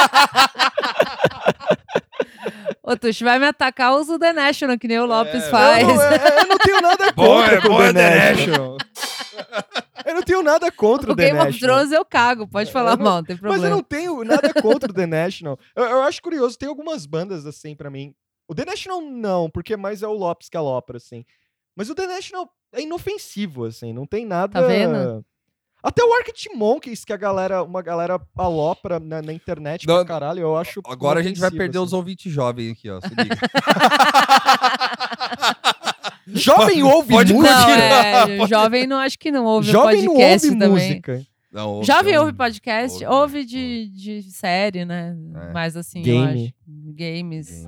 S4: Ô, Tuxi, vai me atacar, usa o The National, que nem o Lopes faz.
S3: Eu não tenho nada contra
S2: o The National.
S3: Eu não tenho nada contra o The
S4: Game
S3: National.
S4: of Thrones eu cago, pode falar mal, não tem problema.
S3: Mas eu não tenho nada contra o The National. Eu acho curioso, tem algumas bandas assim pra mim. O The National não, porque mais é o Lopes que alopra, assim. Mas o The National é inofensivo, assim, não tem nada...
S4: Tá vendo?
S3: Até o Arctic Monkeys, que uma galera alopra na internet pra caralho, eu acho...
S2: Agora a gente vai perder os ouvintes jovens aqui, ó, se liga.
S3: Jovem ouve música?
S4: Não, jovem não, acho que não ouve
S3: jovem
S4: podcast
S3: não ouve
S4: também.
S3: Música.
S2: Não,
S4: jovem ouve podcast, ouve de série, né? Mas assim, eu acho. Games.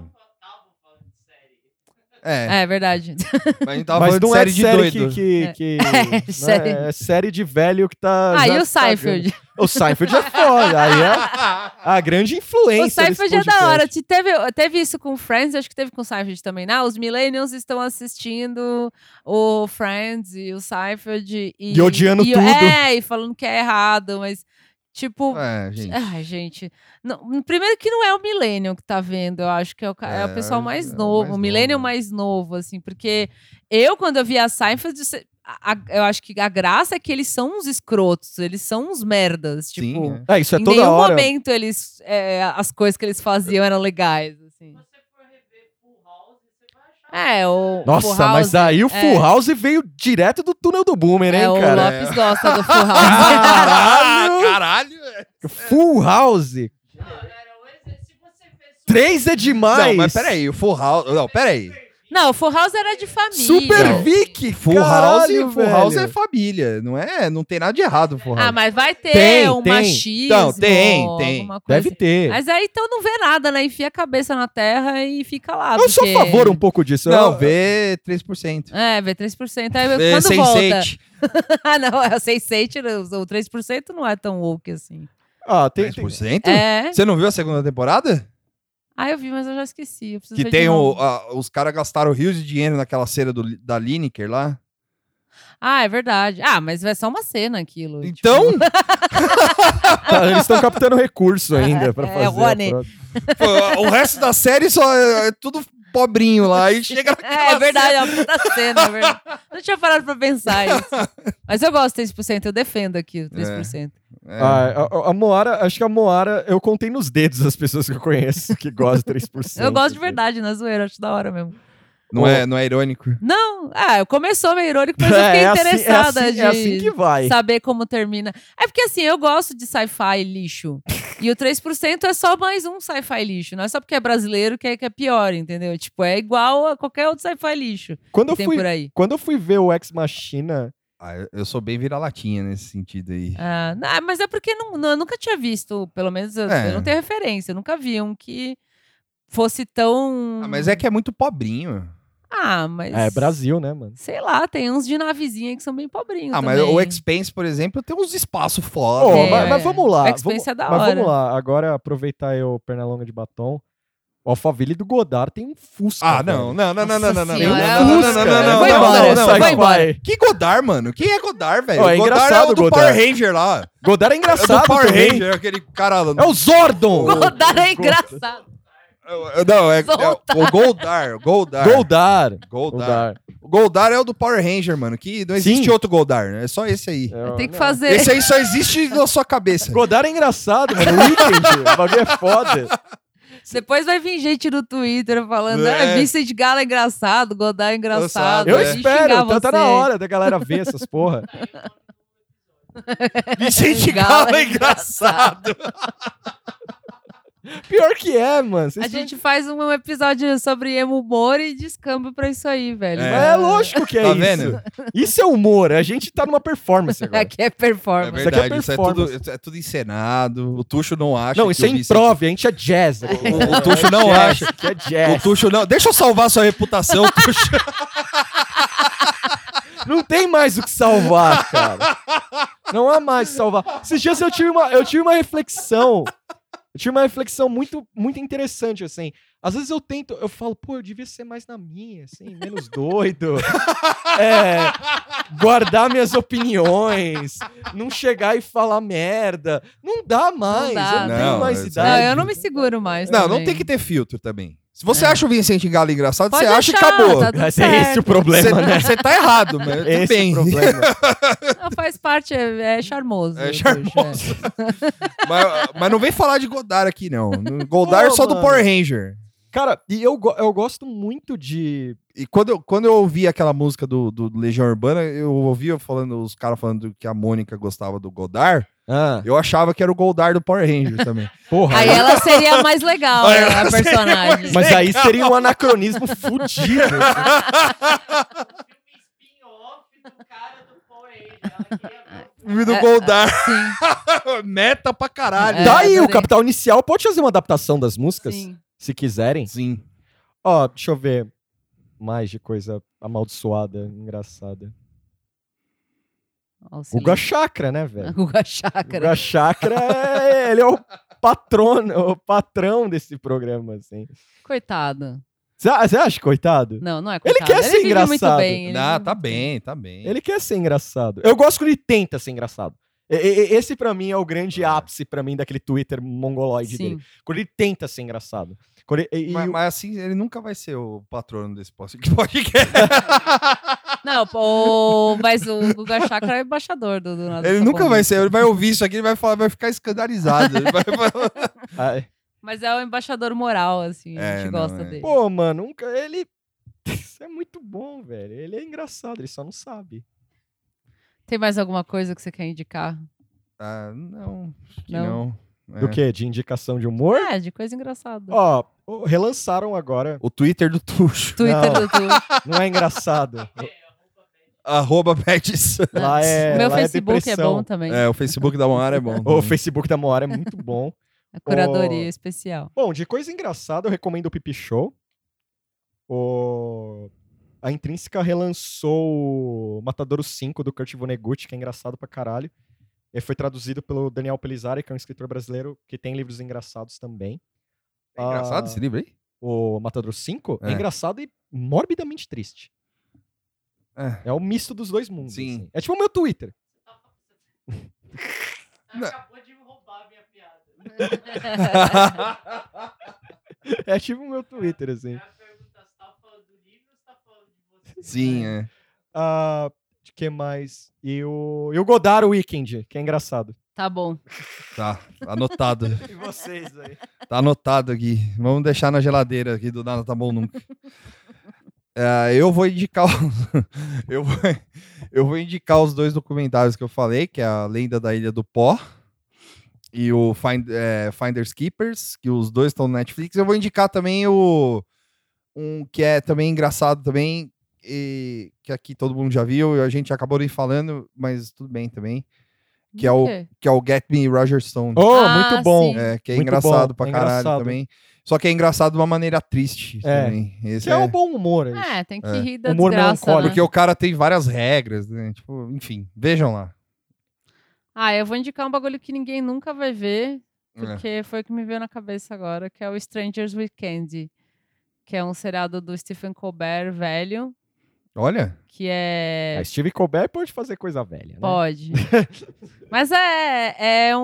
S4: É verdade.
S2: Mas a gente tava falando de série de doido.
S3: É série de velho que tá...
S4: E o Seinfeld?
S3: O Seinfeld é foda. Aí é a grande influência.
S4: O Seinfeld é da hora. Teve isso com Friends, acho que teve com o Seinfeld também. Os millennials estão assistindo o Friends e o Seinfeld. E
S3: odiando tudo.
S4: E falando que é errado, mas... Tipo, gente. Não, primeiro que não é o millennial que tá vendo, eu acho que é o pessoal mais novo, o millennial mais novo, assim, porque quando eu vi a Seinfeld, eu acho que a graça é que eles são uns escrotos, eles são uns merdas, tipo,
S2: Sim,
S3: isso é
S4: em
S3: toda
S4: nenhum
S3: hora.
S4: momento as coisas que eles faziam eram legais, assim.
S3: Nossa,
S4: Full House,
S3: mas aí o Full House veio direto do túnel do Boomer, hein,
S4: o
S3: cara?
S4: Lopes gosta do Full House.
S2: Caralho!
S3: Full House! 3 é demais!
S2: Não, mas peraí, o Full House... Não, peraí.
S4: Não, o Full House era de família.
S3: Super Vic!
S2: Full House é família, não tem nada de errado Full House.
S4: Mas vai ter machismo.
S2: Então, tem.
S4: Alguma coisa.
S3: Deve ter.
S4: Mas aí então não vê nada, né? Enfia a cabeça na terra e fica lá.
S3: Eu sou a favor um pouco disso.
S2: Não, vê 3%.
S4: Vê 3%. Aí quando volta... não, é o Sense8, o 3% não é tão woke assim.
S2: 3%? Você não viu a segunda temporada?
S4: Eu vi, mas eu já esqueci.
S2: Que tem os caras gastaram rios de dinheiro naquela cena da Lineker lá.
S4: Ah, é verdade. Ah, mas é só uma cena aquilo. tipo,
S2: Então,
S3: Eles estão captando recurso ainda pra fazer.
S4: Rony.
S2: pô, o resto da série só é tudo pobrinho lá. E chega naquela
S4: É verdade, é uma puta cena, é verdade. Não tinha parado pra pensar isso. Mas eu gosto do 3%, eu defendo aqui o 3%.
S3: A Moara, acho que a Moara, eu contei nos dedos as pessoas que eu conheço que gostam de 3%.
S4: Eu gosto de verdade, na zoeira, acho da hora mesmo.
S2: Não é irônico?
S4: Não, começou meio irônico, mas eu fiquei interessada de
S3: É assim que vai.
S4: saber como termina. É porque assim, eu gosto de sci-fi lixo. E o 3% é só mais um sci-fi lixo. Não é só porque é brasileiro que é pior, entendeu? Tipo, é igual a qualquer outro sci-fi lixo que tem por aí.
S3: Quando eu fui ver o Ex Machina,
S2: Eu sou bem vira-latinha nesse sentido aí.
S4: Mas é porque eu nunca tinha visto, pelo menos eu não tenho referência, eu nunca vi um que fosse tão...
S2: Mas é que é muito pobrinho.
S4: Mas...
S3: é Brasil, né, mano?
S4: Sei lá, tem uns de navezinha que são bem pobrinhos
S2: Mas
S4: também.
S2: o Expense, por exemplo, tem uns espaços foda.
S3: Pô, mas vamos lá.
S4: Expense é da
S3: Mas
S4: hora.
S3: vamos lá, agora aproveitar eu, Pernalonga de batom. O Alphaville do Godard tem um Fusca.
S2: Não.
S4: Senhora,
S3: Foi embora.
S2: Que Godard, mano? Quem é Godard, velho?
S3: É engraçado
S2: é o do
S3: Godard.
S2: Power Ranger lá.
S3: Godard é
S2: É
S3: engraçado
S2: do Power
S3: também.
S2: Ranger, aquele cara...
S3: É o Zordon!
S4: Godard é engraçado.
S2: Não, é o Goldar. O Goldar é o do Power Ranger, mano. Que não existe outro Goldar, né? É só esse aí.
S4: Tem que fazer.
S2: Esse aí só existe na sua cabeça.
S3: Godard é engraçado, mano. Weekend, o bagulho é foda.
S4: Depois vai vir gente no Twitter falando, Vincent Gala é engraçado, Godard é engraçado.
S3: Eu
S4: e
S3: espero,
S4: xingar
S3: tá
S4: você.
S3: na hora da galera ver essas porra.
S2: Vicente Galo é engraçado.
S3: Pior que é, mano.
S4: A gente faz um episódio sobre emo humor e descamba pra isso aí, velho.
S3: É lógico que é
S2: Tá
S3: isso.
S2: vendo?
S3: Isso é humor. A gente tá numa performance agora.
S4: Aqui é performance.
S3: Isso aqui é
S2: verdade,
S3: performance.
S2: isso é tudo encenado. O Tuxo não acha.
S3: Não,
S2: que
S3: isso é
S2: o Vicente-
S3: improv, a gente é jazz. aqui.
S2: O Tuxo não
S3: jazz,
S2: acha.
S3: aqui é jazz.
S2: O Tuxo não. Deixa eu salvar sua reputação, Tuxo.
S3: Não tem mais o que salvar, cara. Não há mais o que salvar. Esses dias eu tive uma reflexão. Eu tive uma reflexão muito, muito interessante, assim. Às vezes eu falo, pô, eu devia ser mais na minha, assim, menos doido. Guardar minhas opiniões, não chegar e falar merda. Não dá mais,
S4: Não dá.
S3: eu não tenho
S2: Não,
S3: mais
S2: não,
S3: idade.
S4: eu não me seguro mais.
S2: Não
S4: também.
S2: tem que ter filtro também. Se você acha o Vicente Galo engraçado,
S4: Pode
S2: você acha e
S4: achar,
S2: acabou.
S4: tá tudo
S3: Mas é esse o
S4: certo.
S3: problema, né?
S2: Você tá errado, mas tudo
S3: Esse
S2: bem.
S3: o problema.
S4: Não, faz parte, é charmoso.
S2: É
S4: Tuxo,
S2: charmoso. mas não vem falar de Godard aqui, não. Godard
S3: Pô,
S2: só do
S3: mano.
S2: Power Ranger.
S3: Cara, e eu gosto muito de...
S2: E quando eu ouvi aquela música do Legião Urbana, eu ouvia os caras falando que a Mônica gostava do Godard, eu achava que era o Godard do Power Ranger também.
S3: Porra.
S4: Aí ela seria mais legal,
S2: Aí
S4: né,
S2: ela
S4: a personagem.
S3: Mas aí seria um anacronismo fudido.
S2: Filme do Godard.
S4: Sim,
S2: Meta pra caralho.
S3: Tá aí, o
S4: adorei.
S3: Capital Inicial pode fazer uma adaptação das músicas,
S4: sim.
S3: se quiserem.
S2: Sim.
S3: Ó, deixa eu ver mais de coisa amaldiçoada, engraçada.
S4: Auxílio.
S3: Guga Chakra, né, velho?
S4: Guga Chakra.
S3: Guga Chakra, ele é o patrão desse programa, assim.
S4: Coitado.
S3: Você acha, coitado?
S4: Não é
S3: Ele
S4: coitado.
S3: quer ser
S4: vive muito
S3: engraçado.
S4: bem. ele
S2: Ah,
S4: vive
S2: tá
S4: muito
S2: bem, tá bem.
S3: Ele quer ser engraçado. Eu gosto quando ele tenta ser engraçado. Esse pra mim é o grande ápice pra mim daquele Twitter mongoloide
S4: Sim.
S3: dele. Quando ele tenta ser engraçado. Quando ele,
S2: Mas assim, ele nunca vai ser o patrono desse podcast.
S4: Não, mas o Guga Chakra é embaixador do Nada
S2: Ele
S4: Tá
S2: nunca
S4: Bom.
S2: vai ser, ele vai ouvir isso aqui, ele vai falar, vai ficar escandalizado. Ele vai falar-
S3: Ai,
S4: Mas é o embaixador moral, assim. A gente
S2: não,
S4: gosta
S2: é.
S4: dele.
S3: pô, mano, ele... Isso é muito bom, velho. Ele é engraçado, ele só não sabe.
S4: Tem mais alguma coisa que você quer indicar?
S2: Não, acho que
S4: Não?
S2: não.
S3: Do quê? De indicação de humor?
S4: De coisa engraçada.
S3: Ó, relançaram agora.
S2: O Twitter do Tuxo.
S4: Twitter
S3: não.
S4: do Tu.
S3: Não é engraçado.
S2: @Pets.
S3: Lá é,
S4: Meu
S3: lá
S4: Facebook é
S3: depressão.
S4: bom também.
S2: O Facebook da Moara é bom.
S3: O Facebook da Moara é muito bom.
S4: A curadoria especial.
S3: Bom, de coisa engraçada, eu recomendo o Pipi Show. A Intrínseca relançou o Matadouro 5 do Kurt Vonnegut, que é engraçado pra caralho. Ele foi traduzido pelo Daniel Pelizari, que é um escritor brasileiro que tem livros engraçados também.
S2: É engraçado esse livro aí?
S3: O Matadouro 5 é
S2: É.
S3: engraçado e morbidamente triste. É o misto dos dois mundos.
S2: Sim.
S3: Assim. É tipo o meu Twitter.
S4: Acabou de roubar a minha piada.
S3: É tipo o meu Twitter, assim.
S2: Sim, é.
S3: De que mais? E o Godard Weekend, que é engraçado.
S4: Tá bom.
S2: Tá, anotado.
S3: E vocês aí?
S2: Tá anotado aqui. Vamos deixar na geladeira aqui do Nada Tá Bom Nunca. Eu vou indicar eu vou indicar os 2 documentários que eu falei, que é a Lenda da Ilha do Pó e o Finders Keepers, que os 2 estão no Netflix. Eu vou indicar também um que é também engraçado também, e que aqui todo mundo já viu, e a gente acabou nem falando, mas tudo bem também. Que é o Get Me Roger Stone.
S3: Muito bom.
S4: Sim.
S2: Que é
S3: Muito
S2: engraçado
S3: bom,
S2: pra
S3: é
S2: caralho
S3: engraçado.
S2: também. Só que é engraçado de uma maneira triste também. Esse
S3: Que é o bom humor. Isso.
S4: Tem que rir da
S3: Humor
S4: desgraça,
S3: melancólico,
S4: né?
S2: Porque o cara tem várias regras, né? Tipo, enfim, vejam lá.
S4: Eu vou indicar um bagulho que ninguém nunca vai ver, porque foi o que me veio na cabeça agora, que é o Strangers Weekend, que é um seriado do Stephen Colbert velho,
S2: Olha,
S4: que é...
S3: A Steve Colbert pode fazer coisa velha, né?
S4: Pode. Mas é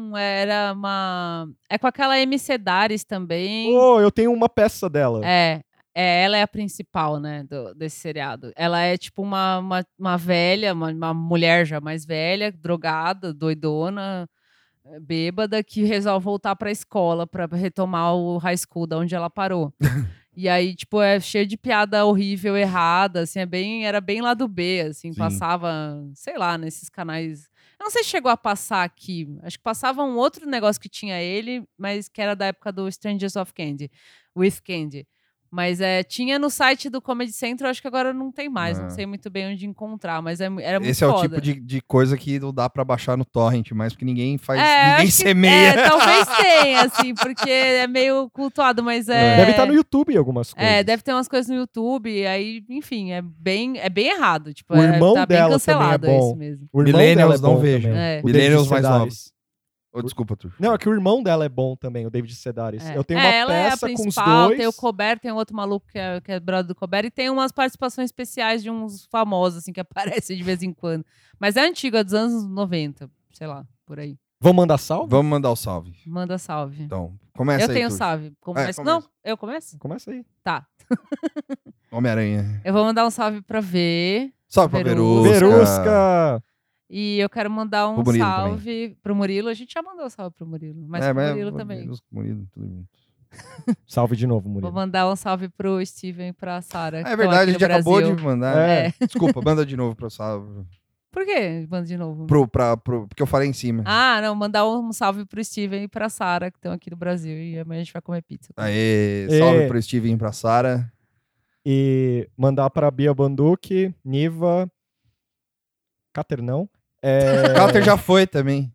S4: com aquela Amy Sedaris também.
S3: Eu tenho uma peça dela.
S4: Ela é a principal, né, desse seriado. Ela é tipo uma velha, uma mulher já mais velha, drogada, doidona, bêbada, que resolve voltar pra escola pra retomar o high school da onde ela parou. E aí, tipo, é cheio de piada horrível, errada, assim, era bem lá do B, assim,
S2: Sim.
S4: passava, sei lá, nesses canais. Eu não sei se chegou a passar aqui, acho que passava um outro negócio que tinha ele, mas que era da época do Strangers with Candy. Mas tinha no site do Comedy Central, acho que agora não tem mais, não sei muito bem onde encontrar, mas era muito
S2: esse é o
S4: foda.
S2: tipo de coisa que não dá pra baixar no torrent, mas porque ninguém faz,
S4: acho
S2: ninguém
S4: que-
S2: semeia.
S4: talvez tenha, assim, porque é meio cultuado, mas
S3: Deve estar no YouTube algumas coisas.
S4: deve ter umas coisas no YouTube, aí, enfim, é bem errado. Tipo,
S3: O irmão
S4: tá bem
S3: dela
S4: cancelado
S3: também é bom.
S4: esse mesmo.
S3: O irmão
S2: Millennials
S3: dela é
S2: não
S3: bom
S2: vejam.
S3: também.
S4: É.
S3: O
S2: Millennials
S3: David
S2: mais
S3: Sedaris.
S2: novos. Desculpa, Tur.
S3: Não, é que o irmão dela é bom também, o David Sedaris. Eu tenho uma
S4: ela é a
S3: peça com os
S4: principal,
S3: dois.
S4: tem o Colbert, tem um outro maluco que é brother do Colbert, e tem umas participações especiais de uns famosos, assim, que aparecem de vez em quando. Mas é antigo, é dos anos 90, sei lá, por aí.
S3: Vamos mandar salve?
S2: Vamos mandar o salve.
S4: Manda salve.
S2: Então, começa
S4: Eu
S2: aí,
S4: tenho
S2: Tur.
S4: salve.
S2: começa.
S4: Não, eu começo?
S3: Começa aí.
S4: Tá.
S2: Homem-Aranha.
S4: Eu vou mandar um salve pra V.
S2: Salve pra
S4: Verusca.
S2: Verusca.
S3: Verusca!
S4: E eu quero mandar um
S2: Pro Murilo
S4: salve pro Murilo. A gente já mandou salve pro Murilo, mas pro Murilo também.
S2: Murilo, tudo bem.
S3: Salve de novo,
S4: Vou
S3: Murilo.
S4: mandar um salve pro Steven e pra Sarah. que
S2: É
S4: estão
S2: verdade, a
S4: aqui
S2: gente
S4: no
S2: acabou
S4: Brasil.
S2: de mandar.
S3: É.
S2: Desculpa, manda de novo pro salve.
S4: Por que manda de novo?
S2: Porque eu falei em cima.
S4: Não, mandar um salve pro Steven e pra Sarah, que estão aqui no Brasil. E amanhã a gente vai comer pizza.
S2: Aê, salve pro Steven e pra Sarah.
S3: E mandar pra Bia Banduque, Niva, Cater não.
S2: Carter já foi também.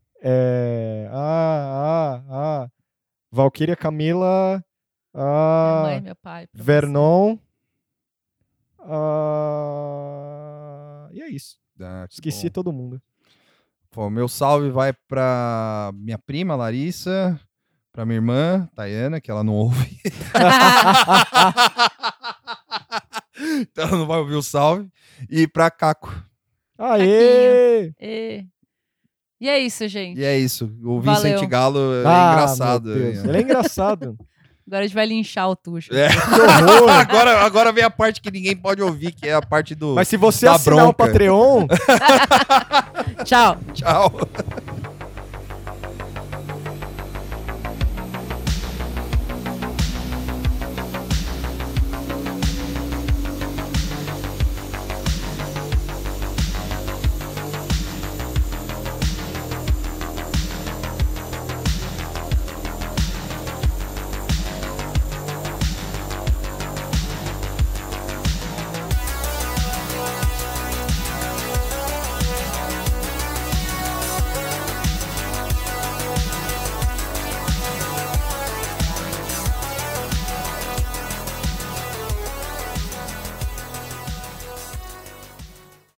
S3: Valquíria Camila,
S4: Minha mãe, meu pai. pra
S3: Vernon. E é isso. Esqueci todo mundo.
S2: Pô, meu salve vai pra minha prima, Larissa, pra minha irmã, Tayana, que ela não ouve. Então ela não vai ouvir o salve. E pra Caco.
S3: Aê!
S4: você. E é isso, gente.
S2: E é isso. O
S4: Valeu.
S2: Vincent Galo é engraçado.
S3: Meu Deus, ele é engraçado.
S4: Agora a gente vai linchar o Tuxo.
S2: É.
S3: Que horror.
S2: agora vem a parte que ninguém pode ouvir, que é a parte do.
S3: Mas se você
S2: da
S3: assinar o
S2: bronca.
S3: Patreon,
S4: Tchau.
S2: Tchau.